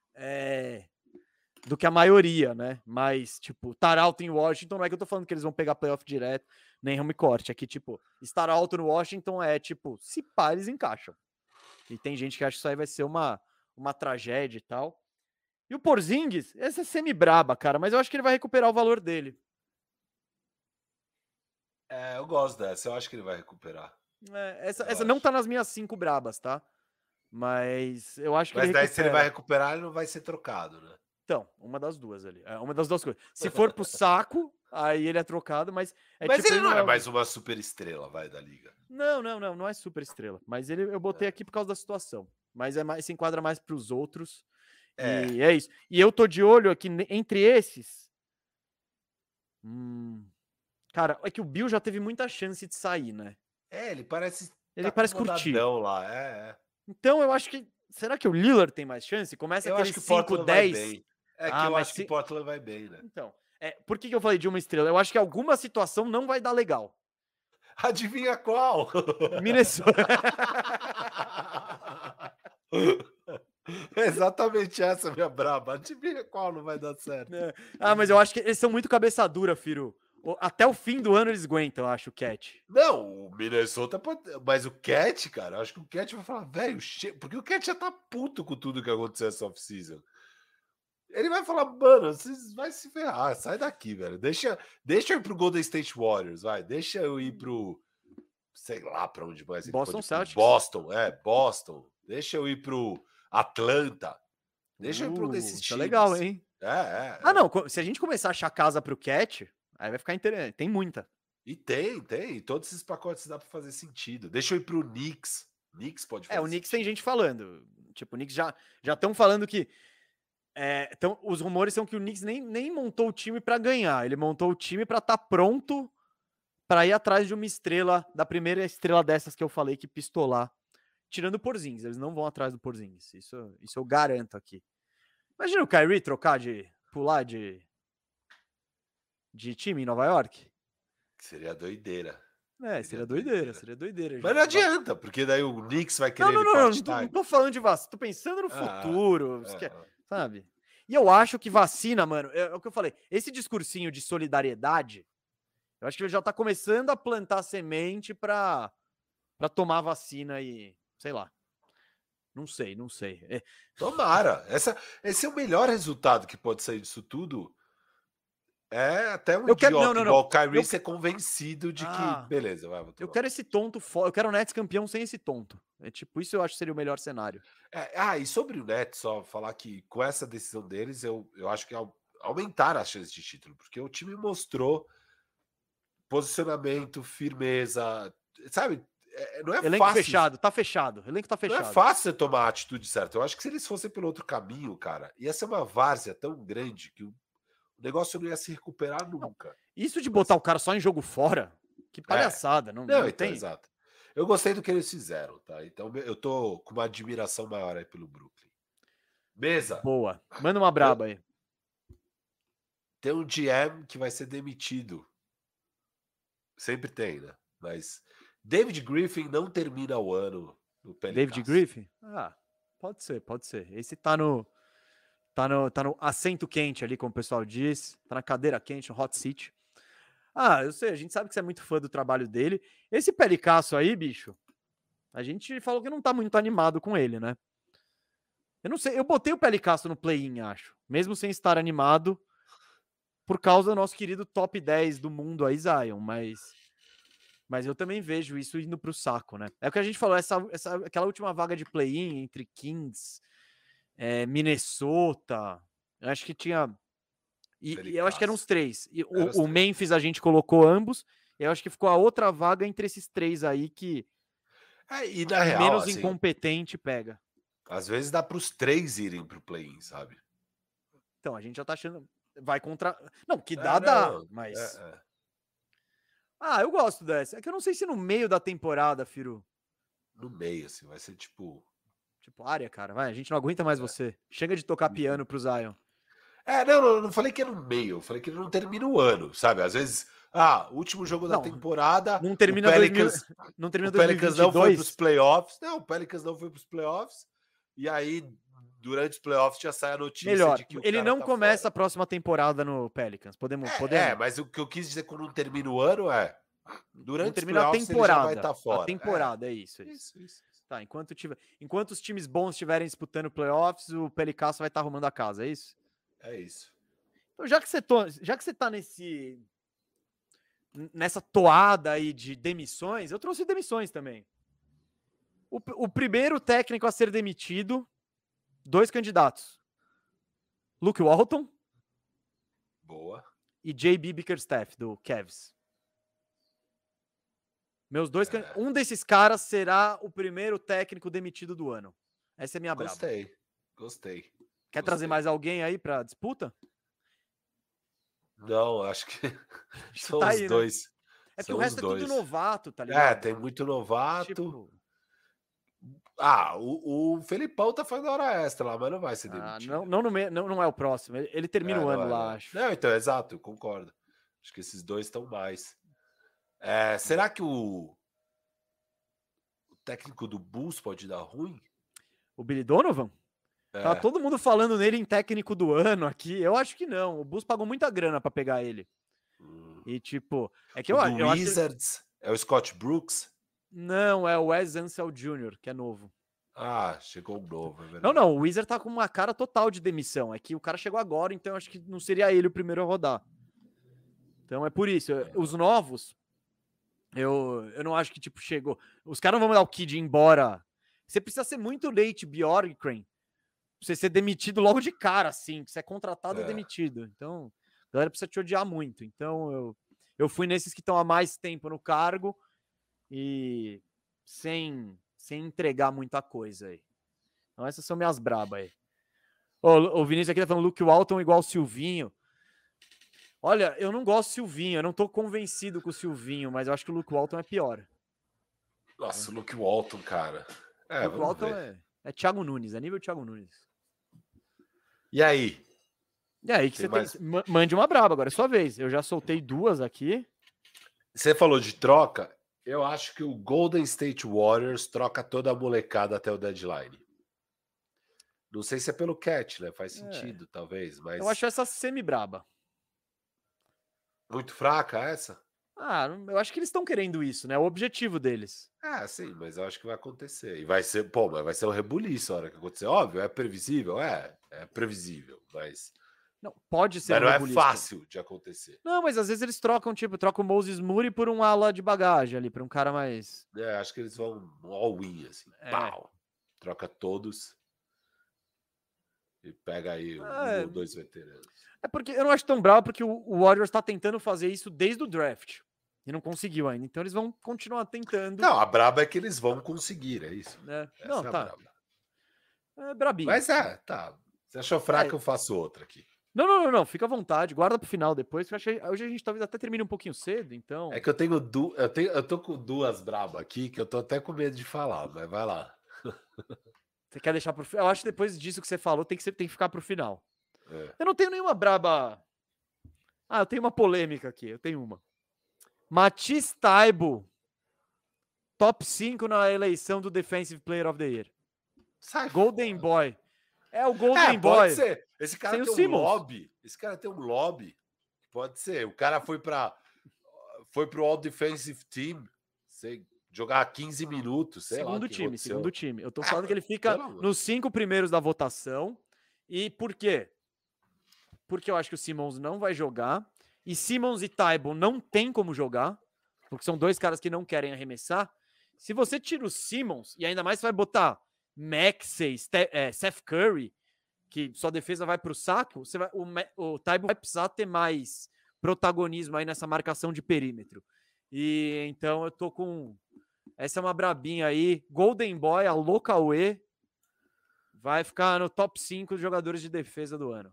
do que a maioria, né? Mas, tipo, estar alto em Washington não é que eu tô falando que eles vão pegar playoff direto, nem home court. É que, tipo, estar alto no Washington é, tipo, se pá, eles encaixam. E tem gente que acha que isso aí vai ser uma tragédia e tal. E o Porzingis, essa é semi-braba, cara, mas eu acho que ele vai recuperar o valor dele. Eu gosto dessa, eu acho que ele vai recuperar. Essa não tá nas minhas 5 brabas, tá? Mas eu acho que Mas ele daí recupera. se ele vai recuperar, ele não vai ser trocado, né? Então, uma das duas ali. Uma das duas coisas. Se for pro saco, aí ele é trocado, mas... Mas tipo, ele não é mais uma super estrela, da liga. Não é super estrela. Mas eu botei aqui por causa da situação. Mas se enquadra mais pros outros. E é isso. E eu tô de olho aqui entre esses. Cara, é que o Bill já teve muita chance de sair, né? Ele parece curtir. lá, Então eu acho que... Será que o Lillard tem mais chance? Começa aquele 5-10. Eu acho que Portland vai bem, né? Então, por que eu falei de uma estrela? Eu acho que alguma situação não vai dar legal. Adivinha qual? Minnesota. Exatamente essa, minha braba. Adivinha qual não vai dar certo. Mas eu acho que eles são muito cabeça dura, Firu. Até o fim do ano eles aguentam, eu acho, o Cat. Não, o Minnesota pode... Mas o Cat, cara, eu acho que o Cat vai falar, velho, porque o Cat já tá puto com tudo que aconteceu essa off-season. Ele vai falar, mano, vocês vai se ferrar, sai daqui, velho. Deixa eu ir pro Golden State Warriors, vai. Deixa eu ir pro... Sei lá pra onde mais ele Boston pode ir. Celtics. Boston. Deixa eu ir pro Atlanta. Deixa eu ir pro um desses times. Tá legal, hein? Não, se a gente começar a achar casa pro Cat, aí vai ficar interessante. Tem muita. E tem. Todos esses pacotes dá pra fazer sentido. Deixa eu ir pro Knicks. Knicks pode fazer o Knicks tem gente falando. Tipo, o Knicks já estão falando que... Então, os rumores são que o Knicks nem montou o time pra ganhar. Ele montou o time pra estar pronto para ir atrás de uma estrela, da primeira estrela dessas que eu falei que pistolar. Tirando o Porzingis, eles não vão atrás do Porzingis. Isso eu garanto aqui. Imagina o Kyrie pular de time em Nova York. Seria doideira. Seria doideira. Mas não adianta, porque daí o Knicks vai querer não tô falando de vacina, tô pensando no futuro, sabe? E eu acho que vacina, mano, é o que eu falei, esse discursinho de solidariedade, eu acho que ele já tá começando a plantar semente pra tomar vacina e, sei lá. Não sei. Tomara. Esse é o melhor resultado que pode sair disso tudo. Até um idiota igual o Kyrie ser convencido de que, beleza, vai. Eu quero esse tonto, eu quero o Nets campeão sem esse tonto. Tipo, isso eu acho que seria o melhor cenário. E sobre o Nets, só falar que com essa decisão deles, eu acho que aumentaram as chances de título, porque o time mostrou posicionamento, firmeza, sabe? Não é elenco fácil. Tá fechado. Elenco tá fechado. Não é fácil você tomar a atitude certa. Eu acho que se eles fossem pelo outro caminho, cara, ia ser uma várzea tão grande que o negócio não ia se recuperar nunca. Isso de botar o cara só em jogo fora, que palhaçada. Não tem. Exato. Eu gostei do que eles fizeram, tá? Então eu tô com uma admiração maior aí pelo Brooklyn. Mesa. Boa. Manda uma braba aí. Tem um GM que vai ser demitido. Sempre tem, né? Mas David Griffin não termina o ano no Pelicans. David Griffin? Pode ser. Esse tá no assento quente ali, como o pessoal diz. Tá na cadeira quente, no hot seat. Eu sei, a gente sabe que você é muito fã do trabalho dele. Esse Pelicasso aí, bicho, a gente falou que não tá muito animado com ele, né? Eu não sei, eu botei o Pelicasso no play-in, acho. Mesmo sem estar animado, por causa do nosso querido top 10 do mundo aí, Zion, mas eu também vejo isso indo pro saco, né? É o que a gente falou, aquela última vaga de play-in entre Kings, Minnesota, eu acho que tinha... E eu acho que eram os 3. E o Memphis a gente colocou ambos, eu acho que ficou a outra vaga entre esses 3 aí que E na real, menos assim, incompetente pega. às vezes dá para os 3 irem pro play-in, sabe? Então, a gente já tá achando... Vai contra... Não, que Não, dá, mas... eu gosto dessa. É que eu não sei se no meio da temporada, Firu. No meio, assim, vai ser tipo... Tipo, área, cara, vai, a gente não aguenta mais você. Chega de tocar piano pro Zion. Não falei que é no meio, eu falei que ele não termina o ano, sabe? Às vezes, último jogo da temporada, não termina o Pelicans, não termina o Pelicans não foi pros 2022. playoffs. Não, o Pelicans não foi pros playoffs. E aí, durante os playoffs, já sai a notícia Melhor, de que o ele cara não tá começa fora. a próxima temporada no Pelicans. Podemos? Mas o que eu quis dizer quando não termina o ano é... Não Durante os termina a playoffs ele já vai temporada. estar fora. A temporada, é isso. Isso. Tá, enquanto os times bons estiverem disputando playoffs, o Pelicans vai estar arrumando a casa, é isso? É isso. Então, já que você tá nessa toada aí de demissões, eu trouxe demissões também. O primeiro técnico a ser demitido, 2 candidatos. Luke Walton. Boa. E J.B. Bickerstaff, do Cavs. Um desses caras será o primeiro técnico demitido do ano. Essa é a minha braba. Gostei. Quer trazer mais alguém aí pra disputa? Não, acho que são tá os aí, dois. Né? É porque o resto é tudo novato, tá ligado? Tem muito novato. Tipo... o Felipão tá fazendo hora extra lá, mas não vai ser demitido. Não é o próximo. Ele termina o ano lá, acho. Não, então, exato, eu concordo. Acho que esses dois estão mais. Será que o técnico do Bulls pode dar ruim? O Billy Donovan? Tá todo mundo falando nele em técnico do ano aqui. Eu acho que não. O Bulls pagou muita grana pra pegar ele. E tipo... É que eu Wizards é o Scott Brooks? Não, é o Wes Unseld Jr., que é novo. Chegou um novo, é verdade. Não, o Wizard tá com uma cara total de demissão. É que o cara chegou agora, então eu acho que não seria ele o primeiro a rodar. Então é por isso. Os novos, eu não acho que, tipo, chegou. Os caras não vão mandar o Kid embora. Você precisa ser muito late, Bjorkgren, pra você ser demitido logo de cara, assim. Que você é contratado ou demitido. Então, a galera precisa te odiar muito. Então, eu fui nesses que estão há mais tempo no cargo e sem entregar muita coisa aí. Então essas são minhas brabas aí. O Vinícius aqui tá falando Luke Walton igual o Silvinho. Olha, eu não gosto do Silvinho, eu não tô convencido com o Silvinho, mas eu acho que o Luke Walton é pior. Nossa, o Luke Walton, cara. Luke Walton é Thiago Nunes, é nível Thiago Nunes. E aí? E aí que você tem... Mande uma braba, agora é sua vez. Eu já soltei 2 aqui. Você falou de troca. Eu acho que o Golden State Warriors troca toda a molecada até o deadline. Não sei se é pelo Cat, né? Faz sentido, talvez, mas... Eu acho essa semi-braba. Muito fraca essa? Eu acho que eles estão querendo isso, né? O objetivo deles. Sim, mas eu acho que vai acontecer. E vai ser, mas vai ser um rebuliço a hora que acontecer. Óbvio, é previsível? É previsível, mas... Não, pode ser. Mas não é fácil de acontecer. Não, mas às vezes eles trocam o Moses Moody por um ala de bagagem ali, por um cara mais... Acho que eles vão all-in, assim. Pau. Troca todos e pega aí um ou 2 veteranos. É porque eu não acho tão bravo, porque o Warriors tá tentando fazer isso desde o draft. E não conseguiu ainda. Então eles vão continuar tentando. Não, a braba é que eles vão conseguir, é isso. Não, tá. É brabinho. Mas tá. Você achou fraca, eu faço outra aqui. Não, fica à vontade, guarda pro final depois, que hoje a gente talvez até termine um pouquinho cedo, então... É que eu tô com 2 brabas aqui, que eu tô até com medo de falar, mas vai lá. Você quer deixar pro final? Eu acho que depois disso que você falou, tem que ficar pro final. Eu não tenho nenhuma braba... eu tenho uma polêmica aqui, eu tenho uma. Matisse Taibo, top 5 na eleição do Defensive Player of the Year. Golden Boy. É o Golden Boy. Pode ser. Esse cara tem um lobby. Esse cara tem um lobby. Pode ser. O cara foi pro All Defensive Team. Jogar 15 minutos. Segundo time. Eu tô falando que ele fica nos 5 primeiros da votação. E por quê? Porque eu acho que o Simmons não vai jogar. E Simmons e Taibo não tem como jogar. Porque são 2 caras que não querem arremessar. Se você tira o Simmons, e ainda mais vai botar Maxey, Seth Curry, que sua defesa vai pro saco, o Taibo vai precisar ter mais protagonismo aí nessa marcação de perímetro. E então eu tô com Essa é uma brabinha aí. Golden Boy, a louca Uê, vai ficar no top 5 de jogadores de defesa do ano.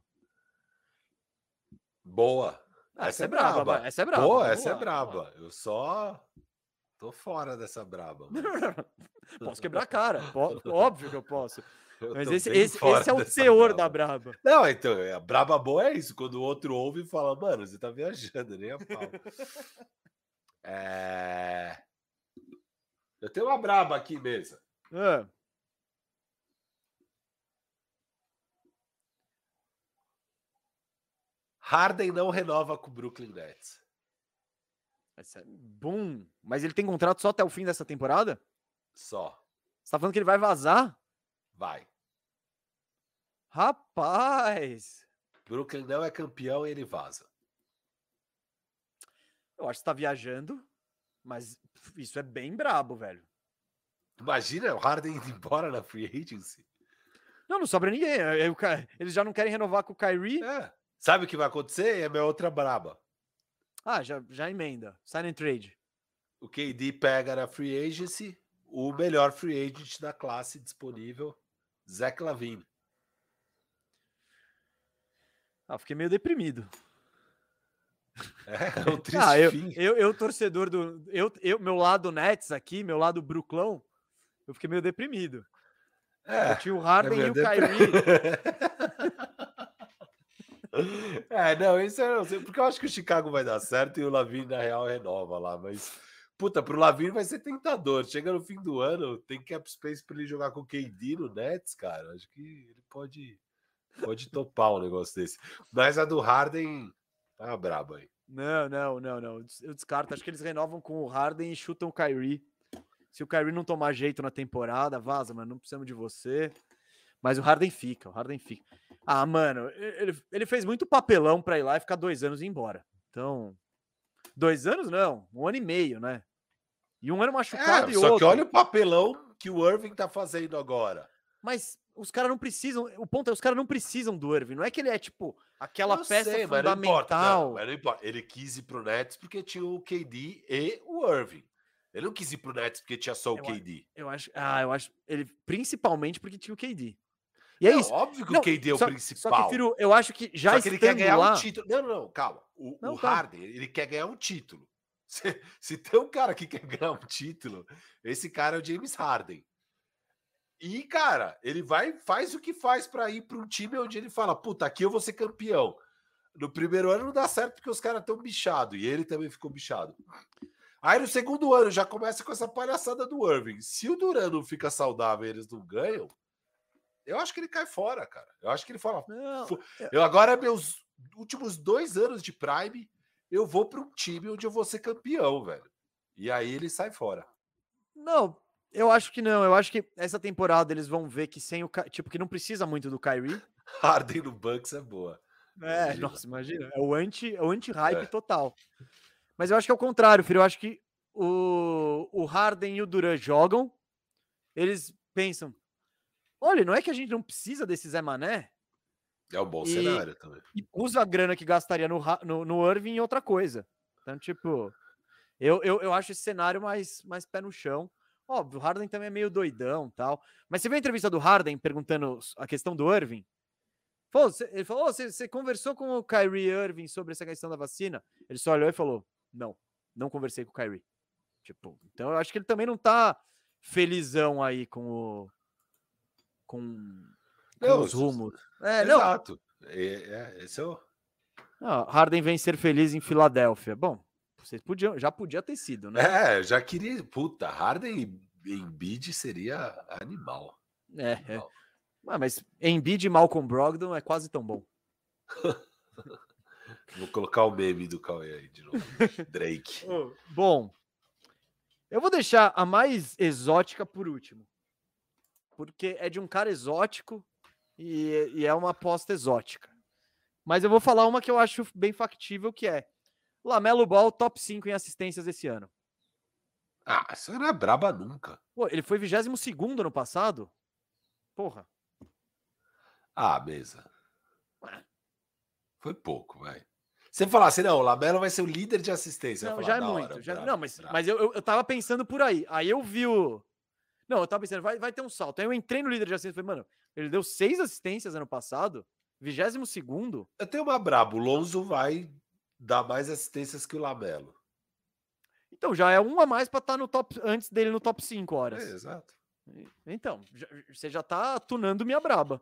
Boa. Essa é braba, vai. Essa é braba. Pô, vamos essa é lá, braba. Eu só tô fora dessa braba. Mas... Posso quebrar a cara. Óbvio que eu posso. Mas esse é o teor da braba. Não, então, a braba boa é isso. Quando o outro ouve e fala, mano, você tá viajando, nem a pau. Eu tenho uma braba aqui mesmo. Harden não renova com o Brooklyn Nets. Boom. Mas ele tem contrato só até o fim dessa temporada? Só. Você tá falando que ele vai vazar? Vai. Rapaz! Brooklyn não é campeão e ele vaza. Eu acho que você tá viajando, mas isso é bem brabo, velho. Imagina o Harden indo embora na free agency. Não sobra ninguém. Eles já não querem renovar com o Kyrie. Sabe o que vai acontecer? É a minha outra braba. Já emenda. Sign and trade. O KD pega na free agency o melhor free agent da classe disponível, Zach LaVine. Fiquei meio deprimido. É um triste fim. Eu torcedor do... meu lado Nets aqui, meu lado Bruclão, eu fiquei meio deprimido. Eu tinha o Harden e o Kyrie. Não, isso eu não sei, porque eu acho que o Chicago vai dar certo e o LaVine, na real, renova lá, mas... Puta, pro LaVine vai ser tentador. Chega no fim do ano, tem cap space pra ele jogar com o KD no Nets, cara. Acho que ele pode topar um negócio desse. Mas a do Harden tá braba aí. Não. Eu descarto. Acho que eles renovam com o Harden e chutam o Kyrie. Se o Kyrie não tomar jeito na temporada, vaza, mano. Não precisamos de você. Mas o Harden fica. Mano, ele fez muito papelão pra ir lá e ficar 2 anos e ir embora. Então, 2 anos não, 1 ano e meio, né? E 1 ano machucado e outro. Só que olha o papelão que o Irving tá fazendo agora. Mas os caras não precisam. O ponto é, os caras não precisam do Irving. Não é que ele é, tipo, aquela peça fundamental. Mas não importa. Ele quis ir pro Nets porque tinha o KD e o Irving. Ele não quis ir pro Nets porque tinha só o KD. Eu acho. Ele principalmente porque tinha o KD. E é isso. Óbvio que o KD é o principal. Só que, Firu, eu acho que já ele quer ganhar um título. Não, calma. O Harden, ele quer ganhar um título. Se tem um cara que quer ganhar um título, esse cara é o James Harden. E, cara, ele faz o que faz para ir para um time onde ele fala, puta, aqui eu vou ser campeão. No primeiro ano não dá certo porque os caras estão bichados. E ele também ficou bichado. Aí no segundo ano já começa com essa palhaçada do Irving. Se o Durant não fica saudável e eles não ganham, eu acho que ele cai fora, cara. Eu acho que ele fala... Agora, meus últimos 2 anos de Prime, eu vou para um time onde eu vou ser campeão, velho. E aí ele sai fora. Não, eu acho que não. Eu acho que essa temporada eles vão ver que sem o... Tipo, que não precisa muito do Kyrie. Harden no Bucks é boa. Imagina. É o anti-hype total. Mas eu acho que é o contrário, filho. Eu acho que o Harden e o Durant jogam, eles pensam... Olha, não é que a gente não precisa desse Zé Mané? É um bom cenário também. E usa a grana que gastaria no Irving em outra coisa. Então, tipo, eu acho esse cenário mais pé no chão. Óbvio, o Harden também é meio doidão e tal. Mas você viu a entrevista do Harden perguntando a questão do Irving? Ele falou, você conversou com o Kyrie Irving sobre essa questão da vacina? Ele só olhou e falou, não conversei com o Kyrie. Tipo, então eu acho que ele também não tá felizão aí com os rumos. Exato. Esse é o... Harden vem ser feliz em Filadélfia. Bom, vocês já podia ter sido, né? Já queria... Puta, Harden e Embiid seria animal. Animal. Mas Embiid e Malcolm Brogdon é quase tão bom. Vou colocar o meme do Cauê aí de novo. Drake. Bom, eu vou deixar a mais exótica por último. Porque é de um cara exótico e é uma aposta exótica. Mas eu vou falar uma que eu acho bem factível, que é LaMelo Ball, top 5 em assistências esse ano. Isso não é braba nunca. Pô, ele foi 22º no passado? Porra. Mesa. Foi pouco, vai. Você falar assim, não, o Lamelo vai ser o líder de assistência. Não, Falar, já é da muito. hora, Já, brabo, não, mas, brabo. mas eu tava pensando por aí. Aí eu vi o. Não, eu tava pensando, vai ter um salto. Aí eu entrei no líder de assistência e falei, mano, ele deu 6 assistências ano passado, 22º. Eu tenho uma braba, o Lonzo vai dar mais assistências que o Lamelo. Então, já é um a mais pra estar no top, antes dele no top 5 horas. Exato. Então, você já tá tunando minha braba.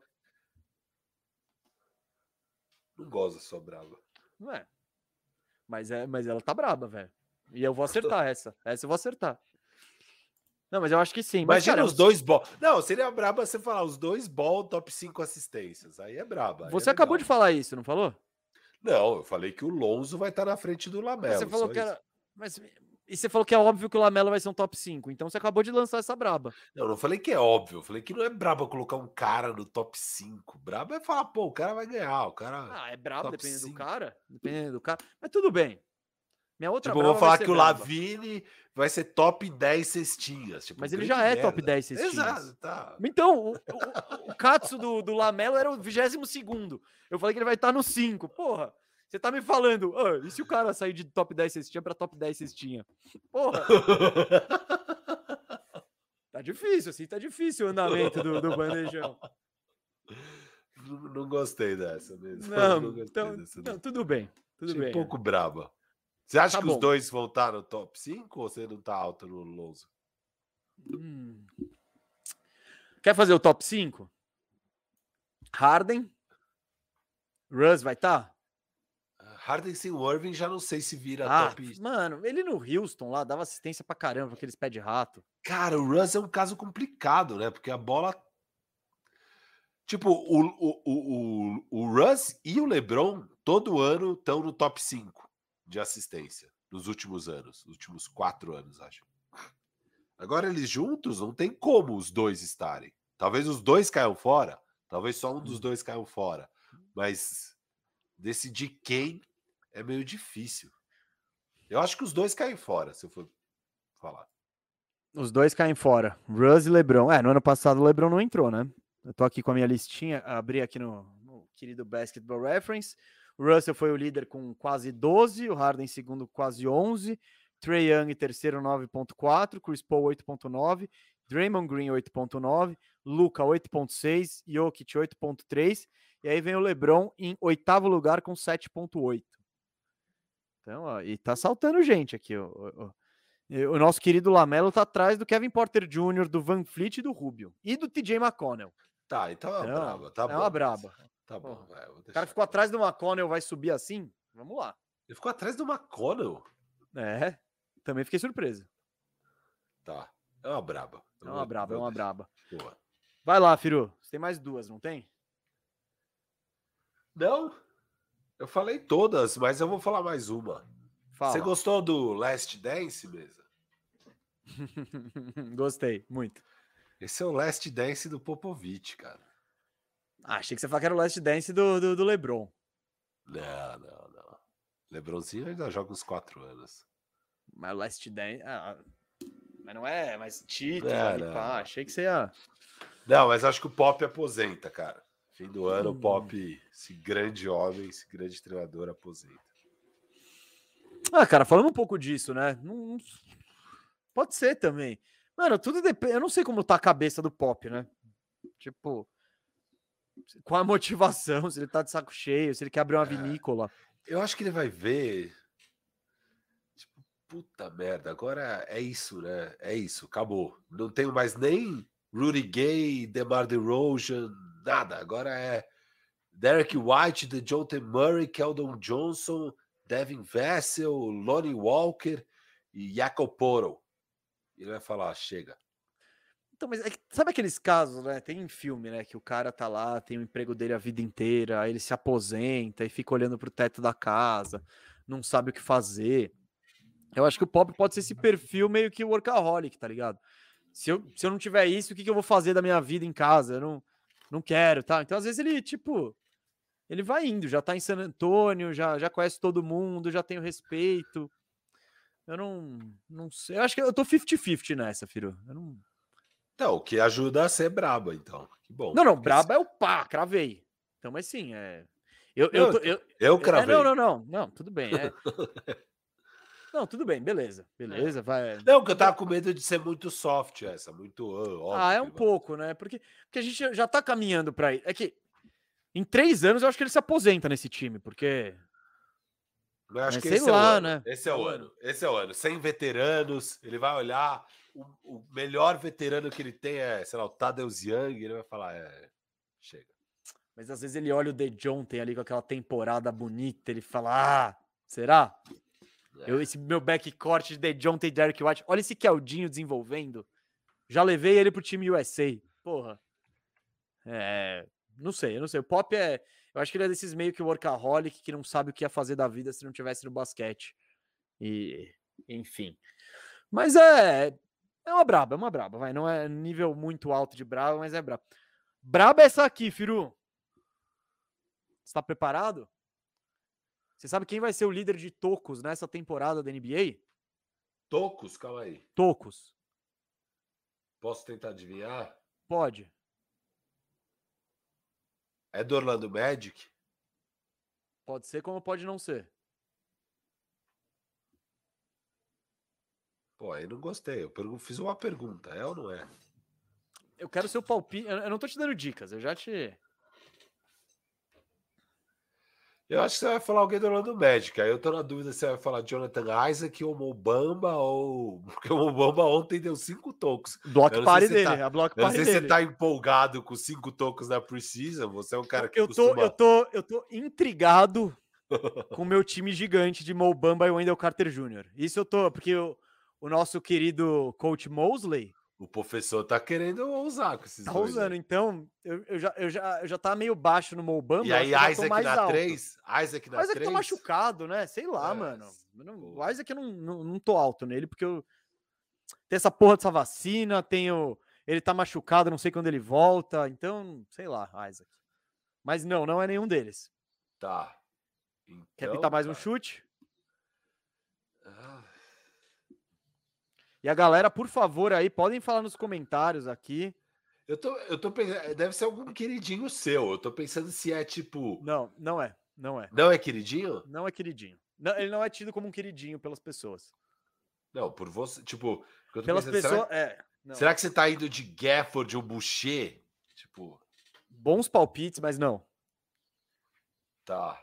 Não gosto da sua braba. Não é? Mas ela tá braba, velho. E eu vou acertar essa. Essa eu vou acertar. Não, mas eu acho que sim. Mas, Imagina cara, os dois ball. Não, seria braba você falar os dois ball, top 5 assistências. Aí é braba. você acabou de falar isso, não falou? Não, eu falei que o Lonzo vai estar na frente do Lamelo. Você falou que era. E você falou que é óbvio que o Lamelo vai ser um top 5. Então você acabou de lançar essa braba. Não falei que é óbvio. Eu falei que não é braba colocar um cara no top 5. Braba é falar, pô, o cara vai ganhar. O cara. Ah, é brabo, top dependendo 5. do cara. Dependendo do cara. Mas tudo bem. Minha outra Tipo, eu braba vou falar vai ser que o braba. Lavine vai ser top 10 cestinhas. Tipo, Mas ele grande já é merda. top 10 cestinhas. Exato, tá. Então, o Katsu do Lamelo era o 22º. Eu falei que ele vai estar no 5. Porra, você tá me falando, e se o cara sair de top 10 cestinha pra top 10 cestinha? Porra. Tá difícil, assim, tá difícil o andamento do bandejão. Não gostei dessa mesmo. Não, gostei então, dessa, não, tudo bem. Tudo Achei bem. um pouco braba. Você acha Tá que os bom. dois vão estar no top 5 ou você não tá alto no Lonzo? Quer fazer o top 5? Harden. Russ vai estar? Harden sem o Irving já não sei se vira top. Mano, ele no Houston lá dava assistência pra caramba com aqueles pés de rato. Cara, o Russ é um caso complicado, né? Porque a bola. Tipo, o Russ e o LeBron todo ano estão no top 5 de assistência nos últimos anos, nos últimos 4 anos, acho. Agora eles juntos não tem como os dois estarem. Talvez os dois caiam fora, talvez só um dos dois caiam fora, mas decidir quem é meio difícil. Eu acho que os dois caem fora, se eu for falar. Os dois caem fora. Russ e LeBron. No ano passado o LeBron não entrou, né? Eu tô aqui com a minha listinha, abri aqui no querido Basketball Reference. O Russell foi o líder com quase 12, o Harden segundo quase 11, Trae Young terceiro 9.4, Chris Paul 8.9, Draymond Green 8.9, Luka 8.6, Jokic 8.3, e aí vem o LeBron em 8º lugar com 7.8. Então, ó, e tá saltando gente aqui, o nosso querido Lamelo tá atrás do Kevin Porter Jr., do Van Fleet e do Rubio. E do TJ McConnell. Tá, então é uma braba. Tá bom. É uma braba. Tá bom. O cara ficou atrás do McConnell, vai subir assim? Vamos lá. Ele ficou atrás do McConnell? Também fiquei surpreso. Tá. É uma braba. É uma braba. Boa. Vai lá, Firu. Você tem mais duas, não tem? Não. Eu falei todas, mas eu vou falar mais uma. Fala. Você gostou do Last Dance, Mesa? Gostei, muito. Esse é o Last Dance do Popovich, cara. Achei que você falou que era o Last Dance do LeBron. Não. LeBronzinho ainda joga uns 4 anos. Mas o Last Dance... mas não é, mas título, não. Achei que você ia... Não, mas acho que o Pop aposenta, cara. Fim do ano, o Pop, esse grande homem, esse grande treinador, aposenta. Cara, falando um pouco disso, né? Não... Pode ser também. Mano, tudo depende. Eu não sei como tá a cabeça do Pop, né? Tipo, com a motivação, se ele tá de saco cheio, se ele quer abrir uma vinícola. Eu acho que ele vai ver. Tipo, puta merda, agora é isso, né? É isso, acabou. Não tenho mais nem Rudy Gay, DeMar DeRozan, nada. Agora é Derek White, DeJounte Murray, Keldon Johnson, Devin Vassell, Lonnie Walker e Jakob Poeltl. Ele vai falar, chega. Então, mas sabe aqueles casos, né? Tem em filme, né? Que o cara tá lá, tem o emprego dele a vida inteira, aí ele se aposenta e fica olhando pro teto da casa, não sabe o que fazer. Eu acho que o Pop pode ser esse perfil meio que workaholic, tá ligado? Se eu não tiver isso, o que eu vou fazer da minha vida em casa? Eu não quero, tá? Então, às vezes, ele, tipo, ele vai indo, já tá em San Antônio, já conhece todo mundo, já tem o respeito. Eu não sei. Eu acho que eu tô 50-50 nessa, Firu. Então, o que ajuda a ser braba, então. Que bom. Não, braba é o pá, cravei. Então, mas sim, Eu cravei. Não, tudo bem. Não, tudo bem, beleza, vai. Não, porque eu tava com medo de ser muito soft essa, muito óbvio. É um pouco, né? Porque a gente já tá caminhando pra ir. É que em 3 anos eu acho que ele se aposenta nesse time, porque. Eu acho que sei esse lá, é o ano. né? Esse é o ano. Esse é o ano. Sem veteranos, ele vai olhar. O melhor veterano que ele tem é, sei lá, o Tadeusz Young. Ele vai falar, chega. Mas às vezes ele olha o DeJounte ali com aquela temporada bonita, ele fala, será? Esse meu backcourt de DeJounte e Derek White, olha esse Keldinho desenvolvendo. Já levei ele pro time USA. Porra. Não sei. O Pop eu acho que ele é desses meio que workaholic que não sabe o que ia fazer da vida se não tivesse no basquete. E, enfim. Mas é uma braba, vai. Não é nível muito alto de braba, mas é braba. Braba é essa aqui, Firu. Você tá preparado? Você sabe quem vai ser o líder de tocos nessa temporada da NBA? Tocos? Calma aí. Tocos. Posso tentar adivinhar? Pode. É do Orlando Magic? Pode ser como pode não ser. Pô, aí não gostei. Eu fiz uma pergunta, é ou não é? Eu quero seu palpite. Eu não tô te dando dicas, eu já te. Eu acho que você vai falar alguém do Orlando Magic. Aí eu tô na dúvida se você vai falar Jonathan Isaac ou Mobamba ou. Porque o Mobamba ontem deu 5 tocos. Block party dele, a block Eu não party sei se você dele. tá empolgado com 5 tocos na preseason. Você é um cara que eu tô intrigado com o meu time gigante de Mobamba e Wendell Carter Jr. Isso eu tô, porque o nosso querido coach Mosley. O professor tá querendo usar com esses tá dois. usando, então eu já tá meio baixo no Mobamba. E aí, Isaac mais na 3? Isaac na 3? tá machucado, né? Sei lá, mano. O Isaac eu não tô alto nele, porque tem essa porra dessa vacina, ele tá machucado, não sei quando ele volta, então, sei lá, Isaac. Mas não é nenhum deles. Tá. Então, Quer pintar mais um chute? E a galera, por favor, aí, podem falar nos comentários aqui. Eu tô pensando, deve ser algum queridinho seu. Eu tô pensando se é tipo. Não é. Não é queridinho? Não é queridinho. Não, ele não é tido como um queridinho pelas pessoas. Não, por você, tipo, eu tô pelas pensando, pessoas, será que você tá indo de Gafford ou Boucher? Tipo, bons palpites, mas não. Tá.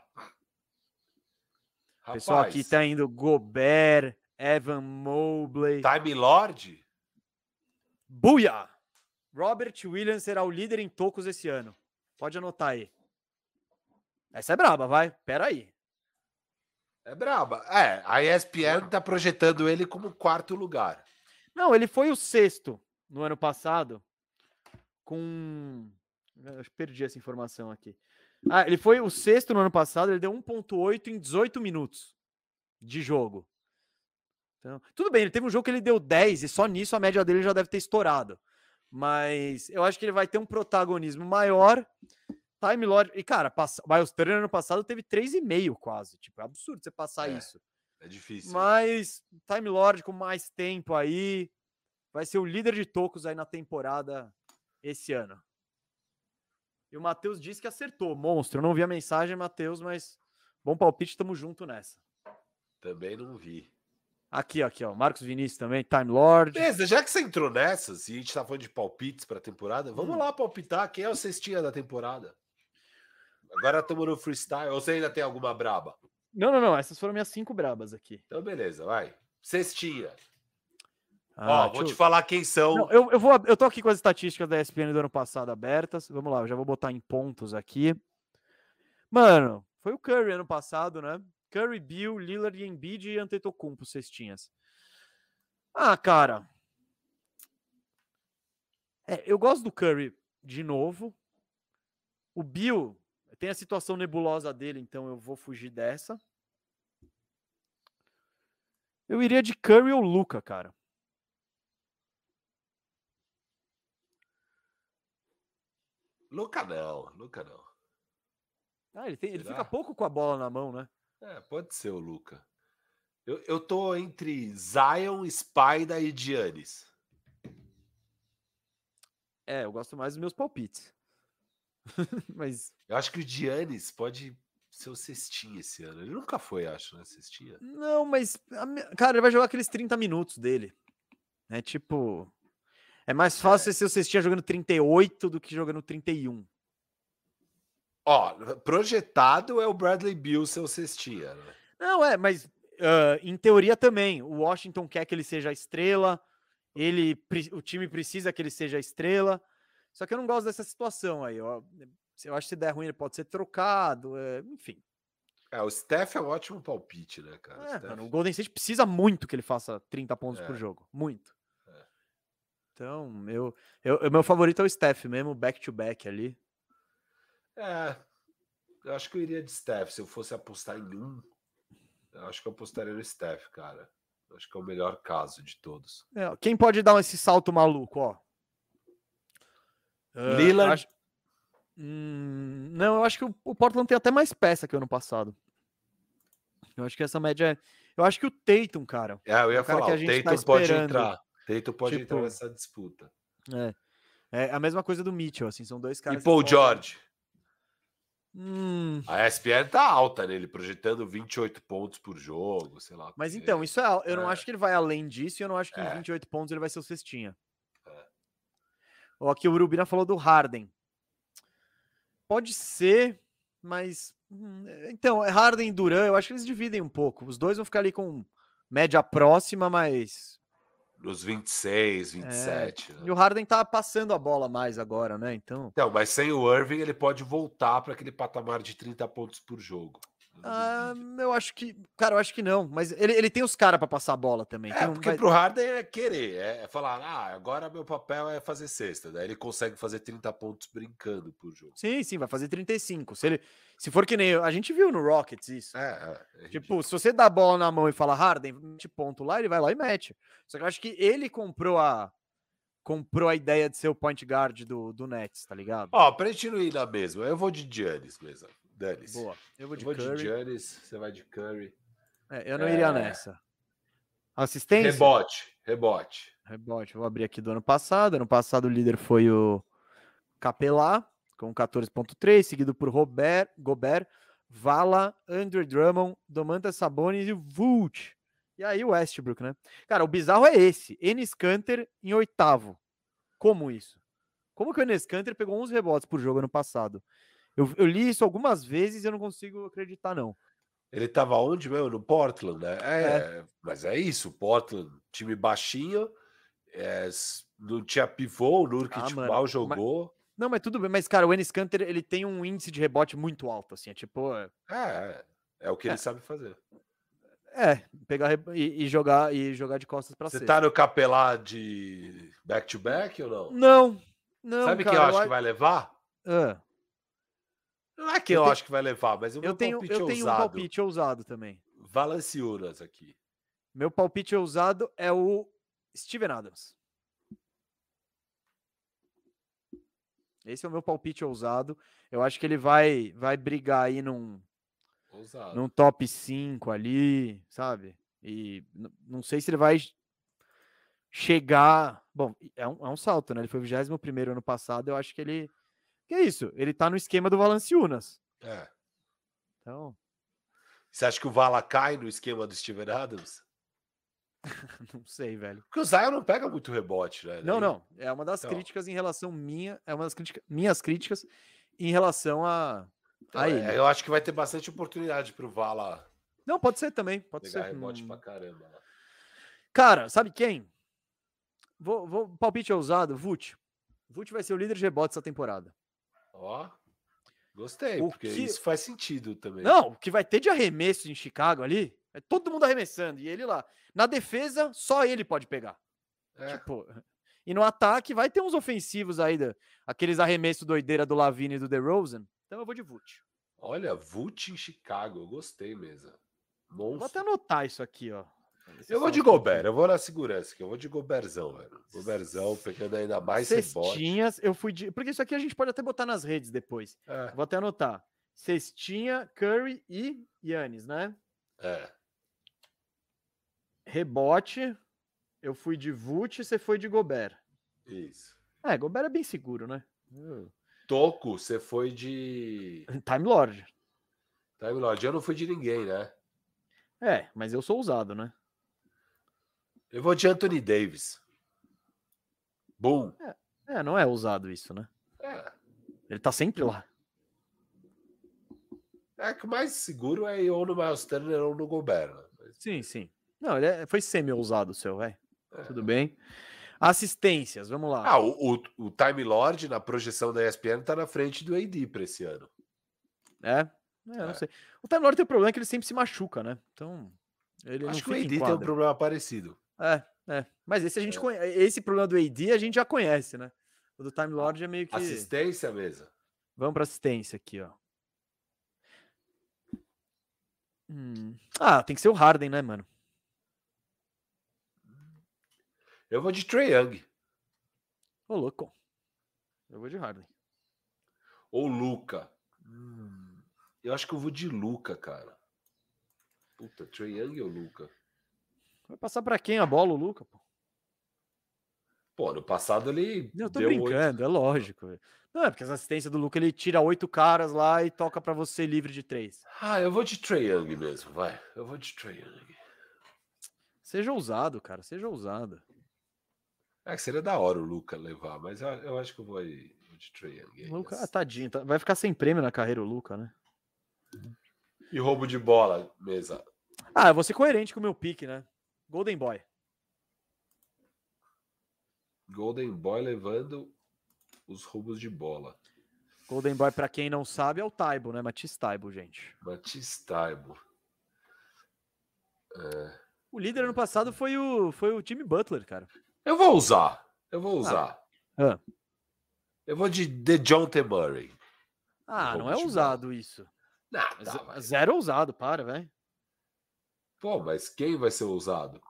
O pessoal aqui tá indo Gobert, Evan Mobley. Time Lord? Buia! Robert Williams será o líder em tocos esse ano. Pode anotar aí. Essa é braba, vai. Pera aí. É braba. A ESPN tá projetando ele como 4º lugar. Não, ele foi o 6º no ano passado com... Eu perdi essa informação aqui. Ele foi o 6º no ano passado, ele deu 1.8 em 18 minutos de jogo. Então, tudo bem, ele teve um jogo que ele deu 10 e só nisso a média dele já deve ter estourado. Mas eu acho que ele vai ter um protagonismo maior. Time Lord. E, cara, Miles Turner ano passado teve 3,5 quase. Tipo, é absurdo você passar isso. É difícil. Mas Time Lord com mais tempo aí vai ser o líder de tocos aí na temporada esse ano. E o Matheus disse que acertou. Monstro. Eu não vi a mensagem, Matheus, mas bom palpite, tamo junto nessa. Também não vi. Aqui, ó. Marcos Vinícius também, Time Lord. Beleza, já que você entrou nessa, se a gente tá falando de palpites pra temporada, vamos lá palpitar quem é o cestinha da temporada. Agora estamos no freestyle. Ou você ainda tem alguma braba? Não. Essas foram minhas 5 brabas aqui. Então, beleza, vai. Cestinha. Vou te falar quem são. Não, eu tô aqui com as estatísticas da ESPN do ano passado abertas. Vamos lá, eu já vou botar em pontos aqui. Mano, foi o Curry ano passado, né? Curry, Bill, Lillard, Embiid e Antetokounmpo, cestinhas. Cara. Eu gosto do Curry de novo. O Bill tem a situação nebulosa dele, então eu vou fugir dessa. Eu iria de Curry ou Luka, cara. Luka não. Ele fica pouco com a bola na mão, né? Pode ser o Luka. Eu tô entre Zion, Spider e Giannis. Eu gosto mais dos meus palpites. Mas eu acho que o Giannis pode ser o cestinha esse ano. Ele nunca foi, acho, né? Cestinha. Não, mas, cara, ele vai jogar aqueles 30 minutos dele. É tipo... É mais fácil ser o cestinha jogando 38 do que jogando 31. Ó, projetado é o Bradley Beal ser o cestinha, né? Não, mas em teoria também. O Washington quer que ele seja a estrela, o time precisa que ele seja a estrela. Só que eu não gosto dessa situação aí. Eu acho que se der ruim ele pode ser trocado, enfim. O Steph é um ótimo palpite, né, cara? Mano, o Golden State precisa muito que ele faça 30 pontos por jogo. Muito. Então, meu favorito é o Steph mesmo, back-to-back ali. Eu acho que eu iria de Steph. Se eu fosse apostar em um, eu acho que eu apostaria no Steph, cara. Eu acho que é o melhor caso de todos. Quem pode dar esse salto maluco, ó? Lillard? Não, eu acho que o Portland tem até mais peça que o ano passado. Eu acho que essa média é... Eu acho que o Tatum, cara. Eu ia falar, o Tatum pode entrar. Tatum pode entrar nessa disputa. É a mesma coisa do Mitchell, assim, são dois caras... E Paul George? A ESPN tá alta nele, projetando 28 pontos por jogo, sei lá. Mas então, isso eu não acho que ele vai além disso e eu não acho que em 28 pontos ele vai ser o cestinha. Aqui o Urubina falou do Harden. Pode ser, mas... Então, Harden e Durant, eu acho que eles dividem um pouco. Os dois vão ficar ali com média próxima, mas... Nos 26, 27. E o Harden tá passando a bola mais agora, né? Então, mas sem o Irving, ele pode voltar para aquele patamar de 30 pontos por jogo. eu acho que... Cara, eu acho que não. Mas ele tem os caras para passar a bola também. Porque pro Harden é querer. É falar, agora meu papel é fazer cesta. Daí ele consegue fazer 30 pontos brincando por jogo. Sim, vai fazer 35. Se for que nem... A gente viu no Rockets isso. Tipo, se você dá a bola na mão e fala Harden, mete ponto lá, ele vai lá e mete. Só que eu acho que ele comprou a ideia de ser o point guard do Nets, tá ligado? Pra gente não ir na mesma, eu vou de Giannis mesmo. Boa. Eu vou de Giannis, você vai de Curry. Eu não iria nessa. Assistência? Rebote. Vou abrir aqui do ano passado. Ano passado o líder foi o Capelá, com 14.3, seguido por Gobert, Vala, Andre Drummond, Domantas Sabonis e o Vult. E aí o Westbrook, né? Cara, o bizarro é esse. Enes Kanter em 8º. Como isso? Como que o Enes Kanter pegou 11 rebotes por jogo ano passado? Eu li isso algumas vezes e eu não consigo acreditar, não. Ele tava onde mesmo? No Portland, né? Mas é isso, Portland, time baixinho, não tinha pivô, o Nurkic mal jogou. Não, mas tudo bem, mas cara, o Enes Kanter, ele tem um índice de rebote muito alto, assim, é o que ele sabe fazer. Pegar e jogar de costas pra cesta. Você tá no Capelá de back-to-back ou não? Não, sabe quem eu acho que vai levar? Não é quem eu acho que vai levar, mas o meu palpite ousado. Eu tenho um palpite ousado também. Valanciunas aqui. Meu palpite ousado é o Steven Adams. Esse é o meu palpite ousado. Eu acho que ele vai brigar aí num top 5 ali, sabe? E não sei se ele vai chegar... Bom, é um salto, né? Ele foi o 21º ano passado. Eu acho que ele... Que é isso? Ele tá no esquema do Valanciunas. Então... Você acha que o Vala cai no esquema do Steven Adams? Não sei, velho. Porque o Zion não pega muito rebote, né? Não. É uma das críticas em relação minhas críticas em relação a ele. Eu acho que vai ter bastante oportunidade pro Vala. Não, pode ser também. Pode pegar ser. Rebote pra caramba. Cara, sabe quem? Vou palpite ousado, Vult. Vult vai ser o líder de rebotes essa temporada. Gostei, porque isso faz sentido também. Não, o que vai ter de arremesso em Chicago ali, é todo mundo arremessando, e ele lá. Na defesa, só ele pode pegar. E no ataque, vai ter uns ofensivos aí, aqueles arremessos doideira do Lavine e do DeRozan. Então eu vou de Vult. Olha, Vult em Chicago, eu gostei mesmo. Vou até anotar isso aqui, ó. Eu vou de Gobert, eu vou na segurança aqui, eu vou de Gobertzão, velho. Gobertzão pegando ainda mais cestinhas, eu fui de... Porque isso aqui a gente pode até botar nas redes depois. Vou até anotar. Cestinha, Curry e Giannis, né? Rebote, eu fui de Vult, você foi de Gobert. Isso. Gobert é bem seguro, né? Toco, você foi de... Time Lord. Time Lord, eu não fui de ninguém, né? É, mas eu sou ousado, né? Eu vou de Anthony Davis. Boom. Não é ousado isso, né? É, Ele tá sempre lá. que o mais seguro é ir ou no Miles Turner ou no Gobert. Né? Mas, Sim. Não, foi semi-ousado o seu, velho. é. Tudo bem. Assistências, vamos lá. Ah, o Time Lord, na projeção da ESPN, tá na frente do AD para esse ano. Não sei. O Time Lord tem o problema que ele sempre se machuca, né? Então, ele Acho não que o fica AD em tem um quadra. problema parecido. Mas esse a gente esse problema do AD a gente já conhece, né? O do Time Lord é meio que... Assistência mesmo. Vamos pra assistência aqui, ó. Tem que ser o Harden, né, mano? Eu vou de Trae Young. Ô, louco. Eu vou de Harden. Ou Luca. Eu acho que eu vou de Luca, cara. Puta, Trae Young ou Luca? Vai passar pra quem a bola, o Luca, pô? Pô, no passado ele Eu tô deu brincando, 8. é lógico. Velho. Não, é porque as assistências do Luca, ele tira 8 caras lá e toca pra você livre de 3. Eu vou de Trae Young mesmo, vai. Eu vou de Trae Young. Seja ousado, cara, seja ousado. Que seria da hora o Luca levar, mas eu acho que eu vou de Trae Young. Luca, tadinho, vai ficar sem prêmio na carreira o Luca, né? E roubo de bola, mesa. Eu vou ser coerente com o meu pique, né? Golden Boy. Golden Boy levando os roubos de bola. Golden Boy, pra quem não sabe, é o Taibo, né? Matisse Taibo, gente. Matisse Taibo. O líder ano passado foi o Jimmy Butler, cara. Eu vou usar. Ah. Eu vou de DeJounte Murray. Não é ousado isso. Não, Zero ousado, para, velho. Pô, mas quem vai ser ousado?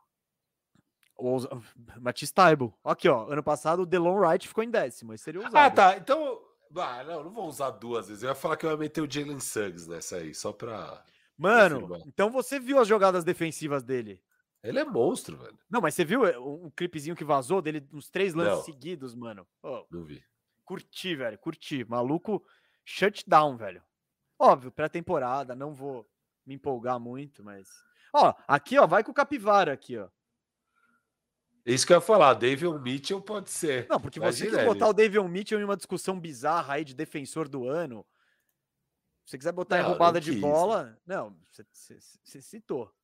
Matisse Taibo. Aqui, ó. Ano passado o DeLon Wright ficou em 10º. Esse seria ousado. Tá. Então. Não vou usar 2 vezes. Eu ia falar que eu ia meter o Jalen Suggs nessa aí, só pra. Mano, confirmar. então você viu as jogadas defensivas dele? Ele é monstro, velho. Não, mas você viu um clipezinho que vazou dele, uns 3 lances seguidos, mano? Não vi. Curti, velho. Curti. Maluco, shutdown, velho. Óbvio, pré-temporada, não vou me empolgar muito, mas... Aqui, ó, vai com o Capivara aqui, ó. Isso que eu ia falar, Davion Mitchell pode ser. Não, porque Imagina você quis botar o Davion Mitchell em uma discussão bizarra aí de defensor do ano. Se você quiser botar em roubada de bola... Não, você citou.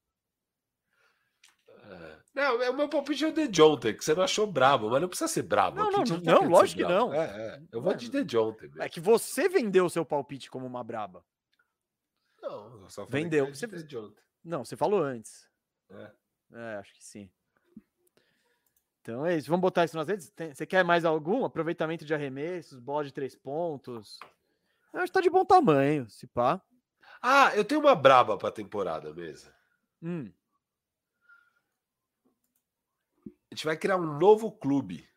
Não, o meu palpite é o DeJounte, que você não achou brabo, mas não precisa ser brabo. Não, lógico que não. Eu vou de DeJounte mesmo. É que você vendeu o seu palpite como uma braba. Não, eu só falei Vendeu. que é de DeJounte. Não, você falou antes. Acho que sim. Então é isso. Vamos botar isso nas redes? Você quer mais algum? Aproveitamento de arremessos, bola de 3 pontos. Eu acho que tá de bom tamanho, se pá. Eu tenho uma braba pra temporada mesmo. A gente vai criar um novo clube.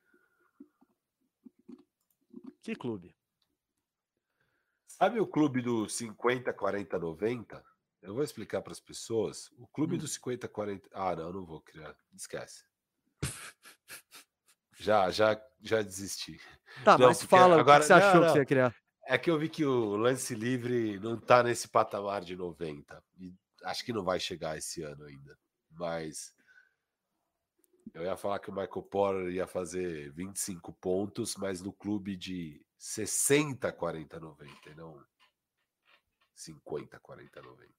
Que clube? Sabe o clube do 50, 40, 90? Eu vou explicar para as pessoas. O clube do 50, 40... não vou criar. Esquece. Já desisti. Tá, não, mas fala agora, o que você achou que você ia criar. É que eu vi que o lance livre não tá nesse patamar de 90. E acho que não vai chegar esse ano ainda. Mas eu ia falar que o Michael Porter ia fazer 25 pontos, mas no clube de 60, 40, 90, e não 50, 40, 90.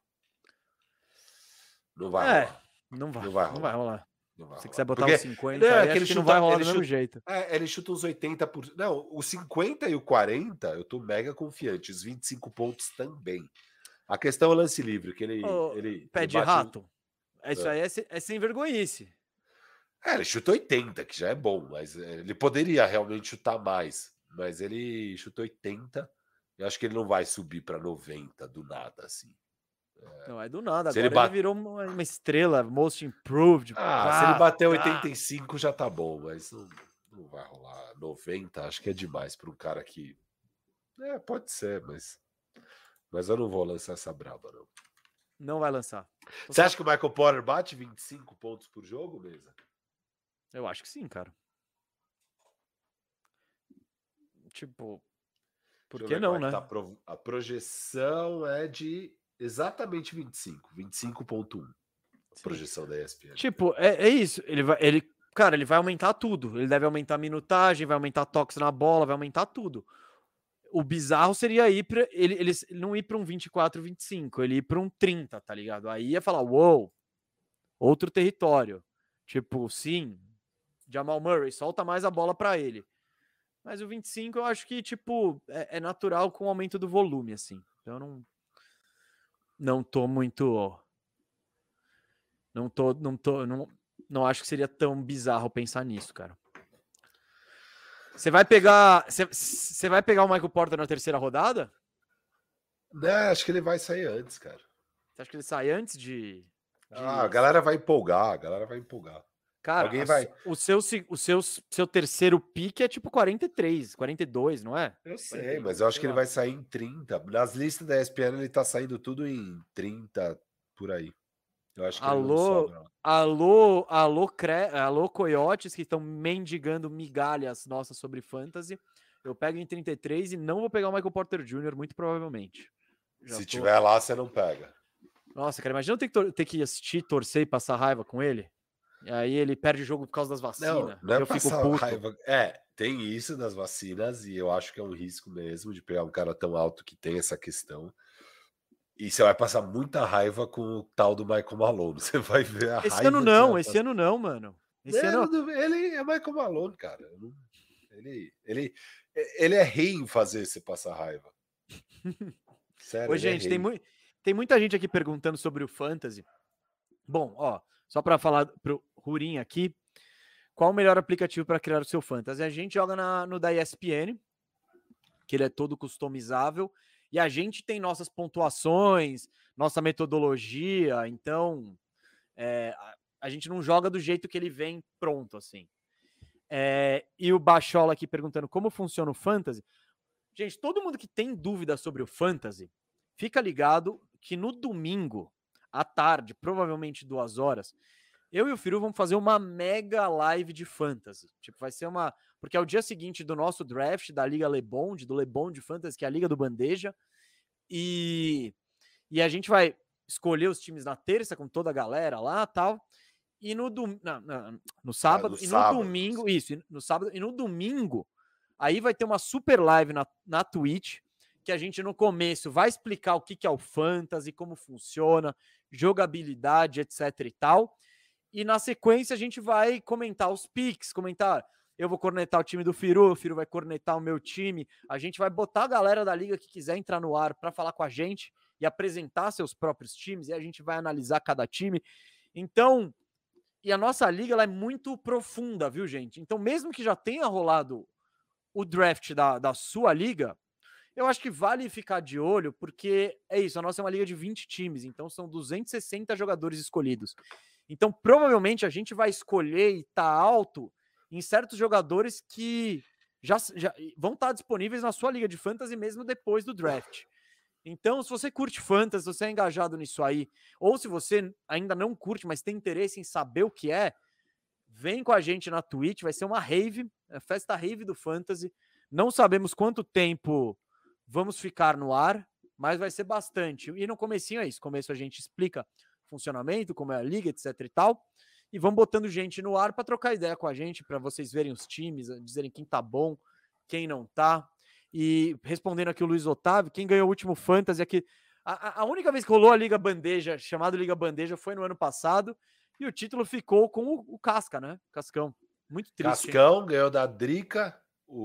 Não vai rolar. Não vai rolar. Se quiser botar porque, uns 50, acho que não vai rolar do mesmo jeito. Ele chuta uns 80%. Não, os 50 e o 40, eu tô mega confiante. Os 25 pontos também. A questão é o lance livre, que ele pé de rato. Isso aí é sem vergonhice. Ele chuta 80, que já é bom, mas ele poderia realmente chutar mais. Mas ele chuta 80. Eu acho que ele não vai subir para 90 do nada, assim. Não é do nada. Se Agora ele virou uma estrela, most improved. Se ele bater 85 já tá bom, mas não vai rolar. 90 acho que é demais para um cara que... pode ser, mas eu não vou lançar essa braba, não. Não vai lançar. Você acha que o Michael Porter bate 25 pontos por jogo, Mesa? Eu acho que sim, cara. Tipo, por que não, né? A projeção é de exatamente 25.1. Projeção da ESPN. Tipo, é isso. Cara, ele vai aumentar tudo. Ele deve aumentar a minutagem, vai aumentar toques na bola, vai aumentar tudo. O bizarro seria ele não ir para um 24, 25, ele ir para um 30, tá ligado? Aí ia falar, uou, outro território. Tipo, sim, Jamal Murray, solta mais a bola para ele. Mas o 25 eu acho que, tipo, é natural com o aumento do volume, assim. Então eu não tô muito... Não acho que seria tão bizarro pensar nisso, cara. Você vai pegar o Michael Porter na terceira rodada? Né, acho que ele vai sair antes, cara. Você acha que ele sai antes de... A galera vai empolgar, Cara, alguém vai... o seu terceiro pique é tipo 43, 42, não é? Eu sei, mas eu acho que ele vai sair em 30. Nas listas da ESPN ele tá saindo tudo em 30, por aí. Eu acho que ele não sobra. Alô, coiotes que estão mendigando migalhas nossas sobre fantasy. Eu pego em 33 e não vou pegar o Michael Porter Jr., muito provavelmente. Se tiver lá, você não pega. Nossa, cara, imagina eu ter que assistir, torcer e passar raiva com ele. E aí ele perde o jogo por causa das vacinas. Não é eu fico passar puto. raiva. Tem isso das vacinas e eu acho que é um risco mesmo de pegar um cara tão alto que tem essa questão. E você vai passar muita raiva com o tal do Michael Malone. Você vai ver a esse raiva. Esse ano não, mano. Ele é Michael Malone, cara. Ele é rei em fazer você passar raiva. Sério. Ô, gente, tem muita gente aqui perguntando sobre o Fantasy. Bom, ó, só para falar pro Rurim aqui, qual o melhor aplicativo para criar o seu Fantasy? A gente joga no da ESPN, que ele é todo customizável, e a gente tem nossas pontuações, nossa metodologia, então a gente não joga do jeito que ele vem pronto, assim. E o Bachola aqui perguntando como funciona o Fantasy. Gente, todo mundo que tem dúvida sobre o Fantasy, fica ligado que no domingo, à tarde, provavelmente 2 horas, eu e o Firu vamos fazer uma mega live de Fantasy. Tipo, vai ser porque é o dia seguinte do nosso draft da Liga LeBond, do LeBond Fantasy, que é a Liga do Bandeja. E a gente vai escolher os times na terça com toda a galera lá e tal. E no sábado, no domingo, no sábado, e no domingo, aí vai ter uma super live na Twitch, que a gente no começo vai explicar o que é o Fantasy, como funciona, jogabilidade, etc e tal. E na sequência a gente vai comentar os picks, eu vou cornetar o time do Firu, o Firu vai cornetar o meu time, a gente vai botar a galera da liga que quiser entrar no ar para falar com a gente e apresentar seus próprios times, e a gente vai analisar cada time. Então, e a nossa liga ela é muito profunda, viu, gente? Então, mesmo que já tenha rolado o draft da sua liga, eu acho que vale ficar de olho, porque é isso, a nossa é uma liga de 20 times, então são 260 jogadores escolhidos. Então, provavelmente, a gente vai escolher e tá alto em certos jogadores que já vão estar disponíveis na sua liga de fantasy mesmo depois do draft. Então, se você curte fantasy, se você é engajado nisso aí, ou se você ainda não curte, mas tem interesse em saber o que é, vem com a gente na Twitch, vai ser uma rave, a festa rave do fantasy. Não sabemos quanto tempo vamos ficar no ar, mas vai ser bastante. E no comecinho é isso, no começo a gente explica funcionamento, como é a liga, etc e tal, e vamos botando gente no ar para trocar ideia com a gente, para vocês verem os times, dizerem quem tá bom, quem não tá. E respondendo aqui o Luiz Otávio, quem ganhou o último Fantasy aqui, a única vez que rolou a Liga Bandeja, chamado Liga Bandeja, foi no ano passado, e o título ficou com o Casca, né? Cascão. Muito triste. Cascão ganhou da Drica,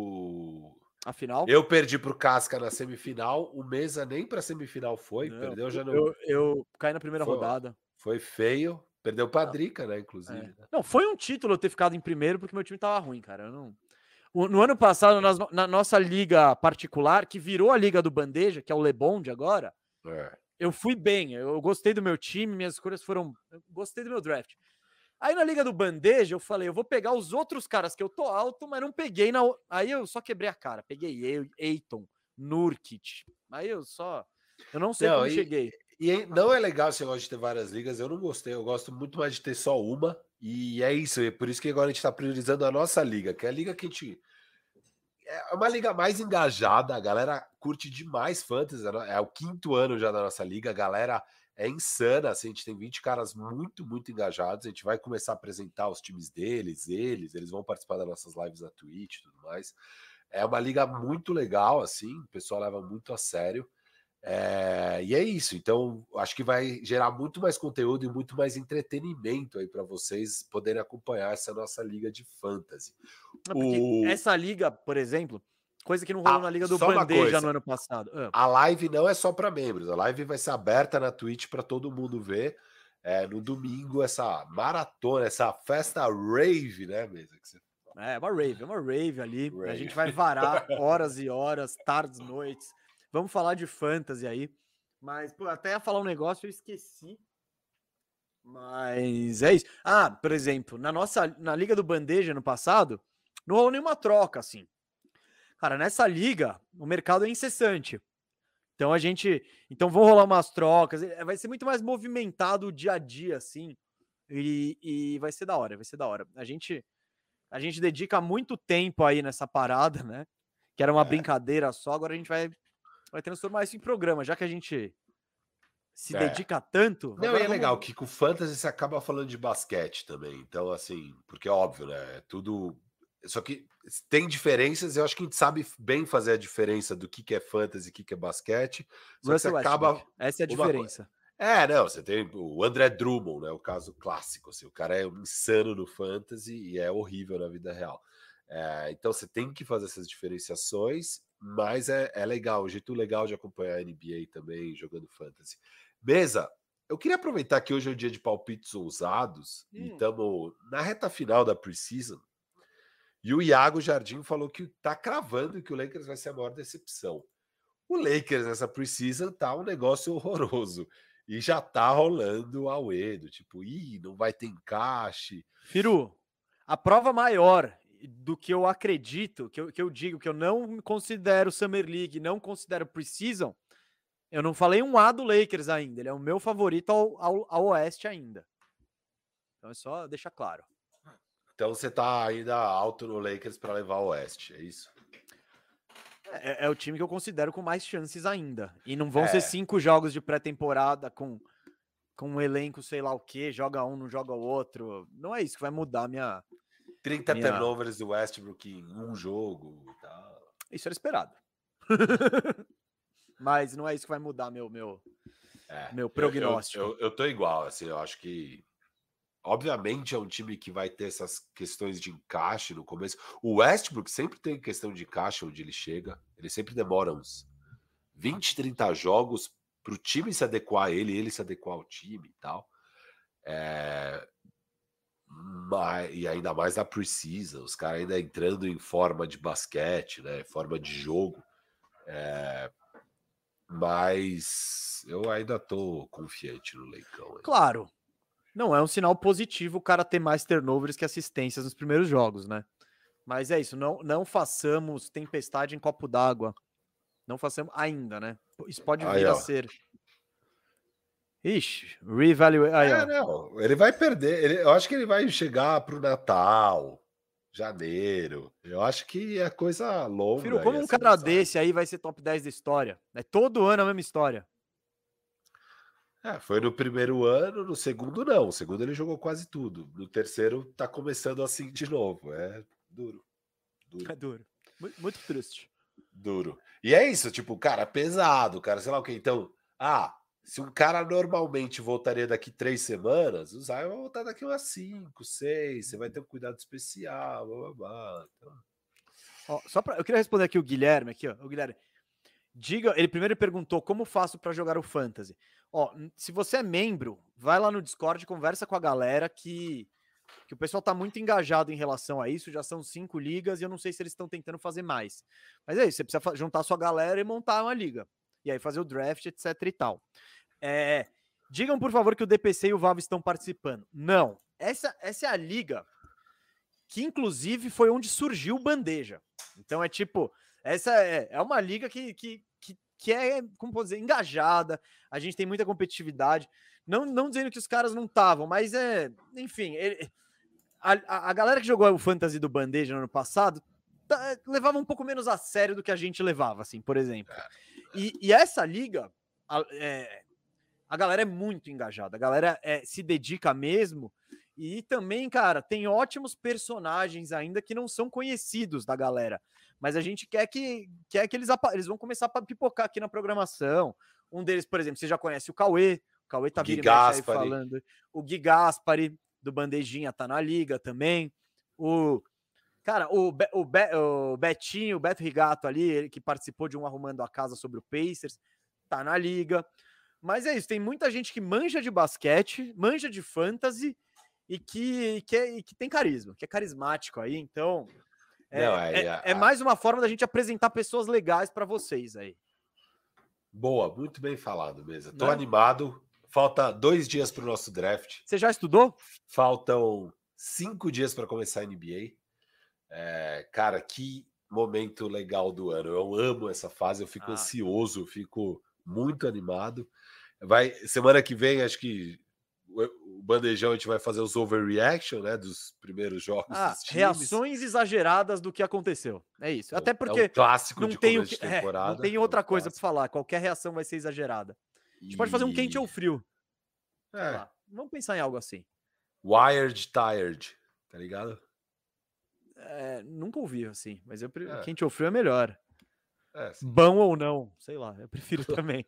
a final. Eu perdi pro Casca na semifinal, o Mesa nem pra semifinal foi, perdeu já no... Eu caí na primeira rodada. Foi feio, perdeu pra Drica, né, inclusive. Não, foi um título eu ter ficado em primeiro, porque meu time tava ruim, cara. No ano passado, na nossa liga particular, que virou a Liga do Bandeja, que é o LeBond agora, eu fui bem, eu gostei do meu time, minhas escolhas foram... Eu gostei do meu draft. Aí na Liga do Bandeja, eu falei, eu vou pegar os outros caras que eu tô alto, mas não peguei Aí eu só quebrei a cara. Peguei Eiton, Nurkic. Aí eu não sei como cheguei. E não é legal você gosta de ter várias ligas, eu não gostei. Eu gosto muito mais de ter só uma. E é isso, é por isso que agora a gente tá priorizando a nossa liga, que é a liga que a gente... É uma liga mais engajada, a galera curte demais Fantasy, é o 5º ano já da nossa liga, a galera é insana, assim, a gente tem 20 caras muito, muito engajados, a gente vai começar a apresentar os times deles, eles vão participar das nossas lives na Twitch e tudo mais. É uma liga muito legal, assim, o pessoal leva muito a sério. E é isso, então acho que vai gerar muito mais conteúdo e muito mais entretenimento aí para vocês poderem acompanhar essa nossa liga de fantasy. Porque essa liga, por exemplo, coisa que não rolou na liga do Bandeja no ano passado. A live não é só para membros, a live vai ser aberta na Twitch para todo mundo ver. No domingo, essa maratona, essa festa rave, né, Mesa? É uma rave ali. Rave. A gente vai varar horas e horas, tardes, noites. Vamos falar de fantasy aí. Mas, pô, até ia falar um negócio, eu esqueci. Mas é isso. Por exemplo, na Liga do Bandeja no passado, não rolou nenhuma troca, assim. Cara, nessa liga, o mercado é incessante. Então vão rolar umas trocas. Vai ser muito mais movimentado o dia a dia, assim. E vai ser da hora, vai ser da hora. A gente dedica muito tempo aí nessa parada, né? Que era uma brincadeira só, agora a gente vai transformar isso em programa, já que a gente se dedica tanto. Não, é legal que com o Fantasy você acaba falando de basquete também. Então, assim, porque é óbvio, né? É tudo. Só que tem diferenças, eu acho que a gente sabe bem fazer a diferença do que é fantasy e o que é basquete. Só que você acaba. Essa é a diferença. Você tem o André Drummond, né? O caso clássico. Assim, o cara é insano no fantasy e é horrível na vida real. Então você tem que fazer essas diferenciações, mas é legal, um jeito legal de acompanhar a NBA também, jogando fantasy. Mesa, eu queria aproveitar que hoje é o dia de palpites ousados e estamos na reta final da preseason. E o Iago Jardim falou que tá cravando que o Lakers vai ser a maior decepção. O Lakers nessa preseason tá um negócio horroroso. E já tá rolando o auê, do tipo, não vai ter encaixe. Firu, a prova maior do que eu acredito, que eu digo que eu não considero Summer League, não considero Preseason, eu não falei um A do Lakers ainda, ele é o meu favorito ao Oeste ainda. Então é só deixar claro. Então você tá ainda alto no Lakers para levar o Oeste, é isso? É o time que eu considero com mais chances ainda. E não vão ser 5 jogos de pré-temporada com um elenco sei lá o quê, joga um, não joga o outro. Não é isso que vai mudar a minha... 30 turnovers do Westbrook em um jogo e tal. Isso era esperado. Mas não é isso que vai mudar meu prognóstico. Eu tô igual, assim, eu acho que obviamente é um time que vai ter essas questões de encaixe no começo. O Westbrook sempre tem questão de encaixe onde ele chega. Ele sempre demora uns 20, 30 jogos para o time se adequar a ele se adequar ao time e tal. E ainda mais na preseason, os caras ainda entrando em forma de basquete, né? Forma de jogo. Mas eu ainda tô confiante no Leicão. Claro. Não é um sinal positivo o cara ter mais turnovers que assistências nos primeiros jogos, né? Mas é isso, não façamos tempestade em copo d'água. Não façamos ainda, né? Isso pode vir a ser. Ixi, revalue. Não, ele vai perder. Eu acho que ele vai chegar pro Natal, janeiro. Eu acho que é coisa longa. Filho, como um cara desse aí vai ser top 10 da história? É todo ano a mesma história. Foi no primeiro ano, no segundo não. No segundo ele jogou quase tudo. No terceiro tá começando assim de novo. É duro. É duro. Muito triste. Duro. E é isso, tipo, cara, pesado, cara, sei lá o que. Então, se um cara normalmente voltaria daqui 3 semanas, o Zion vai voltar daqui umas 5, 6. Você vai ter um cuidado especial, blá, blá, blá. Então... eu queria responder aqui o Guilherme, o Guilherme. Ele primeiro perguntou como faço para jogar o Fantasy. Se você é membro, vai lá no Discord, conversa com a galera que o pessoal tá muito engajado em relação a isso, já são 5 ligas e eu não sei se eles estão tentando fazer mais. Mas é isso, você precisa juntar a sua galera e montar uma liga. E aí fazer o draft, etc e tal. Digam, por favor, que o DPC e o Valve estão participando. Não. Essa é a liga que, inclusive, foi onde surgiu o Bandeja. Então essa é uma liga que é, como pode dizer, engajada. A gente tem muita competitividade. Não dizendo que os caras não estavam, mas enfim, a galera que jogou o Fantasy do Bandeja no ano passado levava um pouco menos a sério do que a gente levava, assim, por exemplo. E essa liga, a galera é muito engajada, a galera se dedica mesmo. E também, cara, tem ótimos personagens ainda que não são conhecidos da galera. Mas a gente quer que eles vão começar a pipocar aqui na programação. Um deles, por exemplo, você já conhece o Cauê. O Cauê tá vira e mexe aí falando. O Gui Gaspari, do Bandejinha, tá na liga também. Cara, o Betinho, o Beto Rigato ali, ele que participou de um Arrumando a Casa sobre o Pacers, tá na liga. Mas é isso, tem muita gente que manja de basquete, manja de fantasy e que tem carisma, que é carismático aí. Então, é mais uma forma da gente apresentar pessoas legais para vocês aí. Boa, muito bem falado mesmo. Tô animado. Falta 2 dias para o nosso draft. Você já estudou? Faltam 5 dias para começar a NBA. Cara, que momento legal do ano. Eu amo essa fase, eu fico ansioso, fico muito animado. Semana que vem, acho que o Bandejão a gente vai fazer os overreaction, né, dos primeiros jogos dos times. Reações exageradas do que aconteceu. É isso. Até porque é um clássico não de tem começo de temporada. Não tem outra coisa para falar. Qualquer reação vai ser exagerada. A gente pode fazer um quente ou frio. Vamos pensar em algo assim. Wired Tired, tá ligado? Nunca ouvi assim, mas quente ou frio é melhor. Sim. Bom ou não, sei lá, eu prefiro também.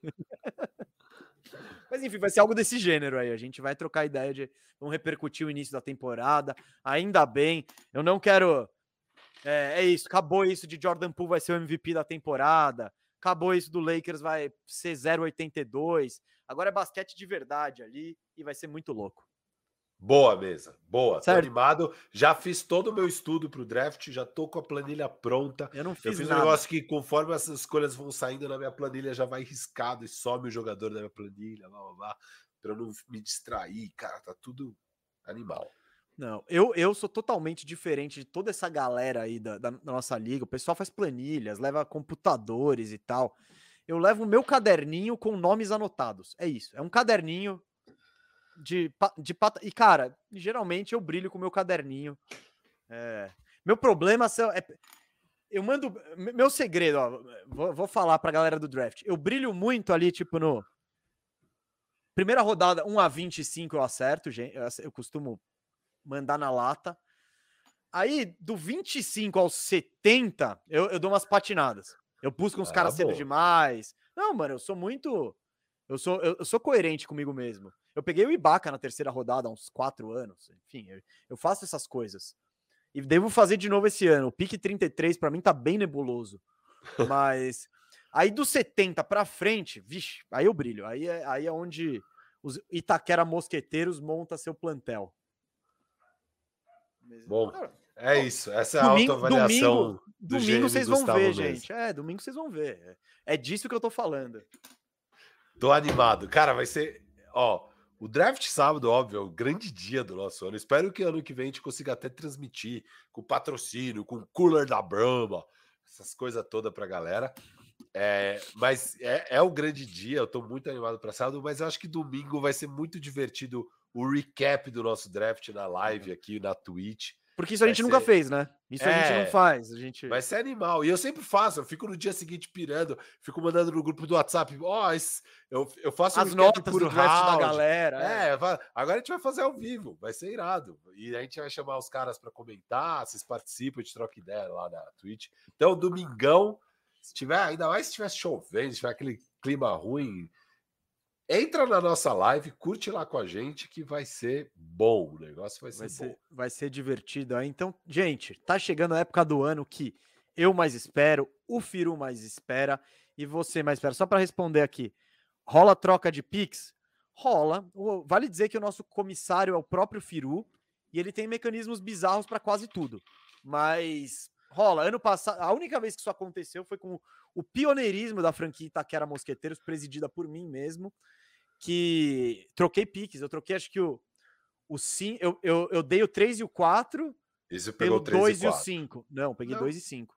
Mas enfim, vai ser algo desse gênero aí. A gente vai trocar ideia vamos repercutir o início da temporada. Ainda bem, eu não quero. É isso, acabou isso de Jordan Poole vai ser o MVP da temporada. Acabou isso do Lakers vai ser 0,82. Agora é basquete de verdade ali e vai ser muito louco. Boa, mesa. Boa. Certo. Tô animado. Já fiz todo o meu estudo pro draft, já tô com a planilha pronta. Eu fiz nada. um negócio que, conforme essas escolhas vão saindo na minha planilha, já vai riscado e some o jogador da minha planilha, pra eu não me distrair. Cara, tá tudo animal. Não, eu sou totalmente diferente de toda essa galera aí da nossa liga. O pessoal faz planilhas, leva computadores e tal. Eu levo o meu caderninho com nomes anotados. É isso. É um caderninho de pata. E, cara, geralmente eu brilho com o meu caderninho. Meu problema eu mando. Meu segredo, ó. Vou falar pra galera do draft. Eu brilho muito ali, tipo, no. Primeira rodada, 1 a 25 eu acerto, gente. Eu costumo mandar na lata. Aí, do 25 aos 70, eu dou umas patinadas. Eu busco uns caras cedo demais. Não, mano, eu sou muito. Eu sou coerente comigo mesmo. Eu peguei o Ibaka na terceira rodada há uns 4 anos. Enfim, eu faço essas coisas. E devo fazer de novo esse ano. O pique 33 para mim tá bem nebuloso. Mas aí do 70 para frente, vixe, aí eu brilho. Aí é onde os Itaquera Mosqueteiros monta seu plantel. Bom, isso. Essa é a autoavaliação domingo vocês vão ver, gente. Domingo vocês vão ver. É disso que eu tô falando. Tô animado. Cara, vai ser... o draft sábado, óbvio, é o grande dia do nosso ano. Espero que ano que vem a gente consiga até transmitir com patrocínio, com cooler da Brahma, essas coisas todas pra galera. Mas é o grande dia, eu tô muito animado para sábado, mas eu acho que domingo vai ser muito divertido o recap do nosso draft na live aqui na Twitch. Porque isso a gente nunca fez, né? Isso a gente não faz. Vai ser animal. E eu sempre faço, eu fico no dia seguinte pirando, fico mandando no grupo do WhatsApp, eu faço as notas do draft da galera. Agora a gente vai fazer ao vivo, vai ser irado. E a gente vai chamar os caras para comentar, vocês participam, a gente troca ideia lá na Twitch. Então, domingão, ainda mais se estiver chovendo, se tiver aquele clima ruim, entra na nossa live, curte lá com a gente que vai ser bom. O negócio vai ser bom. Vai ser divertido aí. Então, gente, tá chegando a época do ano que eu mais espero, o Firu mais espera e você mais espera. Só para responder aqui, rola troca de Pix? Rola. Vale dizer que o nosso comissário é o próprio Firu e ele tem mecanismos bizarros para quase tudo. Mas rola. Ano passado, a única vez que isso aconteceu foi com o pioneirismo da franquia Itaquera Mosqueteiros, presidida por mim mesmo, que troquei piques. Eu troquei, acho que o 5. Eu dei o 3 e o 4 pelo 2 e o 5. Não, peguei 2 e 5.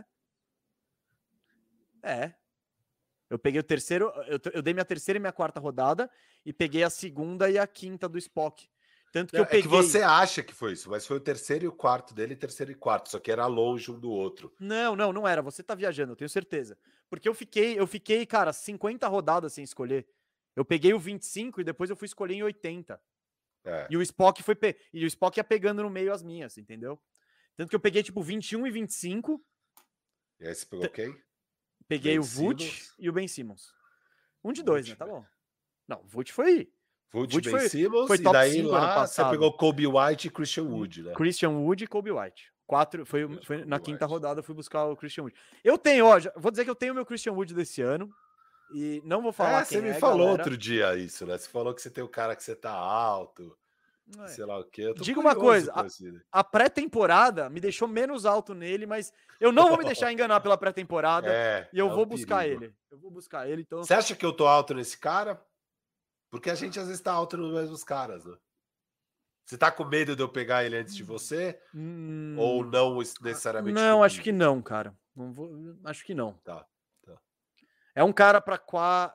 Eu peguei o terceiro. Eu dei minha terceira e minha quarta rodada e peguei a segunda e a quinta do Spock. Tanto que Não, eu peguei... É que você acha que foi isso, mas foi o terceiro e o quarto dele, terceiro e quarto, só que era longe um do outro. Não era. Você tá viajando, eu tenho certeza. Porque eu fiquei, cara, 50 rodadas sem escolher. Eu peguei o 25 e depois eu fui escolher em 80. É. E o Spock e o Spock ia pegando no meio as minhas, entendeu? Tanto que eu peguei, tipo, 21 e 25. E aí você pegou quem? Peguei Ben o Vult Simmons. e o Ben Simmons. Um de dois, Vult, né? Tá Ben- bom. Não, o Vult foi... Vult, Vult Ben Simmons, foi e top daí 5 ano lá você passado. pegou Kobe White e Christian Wood, né? Christian Wood e Kobe White. Foi na Kobe quinta White. rodada, eu fui buscar o Christian Wood. Eu tenho, ó, vou dizer que eu tenho o meu Christian Wood desse ano. E não vou falar Você quem me é, falou galera. outro dia isso, né? Você falou que você tem o cara que você tá alto, sei lá o quê. Eu tô Diga uma curioso coisa, com esse, né? a pré-temporada me deixou menos alto nele, mas eu não vou me deixar enganar pela pré-temporada e eu vou um buscar perigo. ele. Eu vou buscar ele, então... Você acha que eu tô alto nesse cara? Porque a gente às vezes tá alto nos mesmos caras, né? Você tá com medo de eu pegar ele antes de você? Ou não necessariamente Não, comigo? acho que não, cara. Não vou, acho que não. Tá. É um cara pra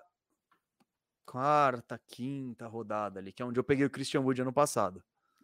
quarta, quinta rodada ali, que é onde eu peguei o Christian Wood ano passado.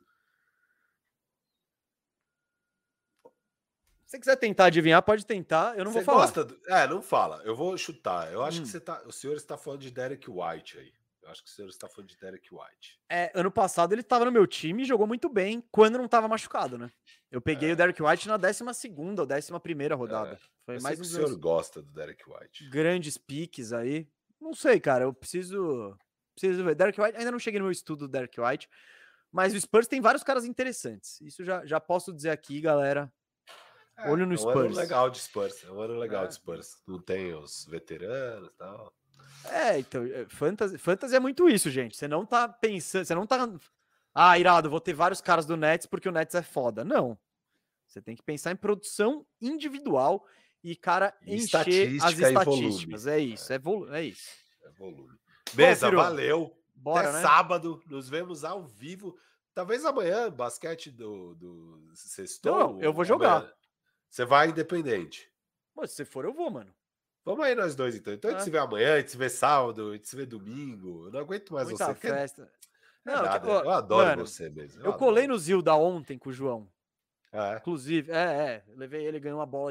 Se você quiser tentar adivinhar, pode tentar. Eu não vou falar. Gosta não fala. Eu vou chutar. Eu acho que o senhor está falando de Derek White aí. Eu acho que o senhor está falando de Derek White. Ano passado ele tava no meu time e jogou muito bem quando não tava machucado, né? Eu peguei o Derek White na 12ª ou 11ª rodada. Foi mais um dos senhor gosta do Derek White. Grandes piques aí. Não sei, cara. Eu preciso ver. Derek White, ainda não cheguei no meu estudo do Derek White, mas o Spurs tem vários caras interessantes. Isso já posso dizer aqui, galera. Olho no Spurs. É um ano legal de Spurs. É um ano legal de Spurs. Não tem os veteranos e tal. Então, fantasy é muito isso, gente. Você não tá pensando, você não tá... Ah, irado, vou ter vários caras do Nets porque o Nets é foda. Não. Você tem que pensar em produção individual e, cara, encher as estatísticas. É isso, é isso. É volume. Mesa, Bom, valeu. Bora, até né? sábado, nos vemos ao vivo. Talvez amanhã, basquete do Sextou. Não, eu vou jogar. Amanhã. Você vai independente. Mas se for, eu vou, mano. Vamos aí nós dois, então. Então a gente se vê amanhã, a gente se vê sábado, a gente se vê domingo. Eu não aguento mais Muita você. festa. Nada. Eu adoro você mesmo. Eu colei no Zilda ontem com o João. É. Inclusive, levei ele, ganhou uma bola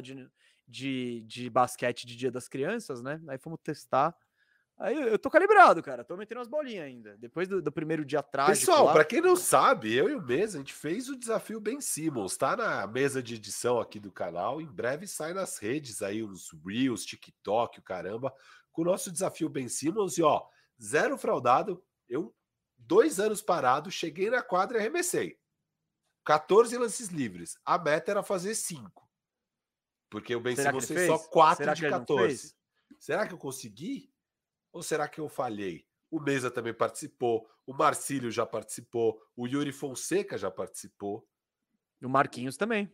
de basquete de Dia das Crianças, né? Aí fomos testar. Aí eu tô calibrado, cara. Tô metendo umas bolinhas ainda. Depois do primeiro dia trágico. Pessoal, para quem não sabe, eu e o Mesa, a gente fez o desafio Ben Simmons. Tá na mesa de edição aqui do canal. Em breve sai nas redes aí, os Reels, TikTok, o caramba, com o nosso desafio Ben Simmons. E ó, 0 fraudado. Eu, 2 anos parado, cheguei na quadra e arremessei. 14 lances livres. A meta era fazer 5. Porque o Ben Simmons fez só 4 de 14. Será que eu consegui? Ou será que eu falhei? O Mesa também participou, o Marcílio já participou, o Yuri Fonseca já participou. E o Marquinhos também.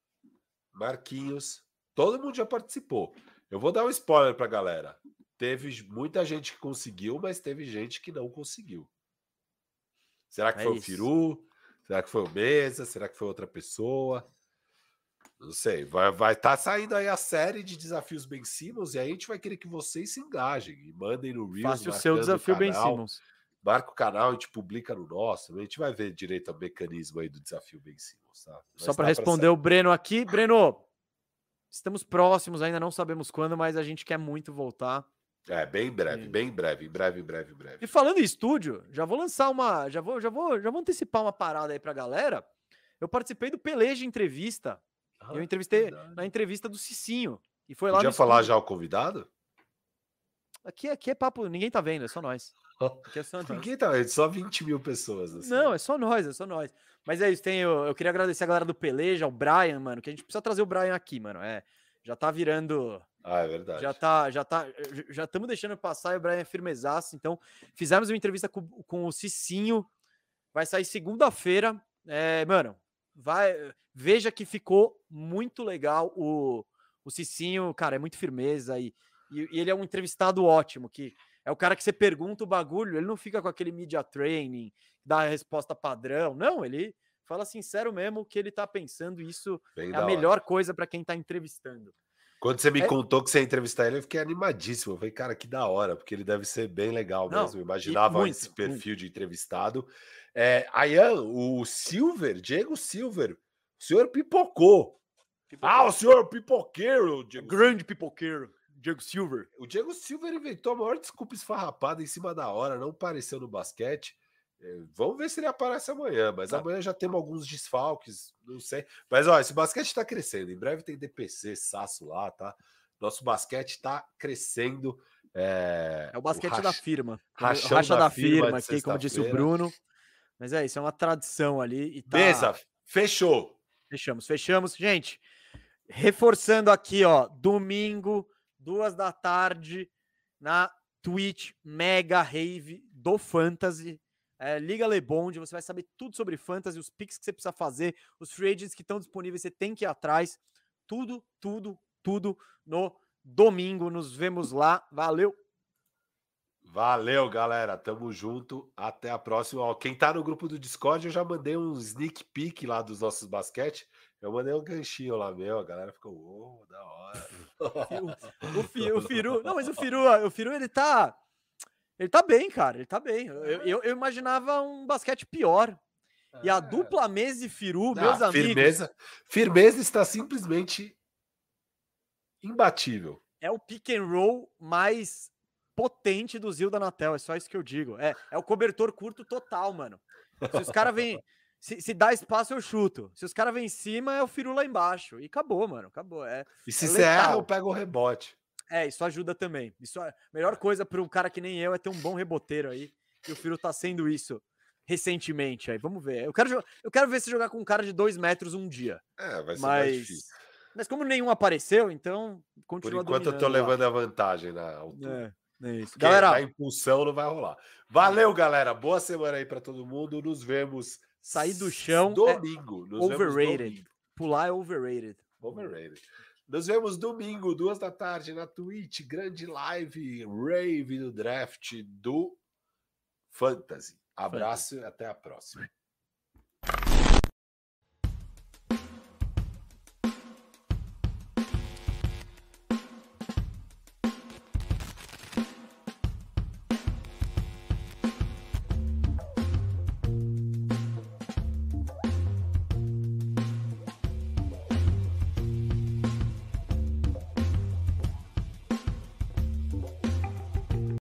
Marquinhos. Todo mundo já participou. Eu vou dar um spoiler pra galera. Teve muita gente que conseguiu, mas teve gente que não conseguiu. Será que foi o Firu? Será que foi o Mesa? Será que foi outra pessoa? Não sei, vai estar saindo aí a série de desafios Ben Simmons e aí a gente vai querer que vocês se engajem e mandem no Reels. Faça o seu desafio Ben Simmons. Marca o canal, a gente publica no nosso. A gente vai ver direito o mecanismo aí do desafio Ben Simmons. Tá? Só para responder o Breno aqui. Breno, estamos próximos, ainda não sabemos quando, mas a gente quer muito voltar. Bem breve, bem breve, em breve. E falando em estúdio, já vou lançar uma... Já vou antecipar uma parada aí pra galera. Eu participei do Peleja Entrevista. Eu entrevistei na entrevista do Cicinho. E foi lá. Podia falar já o convidado? Aqui é papo, ninguém tá vendo, é só nós. Aqui é só nós. Ninguém tá vendo, só 20 mil pessoas. Assim. Não, é só nós. Mas é isso, eu queria agradecer a galera do Peleja, o Brian, mano, que a gente precisa trazer o Brian aqui, mano. Já tá virando. É verdade. Já estamos deixando passar e o Brian é firmezaço. Então, fizemos uma entrevista com o Cicinho. Vai sair segunda-feira. Mano, veja que ficou muito legal o Cicinho, cara, é muito firmeza e ele é um entrevistado ótimo, que é o cara que você pergunta o bagulho, ele não fica com aquele media training, dá a resposta padrão, não, ele fala sincero mesmo que ele tá pensando, isso é a melhor coisa para quem tá entrevistando. Quando você me contou que você ia entrevistar ele, eu fiquei animadíssimo. Eu falei, cara, que da hora, porque ele deve ser bem legal mesmo. Eu imaginava esse perfil de entrevistado. Ian, o Silver, Diego Silver, o senhor pipocou. O senhor pipoqueiro, Diego grande pipoqueiro, Diego Silver. O Diego Silver inventou a maior desculpa esfarrapada em cima da hora, não apareceu no basquete. Vamos ver se ele aparece amanhã, mas amanhã já temos alguns desfalques, não sei. Mas ó, esse basquete está crescendo. Em breve tem DPC, Sasso lá, tá? Nosso basquete está crescendo. É o basquete da firma. Racha da firma, aqui, como disse o Bruno. Mas é isso, é uma tradição ali. E tá... Beleza, fechou. Fechamos. Gente, reforçando aqui, ó, domingo, 2h, na Twitch Mega Rave do Fantasy. Liga Lebond, você vai saber tudo sobre Fantasy, os picks que você precisa fazer, os free agents que estão disponíveis, você tem que ir atrás. Tudo no domingo. Nos vemos lá. Valeu! Valeu, galera. Tamo junto. Até a próxima. Ó, quem tá no grupo do Discord, eu já mandei um sneak peek lá dos nossos basquete. Eu mandei um ganchinho lá, meu. A galera ficou, da hora. O Firu... Não, mas o Firu, ele tá bem, cara. Ele tá bem. Eu imaginava um basquete pior. E a dupla Mesa e Firu, meus amigos... Firmeza está simplesmente imbatível. É o pick and roll mais potente do Zil da Anatel, é só isso que eu digo. É o cobertor curto total, mano. Se os caras vêm... Se dá espaço, eu chuto. Se os caras vêm em cima, é o Firu lá embaixo. E acabou, mano. Acabou. E se você erra, eu pego o rebote. Isso ajuda também. Isso a melhor coisa para um cara que nem eu é ter um bom reboteiro aí. E o Firu tá sendo isso recentemente. Aí vamos ver. Eu quero ver se jogar com um cara de 2 metros um dia. Vai ser mais difícil. Mas como nenhum apareceu, então continua dominando. Por enquanto eu tô levando a vantagem na altura. É isso. Porque galera, a impulsão não vai rolar. Valeu, galera. Boa semana aí para todo mundo. Nos vemos. Sair do chão domingo. Overrated. Pular é overrated. Nos vemos domingo, 2h, na Twitch. Grande live, rave do draft do Fantasy. Abraço e até a próxima.